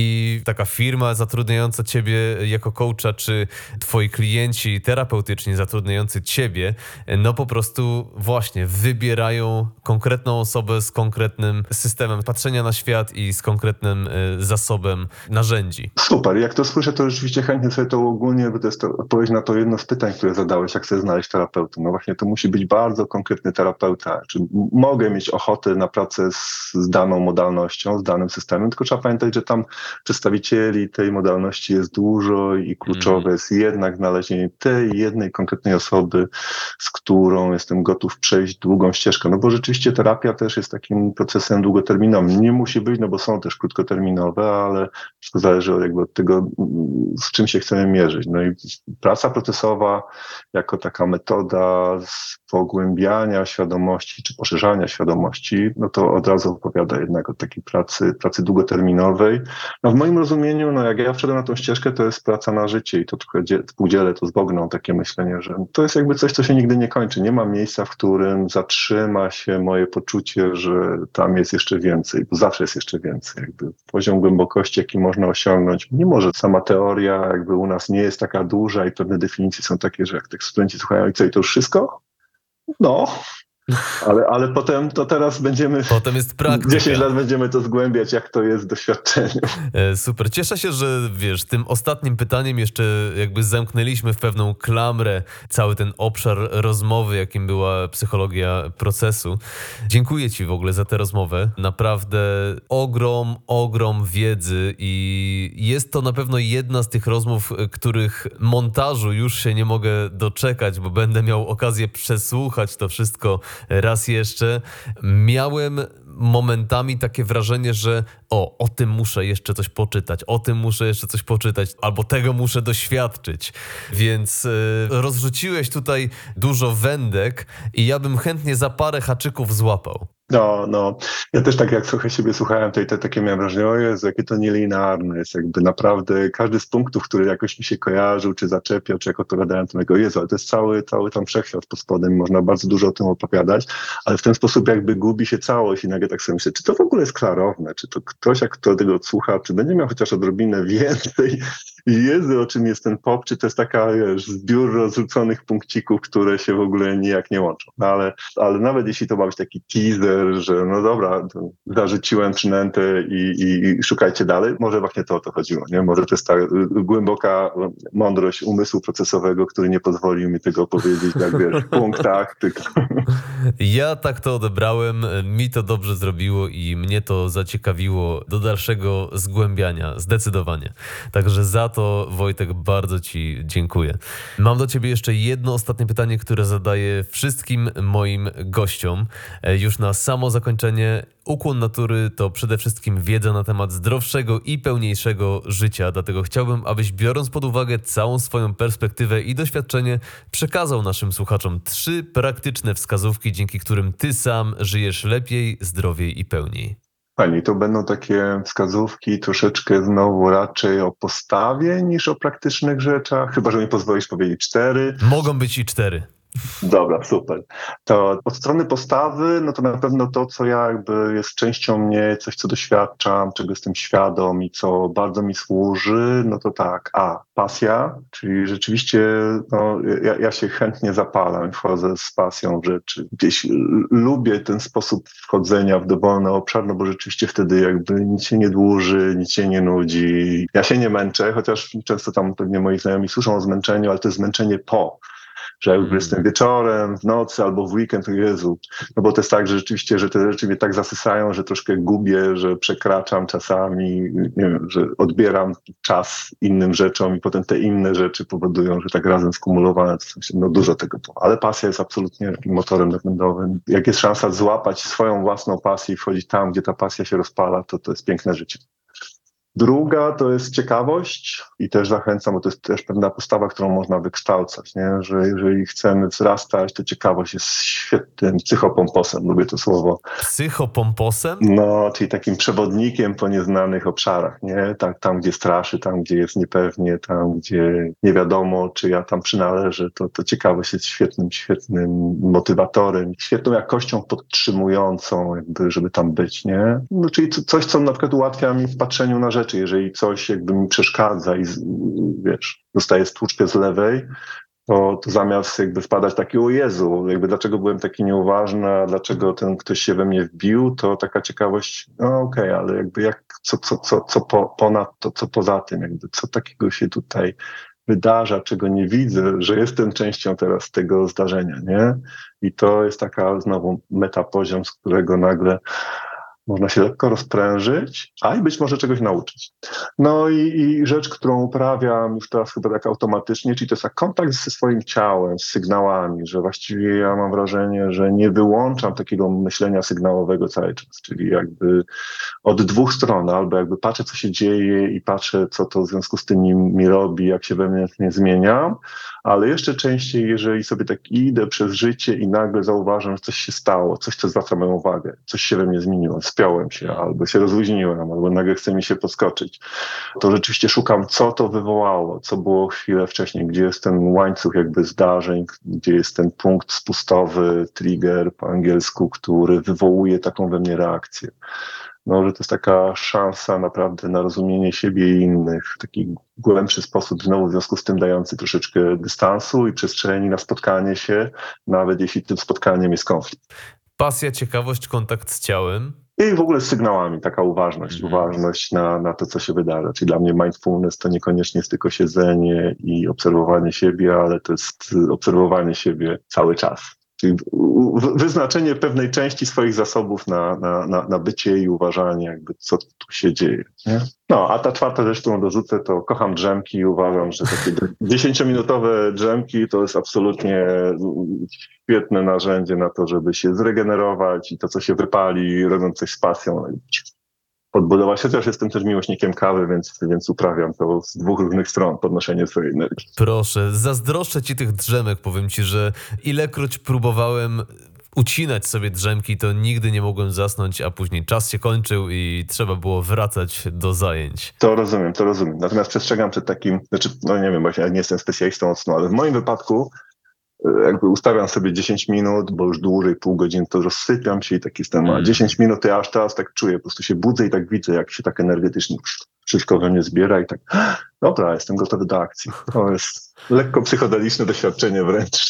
i taka firma zatrudniająca ciebie jako coacha, czy twoi klienci terapeutyczni zatrudniający ciebie, no po prostu właśnie wybierają konkretną osobę z konkretnym systemem patrzenia na świat i z konkretnym y, zasobem narzędzi. Super, jak to słyszę, to rzeczywiście chętnie sobie to ogólnie, bo to jest to odpowiedź na to jedno z pytań, które zadałeś, jak chcę znaleźć terapeutę. No właśnie to musi być bardzo konkretny terapeuta. Czy mogę mieć ochotę na pracę z, z daną modalnością, z danym systemem, tylko trzeba pamiętać, że tam przedstawicieli tej modalności jest dużo i kluczowe mm. jest jednak znalezienie tej jednej konkretnej osoby, z którą jestem gotów przejść długą ścieżkę. No bo rzeczywiście terapia też jest takim procesem długoterminowym. Nie musi być, no bo są też krótkoterminowe, ale wszystko zależy od, jakby od tego, z czym się chcemy mierzyć. No i praca procesowa jako taka metoda pogłębiania świadomości czy poszerzania świadomości, no to od razu opowiada jednak o takiej pracy, pracy długoterminowej. No w moim rozumieniu, no jak ja wszedłem na tą ścieżkę, to jest praca na życie i to trochę współdzielę to z Bogną, takie myślenie, że to jest jakby coś, co się nigdy nie kończy. Nie ma miejsca, w którym zatrzyma się moje poczucie, że tam jest jeszcze więcej, bo zawsze jest jeszcze więcej. Jakby poziom głębokości, jaki można osiągnąć, mimo że sama teoria jakby u nas nie jest taka duża i pewne definicje są takie, że jak tak studenci słuchają, i co, i to już wszystko? No, ale, ale potem to teraz będziemy... Potem jest praktyka. dziesięć lat będziemy to zgłębiać, jak to jest w doświadczeniu. E, super. Cieszę się, że wiesz, tym ostatnim pytaniem jeszcze jakby zamknęliśmy w pewną klamrę cały ten obszar rozmowy, jakim była psychologia procesu. Dziękuję ci w ogóle za tę rozmowę. Naprawdę ogrom, ogrom wiedzy i jest to na pewno jedna z tych rozmów, których montażu już się nie mogę doczekać, bo będę miał okazję przesłuchać to wszystko raz jeszcze. Miałem momentami takie wrażenie, że o, o tym muszę jeszcze coś poczytać, o tym muszę jeszcze coś poczytać, albo tego muszę doświadczyć. Więc yy, rozrzuciłeś tutaj dużo wędek i ja bym chętnie za parę haczyków złapał. No, no. Ja też tak jak trochę siebie słuchałem, to i te, takie miałem wrażenie, o Jezu, jakie to nielinearne jest, jakby naprawdę każdy z punktów, który jakoś mi się kojarzył, czy zaczepiał, czy jak odpowiadałem, to tego Jezu, ale to jest cały, cały tam wszechświat pod spodem, można bardzo dużo o tym opowiadać, ale w ten sposób jakby gubi się całość i nagle tak sobie myślę, czy to w ogóle jest klarowne, czy to ktoś, jak kto tego odsłucha, czy będzie miał chociaż odrobinę więcej wiedzy, o czym jest ten pop, czy to jest taka, wiesz, zbiór rozrzuconych punkcików, które się w ogóle nijak nie łączą. No ale, ale nawet jeśli to ma być taki teaser, że no dobra, zarzuciłem przynętę i, i, i szukajcie dalej, może właśnie to o to chodziło, nie? Może to jest ta głęboka mądrość umysłu procesowego, który nie pozwolił mi tego powiedzieć, jak wiesz, w punktach. Tylko. Ja tak to odebrałem, mi to dobrze zrobiło i mnie to zaciekawiło do dalszego zgłębiania, zdecydowanie. Także za to, Wojtek, bardzo Ci dziękuję. Mam do Ciebie jeszcze jedno ostatnie pytanie, które zadaję wszystkim moim gościom. Już na samo zakończenie. Ukłon natury to przede wszystkim wiedza na temat zdrowszego i pełniejszego życia, dlatego chciałbym, abyś, biorąc pod uwagę całą swoją perspektywę i doświadczenie, przekazał naszym słuchaczom trzy praktyczne wskazówki, dzięki którym ty sam żyjesz lepiej, zdrowiej i pełniej. Pani, to będą takie wskazówki troszeczkę znowu raczej o postawie niż o praktycznych rzeczach, chyba że mi pozwolisz powiedzieć cztery. Mogą być i cztery. Dobra, super. To od strony postawy, no to na pewno to, co ja jakby jest częścią mnie, coś, co doświadczam, czego jestem świadom i co bardzo mi służy, no to tak, a, pasja, czyli rzeczywiście no, ja, ja się chętnie zapalam, wchodzę z pasją w rzeczy. Gdzieś lubię ten sposób wchodzenia w dowolny obszar, no bo rzeczywiście wtedy jakby nic się nie dłuży, nic się nie nudzi. Ja się nie męczę, chociaż często tam pewnie moi znajomi słyszą o zmęczeniu, ale to jest zmęczenie po. Że jakby mm. jestem wieczorem, w nocy albo w weekend, to Jezu. No bo to jest tak, że rzeczywiście, że te rzeczy mnie tak zasysają, że troszkę gubię, że przekraczam czasami, nie wiem, że odbieram czas innym rzeczom i potem te inne rzeczy powodują, że tak razem skumulowane, to w sensie, no dużo tego było. Ale pasja jest absolutnie takim motorem napędowym. Jak jest szansa złapać swoją własną pasję i wchodzić tam, gdzie ta pasja się rozpala, to to jest piękne życie. Druga to jest ciekawość i też zachęcam, bo to jest też pewna postawa, którą można wykształcać, nie? Że jeżeli chcemy wzrastać, to ciekawość jest świetnym psychopomposem, lubię to słowo. Psychopomposem? No, czyli takim przewodnikiem po nieznanych obszarach, nie? Tam, tam gdzie straszy, tam gdzie jest niepewnie, tam gdzie nie wiadomo, czy ja tam przynależę, to, to ciekawość jest świetnym, świetnym motywatorem, świetną jakością podtrzymującą, jakby, żeby tam być, nie? No, czyli coś, co na przykład ułatwia mi w patrzeniu na rzeczy. Jeżeli coś jakby mi przeszkadza i wiesz, dostaję stłuczkę z lewej, to, to zamiast jakby wpadać taki, o Jezu, jakby dlaczego byłem taki nieuważny, a dlaczego ten ktoś się we mnie wbił, to taka ciekawość, no okej, okay, ale jakby jak, co, co, co, co po, ponad to, co poza tym, jakby co takiego się tutaj wydarza, czego nie widzę, że jestem częścią teraz tego zdarzenia, nie? I to jest taka znowu metapoziom, z którego nagle można się lekko rozprężyć, a i być może czegoś nauczyć. No i, i rzecz, którą uprawiam już teraz chyba tak automatycznie, czyli to jest kontakt ze swoim ciałem, z sygnałami, że właściwie ja mam wrażenie, że nie wyłączam takiego myślenia sygnałowego cały czas, czyli jakby od dwóch stron, albo jakby patrzę, co się dzieje i patrzę, co to w związku z tym mi, mi robi, jak się we mnie nie zmieniam, ale jeszcze częściej, jeżeli sobie tak idę przez życie i nagle zauważam, że coś się stało, coś, co zwraca moją uwagę, coś się we mnie zmieniło, spiąłem się, albo się rozluźniłem, albo nagle chce mi się podskoczyć, to rzeczywiście szukam, co to wywołało, co było chwilę wcześniej, gdzie jest ten łańcuch jakby zdarzeń, gdzie jest ten punkt spustowy, trigger po angielsku, który wywołuje taką we mnie reakcję. No, że to jest taka szansa naprawdę na rozumienie siebie i innych w taki głębszy sposób, znowu w związku z tym dający troszeczkę dystansu i przestrzeni na spotkanie się, nawet jeśli tym spotkaniem jest konflikt. Pasja, ciekawość, kontakt z ciałem. I w ogóle z sygnałami, taka uważność, mm. uważność na, na to, co się wydarza. Czyli dla mnie mindfulness to niekoniecznie jest tylko siedzenie i obserwowanie siebie, ale to jest obserwowanie siebie cały czas. Czyli wyznaczenie pewnej części swoich zasobów na, na, na, na bycie i uważanie, jakby co tu się dzieje. Nie? No, a ta czwarta rzecz, którą dorzucę, to kocham drzemki i uważam, że takie dziesięciominutowe drzemki to jest absolutnie świetne narzędzie na to, żeby się zregenerować i to, co się wypali, robiąc coś z pasją, podbudować. Chociaż jestem też miłośnikiem kawy, więc, więc uprawiam to z dwóch różnych stron, podnoszenie swojej energii. Proszę, zazdroszczę ci tych drzemek. Powiem ci, że ilekroć próbowałem ucinać sobie drzemki, to nigdy nie mogłem zasnąć, a później czas się kończył i trzeba było wracać do zajęć. To rozumiem, to rozumiem. Natomiast przestrzegam przed takim, znaczy, no nie wiem, właśnie ja nie jestem specjalistą od snu, ale w moim wypadku jakby ustawiam sobie dziesięć minut, bo już dłużej, pół godziny to rozsypiam się i tak jestem, a dziesięć minut to ja aż teraz tak czuję, po prostu się budzę i tak widzę, jak się tak energetycznie wszystko we mnie zbiera i tak, dobra, jestem gotowy do akcji. To jest lekko psychodeliczne doświadczenie wręcz.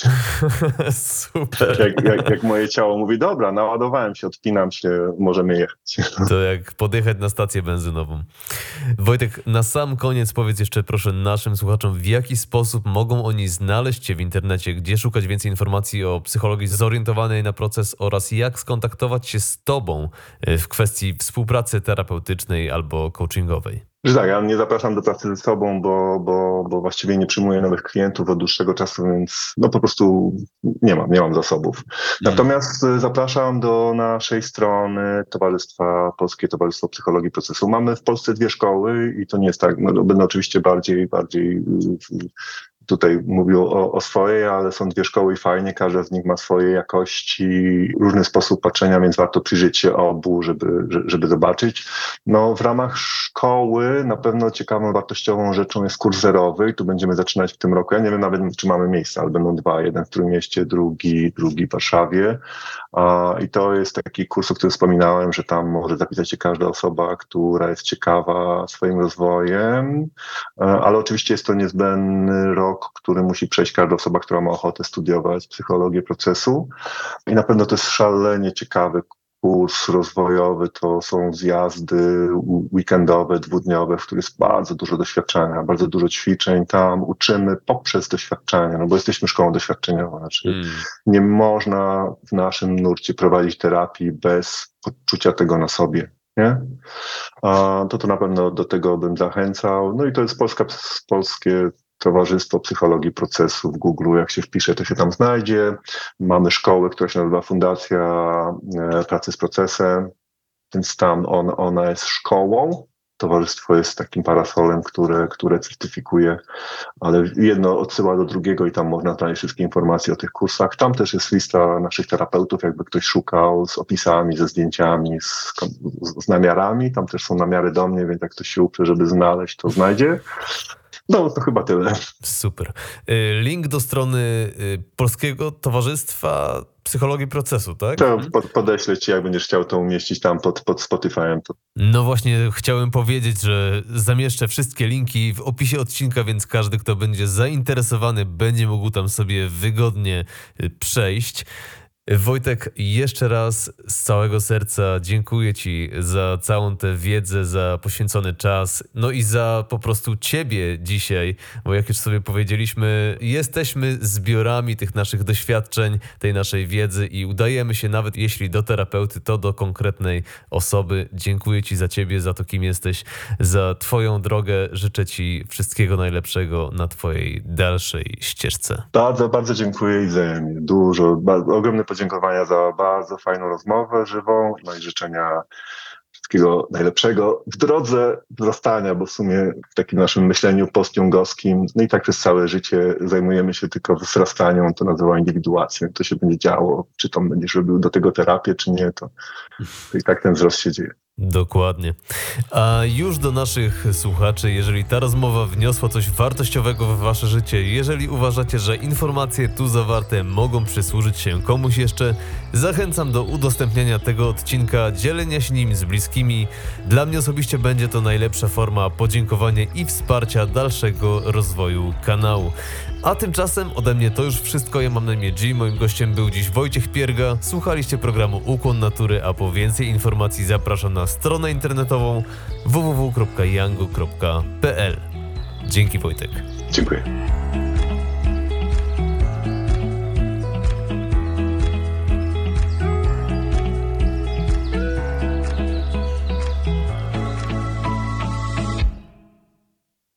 Super. Jak, jak, jak moje ciało mówi, dobra, naładowałem się, odpinam się, możemy jechać. To jak podjechać na stację benzynową. Wojtek, na sam koniec powiedz jeszcze proszę naszym słuchaczom, w jaki sposób mogą oni znaleźć cię w internecie, gdzie szukać więcej informacji o psychologii zorientowanej na proces oraz jak skontaktować się z tobą w kwestii współpracy terapeutycznej albo coachingowej. Że tak, ja nie zapraszam do pracy ze sobą, bo, bo, bo właściwie nie przyjmuję nowych klientów od dłuższego czasu, więc no po prostu nie mam, nie mam zasobów. Natomiast zapraszam do naszej strony Towarzystwa Polskie Towarzystwo Psychologii Procesu. Mamy w Polsce dwie szkoły i to nie jest tak, no, będę oczywiście bardziej, bardziej tutaj mówił o, o swojej, ale są dwie szkoły i fajnie, każda z nich ma swoje jakości, różny sposób patrzenia, więc warto przyjrzeć się obu, żeby, żeby zobaczyć. No, w ramach szkoły na pewno ciekawą, wartościową rzeczą jest kurs zerowy i tu będziemy zaczynać w tym roku. Ja nie wiem nawet, czy mamy miejsca, ale będą dwa, jeden w Trójmieście, drugi, drugi w Warszawie. I to jest taki kurs, o którym wspominałem, że tam może zapisać się każda osoba, która jest ciekawa swoim rozwojem, ale oczywiście jest to niezbędny rok, który musi przejść każda osoba, która ma ochotę studiować psychologię procesu. I na pewno to jest szalenie ciekawy kurs rozwojowy, to są zjazdy weekendowe, dwudniowe, w których jest bardzo dużo doświadczenia, bardzo dużo ćwiczeń. Tam uczymy poprzez doświadczenia, no bo jesteśmy szkołą doświadczeniową. Znaczy mm. nie można w naszym nurcie prowadzić terapii bez odczucia tego na sobie. Nie? A to to na pewno do tego bym zachęcał. No i to jest Polska, polskie Towarzystwo Psychologii Procesu w Google, jak się wpisze, to się tam znajdzie. Mamy szkołę, która się nazywa Fundacja Pracy z Procesem, więc tam on, ona jest szkołą. Towarzystwo jest takim parasolem, które, które certyfikuje, ale jedno odsyła do drugiego i tam można znaleźć wszystkie informacje o tych kursach. Tam też jest lista naszych terapeutów, jakby ktoś szukał, z opisami, ze zdjęciami, z, z namiarami. Tam też są namiary do mnie, więc jak ktoś się uprze, żeby znaleźć, to znajdzie. No, to chyba tyle. Super. Link do strony Polskiego Towarzystwa Psychologii Procesu, tak? To pod, podeślę ci, jak będziesz chciał to umieścić tam pod, pod Spotify'em. To... No właśnie, chciałem powiedzieć, że zamieszczę wszystkie linki w opisie odcinka, więc każdy, kto będzie zainteresowany, będzie mógł tam sobie wygodnie przejść. Wojtek, jeszcze raz z całego serca dziękuję Ci za całą tę wiedzę, za poświęcony czas, no i za po prostu Ciebie dzisiaj, bo jak już sobie powiedzieliśmy, jesteśmy zbiorami tych naszych doświadczeń, tej naszej wiedzy i udajemy się nawet jeśli do terapeuty, to do konkretnej osoby. Dziękuję Ci za Ciebie, za to, kim jesteś, za Twoją drogę. Życzę Ci wszystkiego najlepszego na Twojej dalszej ścieżce. Bardzo, bardzo dziękuję i wzajemnie. Dużo, bardzo, ogromne podziękowania za bardzo fajną rozmowę żywą, no i życzenia wszystkiego najlepszego w drodze wzrastania, bo w sumie w takim naszym myśleniu postjungowskim, no i tak przez całe życie zajmujemy się tylko wzrastaniem, to nazywa indywiduacją. To się będzie działo, czy tam będziesz robił do tego terapię, czy nie, to, to i tak ten wzrost się dzieje. Dokładnie. A już do naszych słuchaczy, jeżeli ta rozmowa wniosła coś wartościowego w wasze życie, jeżeli uważacie, że informacje tu zawarte mogą przysłużyć się komuś jeszcze, zachęcam do udostępniania tego odcinka, dzielenia się nim z bliskimi. Dla mnie osobiście będzie to najlepsza forma podziękowania i wsparcia dalszego rozwoju kanału. A tymczasem ode mnie to już wszystko. Ja mam na imię G. Moim gościem był dziś Wojciech Pierga. Słuchaliście programu Ukłon Natury, a po więcej informacji zapraszam na stronę internetową w w w kropka yango kropka p l. Dzięki, Wojtek. Dziękuję.